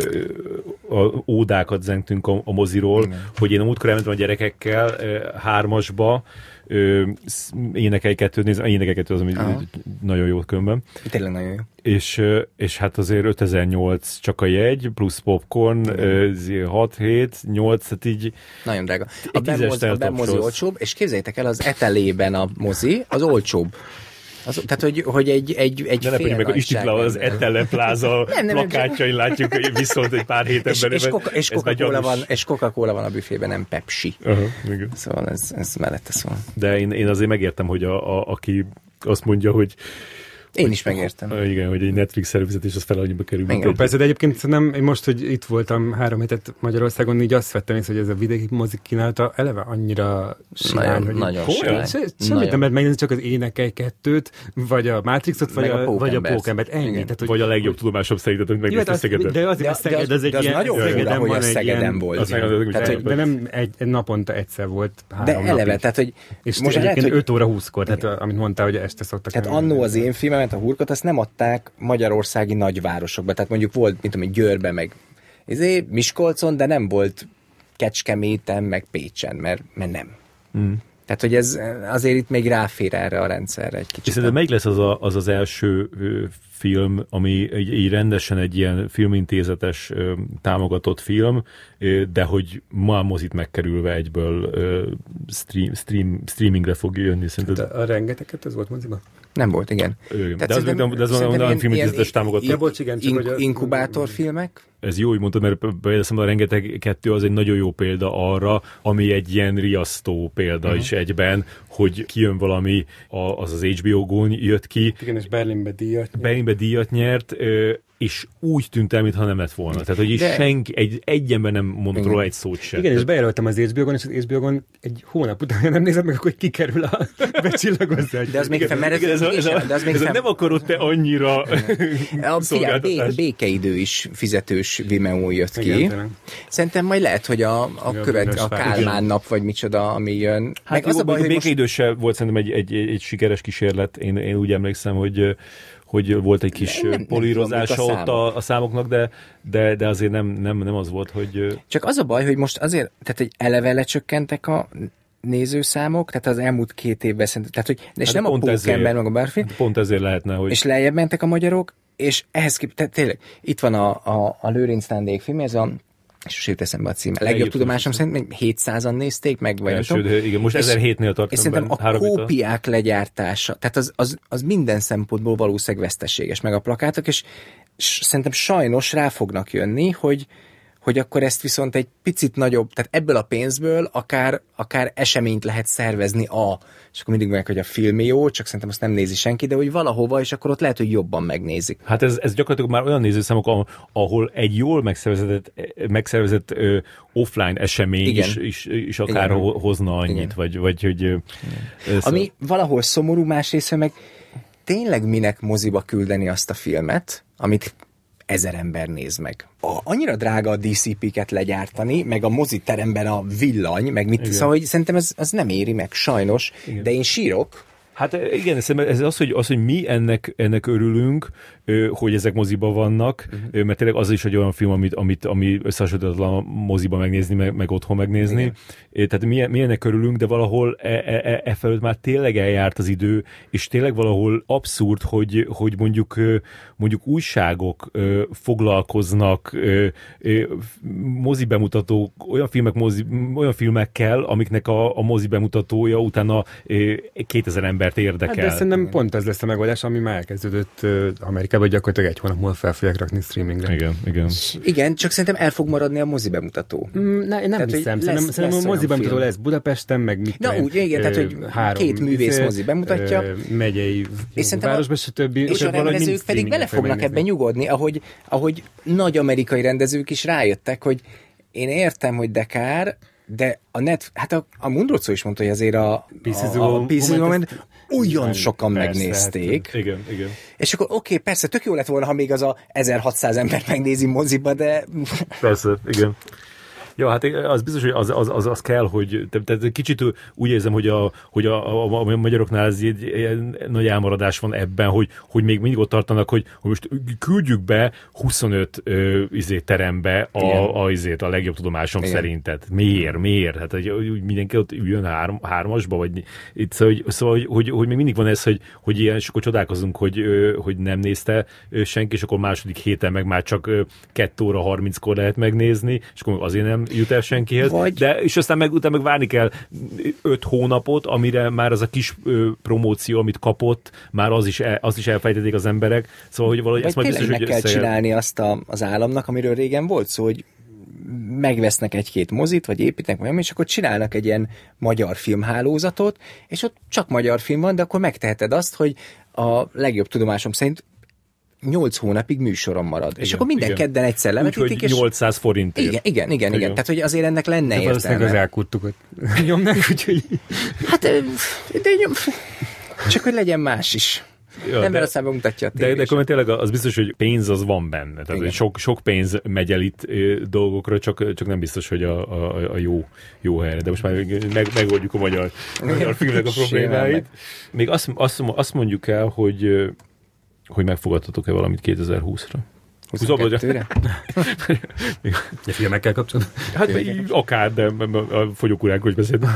ódákat zengtünk a moziról, hogy én a múltkor elmentem a gyerekekkel 3-asba, énekelj kettőt, az, ami nagyon jó különben. Tényleg nagyon jó. És hát azért 5008 csak a jegy, plusz popcorn, 6-7-8, tehát így... Nagyon drága. A bemozi olcsóbb, és képzeljétek el, az Etelében a mozi, az olcsóbb. Tehát, hogy egy de fél meg Istiklán az Etele Plaza plakátjain látjuk, viszont egy pár héten belül. És Coca-Cola van a büfében, nem Pepsi. Szóval ez mellette szól. De én azért megértem, hogy aki azt mondja, hogy én is megértem. Igen, hogy egy Netflix előfizetés az fel annyiba kerül. Igen, persze, de egyébként nem, én most, hogy itt voltam 3 hétet Magyarországon, így azt vettem észre, hogy ez a vidéki mozik kínálta eleve annyira simány, hogy nagyon semmit nem lehet megnézni, csak az Énekelj 2-t, vagy a Matrixot, vagy a Pókembert. Ennyi. Vagy a legjobb tudomásom szerinted, amit megnéztem Szegeden. De azért Szeged, ez egy ilyen... nagyon fura, hogy a Szegeden volt. De nem egy naponta egyszer volt 3 napig. De eleve, tehát hogy... És most egyébként 5 óra 20-kor, tehát amit mondtál, hogy este szoktak. Tehát annó az én filmemet, a Hurkot, azt nem adták magyarországi nagyvárosokba. Tehát mondjuk volt, mint tudom, Győrbe, meg Miskolcon, de nem volt Kecskeméten, meg Pécsen, mert nem. Tehát, hogy ez azért itt még ráfér erre a rendszerre egy kicsit. És melyik lesz az első film, ami így rendesen egy ilyen filmintézetes támogatott film, de hogy ma mozit megkerülve egyből streamingre fog jönni. Hát a rengeteget, ez volt moziban? Nem volt, igen. De ez olyan filmintézetes támogatott. Inkubátorfilmek? Ez jó, hogy mondtad, mert például a Rengeteg 2 az egy nagyon jó példa arra, ami egy ilyen riasztó példa is egyben, hogy kijön valami, az HBO Go-n jött ki. Igen, és Berlinbe díjat nyert, és úgy tűnt el, mintha nem lett volna. Tehát, hogy senki, egy ember nem mondott róla egy szót sem. Igen, és bejelöltem az HBO-gon, és az HBO-gon egy hónap után nem nézem meg, akkor kikerül a becsillagozzal. De az még ez nem akarod te annyira szolgáltatást. Békeidő is fizetős Vimeo jött ki. Igen, szerintem majd lehet, hogy a Kálmán nap, vagy micsoda, ami jön. Hát meg az a baj, hogy Békeidős volt szerintem egy sikeres kísérlet. Én úgy emlékszem, hogy volt egy kis polírozása ott a számoknak, de azért nem az volt, hogy... Csak az a baj, hogy most azért, tehát hogy eleve lecsökkentek a nézőszámok, tehát az elmúlt 2 évben szerintem, tehát hogy és nem a Pókember meg a Barfi. Pont ezért lehetne, hogy... És lejjebb mentek a magyarok, és ehhez képest, tényleg, itt van a Lőrinc Nándék film, ez a és jut eszembe a címe. Legjobb tudomásom szerint még 700-an nézték meg, vagy első, nem igen, most 1007-nél tartom. És szerintem a kópiák legyártása, tehát az minden szempontból valószínűleg veszteséges, meg a plakátok, és szerintem sajnos rá fognak jönni, hogy akkor ezt viszont egy picit nagyobb, tehát ebből a pénzből akár eseményt lehet szervezni és akkor mindig meg, hogy a film jó, csak szerintem azt nem nézi senki, de hogy valahova, és akkor ott lehet, hogy jobban megnézik. Hát ez gyakorlatilag már olyan nézőszámok, ahol egy jól megszervezett offline esemény is akár hozna annyit, vagy hogy... Ami valahol szomorú, másrészt meg tényleg minek moziba küldeni azt a filmet, amit 1000 ember néz meg. Annyira drága a DCP-ket legyártani, meg a moziteremben a villany, meg mit, szóval hogy szerintem ez nem éri meg, sajnos, igen. De én sírok. Hát igen, ez az, hogy mi ennek örülünk, hogy ezek moziba vannak, mert tényleg az is egy olyan film, ami összehasonlítatlan moziba megnézni, meg otthon megnézni. Igen. Tehát mi ennek örülünk, de valahol felőtt már tényleg eljárt az idő, és tényleg valahol abszurd, hogy mondjuk újságok foglalkoznak mozibemutatók, olyan filmekkel, amiknek a mozibemutatója utána 2000 embert érdekel. Hát de szerintem pont ez lesz a megoldás, ami már elkezdődött Amerikában, gyakorlatilag egy hónap múlva fel fogják rakni streamingre. Igen, csak szerintem el fog maradni a mozibemutató. Nem hiszem. Szerintem a mozibemutató lesz Budapesten, meg mit. Na úgy, igen, tehát hogy 2 művész mozi bemutatja. Megyei városban, stb. És a rendezők pedig bele fognak ebben nyugodni, ahogy nagy amerikai rendezők is rájöttek, hogy én értem, hogy de kár, de a Mundruczó is mondta, hogy azért a Pieces Moment olyan sokan megnézték. Hát, igen. És akkor oké, persze, tök jó lett volna, ha még az a 1600 ember megnézi moziba, de... Persze, igen. Ja, hát az biztos, hogy az kell, hogy tehát kicsit úgy érzem, hogy a magyaroknál ez egy nagy elmaradás van ebben, hogy még mindig ott tartanak, hogy most küldjük be 25 terembe a legjobb tudomásom szerintet. Miért? Hát hogy mindenki ott üljön hármasba, vagy itt, szóval hogy még mindig van ez, hogy ilyen, és akkor csodálkozunk, hogy nem nézte senki, és akkor második héten meg már csak 2 óra 30-kor lehet megnézni, és akkor azért nem jut el senkihez, és aztán utána meg várni kell 5 hónapot, amire már az a kis promóció, amit kapott, már az is elfejtették az emberek. Szóval, hogy valahogy ezt majd biztos, hogy kell csinálni azt az államnak, amiről régen volt szó, hogy megvesznek 1-2 mozit, vagy építenek valami, és akkor csinálnak egy ilyen magyar filmhálózatot, és ott csak magyar film van, de akkor megteheted azt, hogy a legjobb tudomásom szerint 8 hónapig műsoron marad. Igen, és akkor minden kedden egyszer levetítik. Úgy, 800 forintért. Igen. Tehát, hogy azért ennek lenne értelme. Valószínűleg az elkuttukat nyomnak, úgyhogy... Hát, de csak hogy legyen más is. Ja, ember aztán bemutatja a tévés. De akkor tényleg az biztos, hogy pénz az van benne. Tehát sok pénz megy el itt dolgokra, csak nem biztos, hogy a jó helyre. De most már megoldjuk a magyar filmnek a problémáit. Még azt mondjuk el, hogy megfogadtatok-e valamit 2020-ra? 22-re? A filmekkel kapcsolatban? Hát akár, de a fogyókúrákról is beszéltem.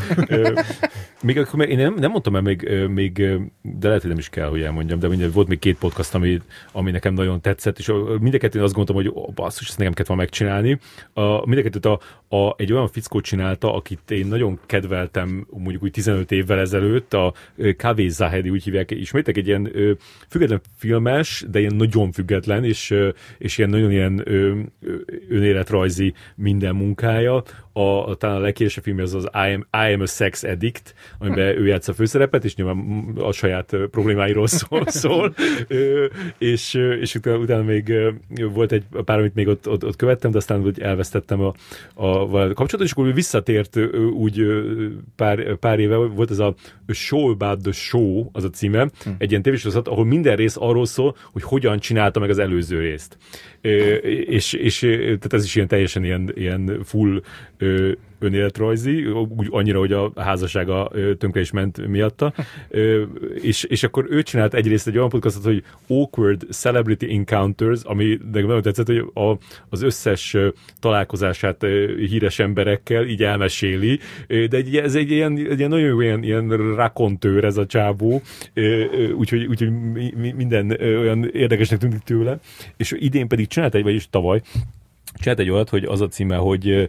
Én nem mondtam el még, de lehet, hogy nem is kell, hogy elmondjam, de volt még 2 podcast, ami nekem nagyon tetszett, és mind a kettőn azt gondoltam, hogy basszus, ezt nekem kellett volna megcsinálni. Mind a kettőt egy olyan fickót csinálta, akit én nagyon kedveltem mondjuk úgy 15 évvel ezelőtt, a Kaveh Zahedi, úgy hívják, ismétek egy ilyen független filmes, de ilyen nagyon független, és ilyen nagyon ilyen önéletrajzi minden munkája. Talán a leghíresebb film az I am a Sex Addict, amiben ő játsza a főszerepet, és nyilván a saját problémáiról szól. És utána még volt egy pár, amit még ott követtem, de aztán elvesztettem a kapcsolatot, és akkor visszatért úgy pár éve, volt ez a Show About the Show, az a címe, egy ilyen tévésorozat, ahol minden rész arról szól, hogy hogyan csinálta meg az előző részt. És tehát ez is ilyen teljesen ilyen full önéletrajzi, úgy annyira, hogy a házassága tönkre is ment miatta, és akkor ő csinált egyrészt egy olyan podcastot, hogy Awkward Celebrity Encounters, ami nagyon tetszett, hogy az összes találkozását híres emberekkel így elmeséli, de ez egy ilyen nagyon ilyen rakontőr ez a csábó, úgyhogy minden olyan érdekesnek tűnik tőle, és idén pedig csinált vagyis tavaly, csinált egy olyat, hogy az a címe, hogy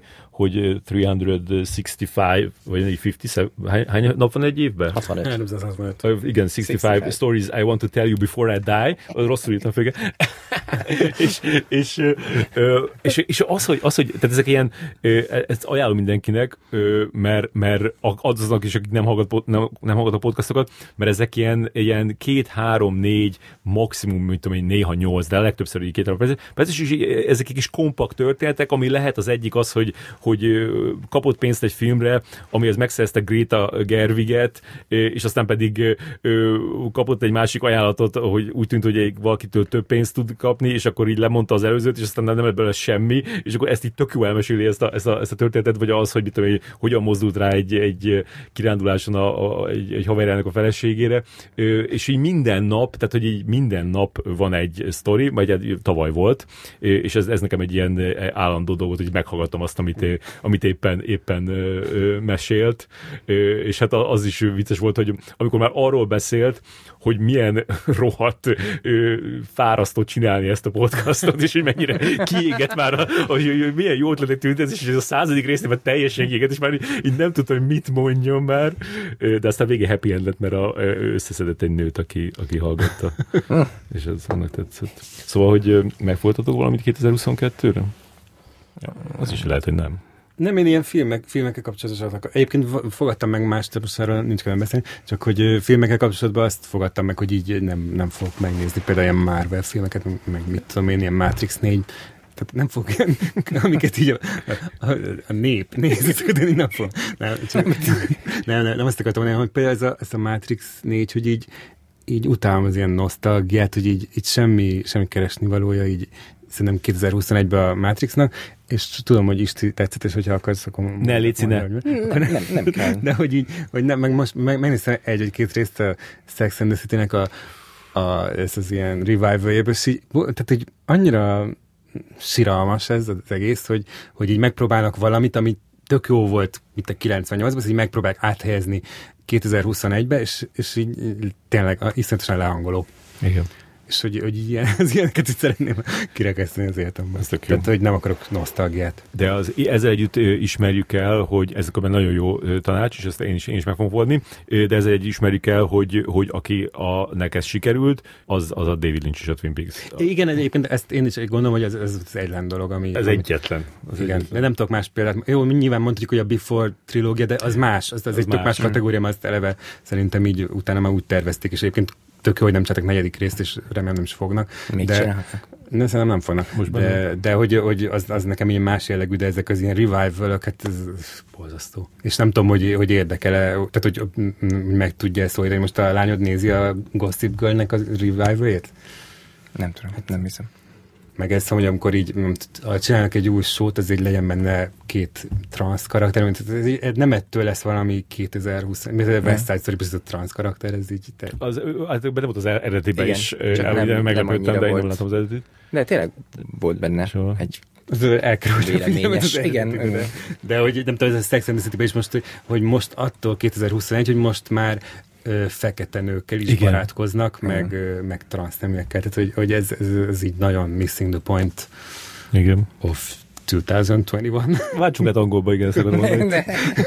365, vagy 50, hány nap van egy évben? 65. 365. Igen, 65 stories I want to tell you before I die. Rosszul írtam fel. és az, hogy tehát ezek ilyen, ezt ajánlom mindenkinek, mert azoknak is, akik nem hallgat a podcastokat, mert ezek ilyen 2-3-4, maximum, mint tudom én, néha 8, de legtöbbször így 2-3 perc, és ezek egy kis kompakt történetek, ami lehet az egyik az, hogy kapott pénzt egy filmre, amihez megszerezte Greta Gerwiget, és aztán pedig kapott egy másik ajánlatot, hogy úgy tűnt, hogy valakitől több pénzt tud kapni, és akkor így lemondta az előzőt, és aztán nem lett belőle semmi, és akkor ezt így tök jó elmeséli ezt a történetet, vagy az, hogy hogyan mozdult rá egy kiránduláson egy haverjának a feleségére, és így minden nap, tehát hogy így minden nap van egy sztori, vagy tavaly volt, és ez nekem egy ilyen állandó dolgot, hogy meghallgattam azt, amit éppen mesélt, és hát az is vicces volt, hogy amikor már arról beszélt, hogy milyen rohadt fárasztó csinálni ezt a podcastot, és hogy mennyire kiégett már, hogy milyen jó ötletek tűnt ez, és ez a 100. résznél teljesen kiégett, és már így nem tudtam, hogy mit mondjon már, de aztán végén happy end lett, mert összeszedett egy nőt, aki hallgatta, és ez annak tetszett. Szóval, hogy megfolytatok valamit 2022-re? Ja, az is lehet, hogy nem. Nem, én ilyen filmekkel kapcsolatosan. Egyébként fogadtam meg más, most erről nincs kell beszélni, csak hogy filmekkel kapcsolatban azt fogadtam meg, hogy így nem fogok megnézni például ilyen Marvel filmeket, meg mit tudom én, ilyen Matrix 4, tehát nem fogok ilyen, amiket így a nép nézik, de én nem fogok. Nem azt akartam mondani, hogy például ez a Matrix 4, hogy így utálom az ilyen nosztalgiát, hogy így semmi keresni valója, így szerintem 2021-ben a Matrixnak, és tudom, hogy is tetszett, és hogyha akarsz, akkor... Ne, Léci, ne. Nem kell. De hogy így, hogy nem, meg most megnéztem egy-két részt a Sex and the City-nek ez az ilyen revival-jéből, tehát így annyira siralmas ez az egész, hogy így megpróbálnak valamit, ami tök jó volt, mint a 98-ban, így megpróbálják áthelyezni 2021-be, és így tényleg iszonyatosan lehangoló. Igen. És hogy az ilyeneket is szeretném kirekeszteni az életemben. Tehát, hogy nem akarok nosztalgiát. De ezzel együtt ismerjük el, hogy ez akkor nagyon jó tanács, és ezt én is meg fogom fordni, de ezzel együtt ismerjük el, hogy aki neked sikerült, az a David Lynch és a Twin Peaks. Igen, egyébként ezt én is gondolom, hogy ez az egyetlen dolog, ami... Ez egyetlen. Igen, de nem tudok más példát. Jó, nyilván mondhatjuk, hogy a Before trilógia, de az más, az egy tök más kategória, azt eleve szerintem így utána már úgy tervezték, és egyébként tök jó, hogy nem csináltak 4. részt, és remélem nem is fognak. Még csinálhatnak. Szerintem nem fognak. De hogy az nekem ilyen más jellegű, de ezek az ilyen revival-ök, hát ez borzasztó. És nem tudom, hogy érdekel-e, tehát hogy meg tudja ezt szólítani. Most a lányod nézi a Gossip Girl-nek a revival-ét? Nem tudom, nem hiszem. Meg ezt, hogy amikor így csinálnak egy új show-t, azért legyen benne 2 transz karakter, ez nem ettől lesz valami 2020, mint a West Side Story, a transz karakter, ez így... Hát benne volt az eredetiben is, meglepődtem, de én nem látom az eredetit. De tényleg volt benne egy véleményes. Igen. De hogy nem tudom, ez a Sex and the City-ben is most, hogy most attól 2021, hogy most már fekete nőkkel is barátkoznak, meg transzneműekkel. Tehát, hogy ez így nagyon missing the point of 2021. Váltsunk át angolba, igen, ezt akarom mondani.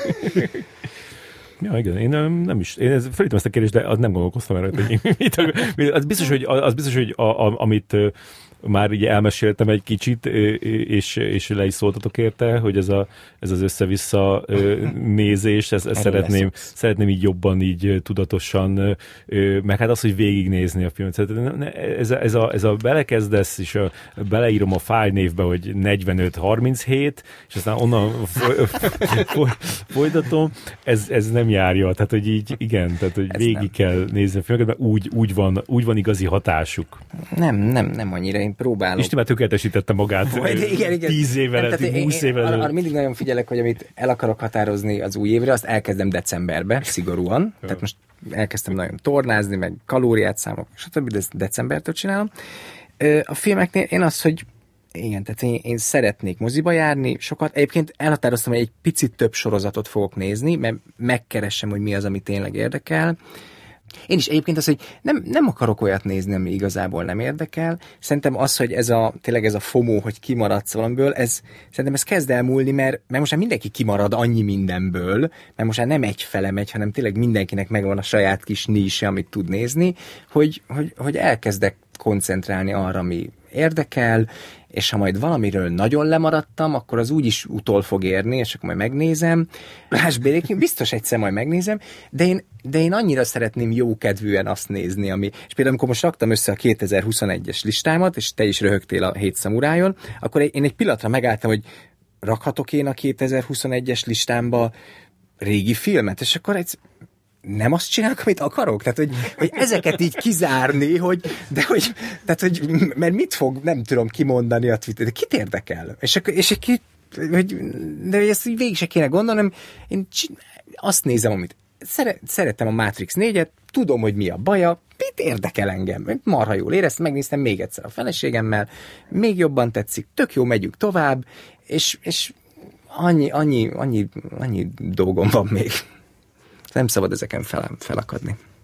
Ja, igen, én nem is. Én felítem ezt a kérdést, de nem gondolkoztam erre, hogy az biztos, hogy amit már így elmeséltem egy kicsit, és le is szóltatok érte, hogy ez az össze-vissza nézés, ezt szeretném így jobban, így tudatosan, meg hát az, hogy végignézni a filmet. Ez a belekezdesz, és beleírom a fájlnévbe, hogy 45-37, és aztán onnan folytatom, ez nem járja. Tehát, hogy így, igen, tehát, hogy végig kell nézni a filmeket, mert úgy van igazi hatásuk. Nem annyira. Én próbálok. Isten már tökéletesítette magát igen. 10 évvel, 20 évvel. Arra mindig nagyon figyelek, hogy amit el akarok határozni az új évre, azt elkezdem decemberbe, szigorúan. Tehát most elkezdtem nagyon tornázni, meg kalóriát számolok, stb. De ezt decembertől csinálom. A filmeknél én az, hogy igen, tehát én szeretnék moziba járni sokat. Egyébként elhatároztam, hogy egy picit több sorozatot fogok nézni, mert megkeressem, hogy mi az, ami tényleg érdekel. Én is egyébként az, hogy nem akarok olyat nézni, ami igazából nem érdekel. Szerintem az, hogy tényleg ez a FOMO, hogy kimaradsz valamiből, szerintem ez kezd elmúlni, mert most már mindenki kimarad annyi mindenből, mert most már nem egyfele megy, hanem tényleg mindenkinek megvan a saját kis níse, amit tud nézni, hogy elkezdek koncentrálni arra, ami érdekel, és ha majd valamiről nagyon lemaradtam, akkor az úgyis utol fog érni, és akkor majd megnézem. Lásd, biztos egyszer majd megnézem, de én annyira szeretném jókedvűen azt nézni, és például amikor most raktam össze a 2021-es listámat, és te is röhögtél a 7 szamurájon, akkor én egy pillanatra megálltam, hogy rakhatok én a 2021-es listámba régi filmet, és akkor nem azt csinálok, amit akarok? Tehát, hogy ezeket így kizárni, mert mit fog, nem tudom kimondani a Twitter, de kit érdekel? De ezt így végig se kéne gondolnom, én azt nézem, amit szerettem a Matrix 4-et, tudom, hogy mi a baja, mit érdekel engem? Marha jól éreztem, megnéztem még egyszer a feleségemmel, még jobban tetszik, tök jó, megyünk tovább, és annyi dolgom van még. Nem szabad ezeken felakadni.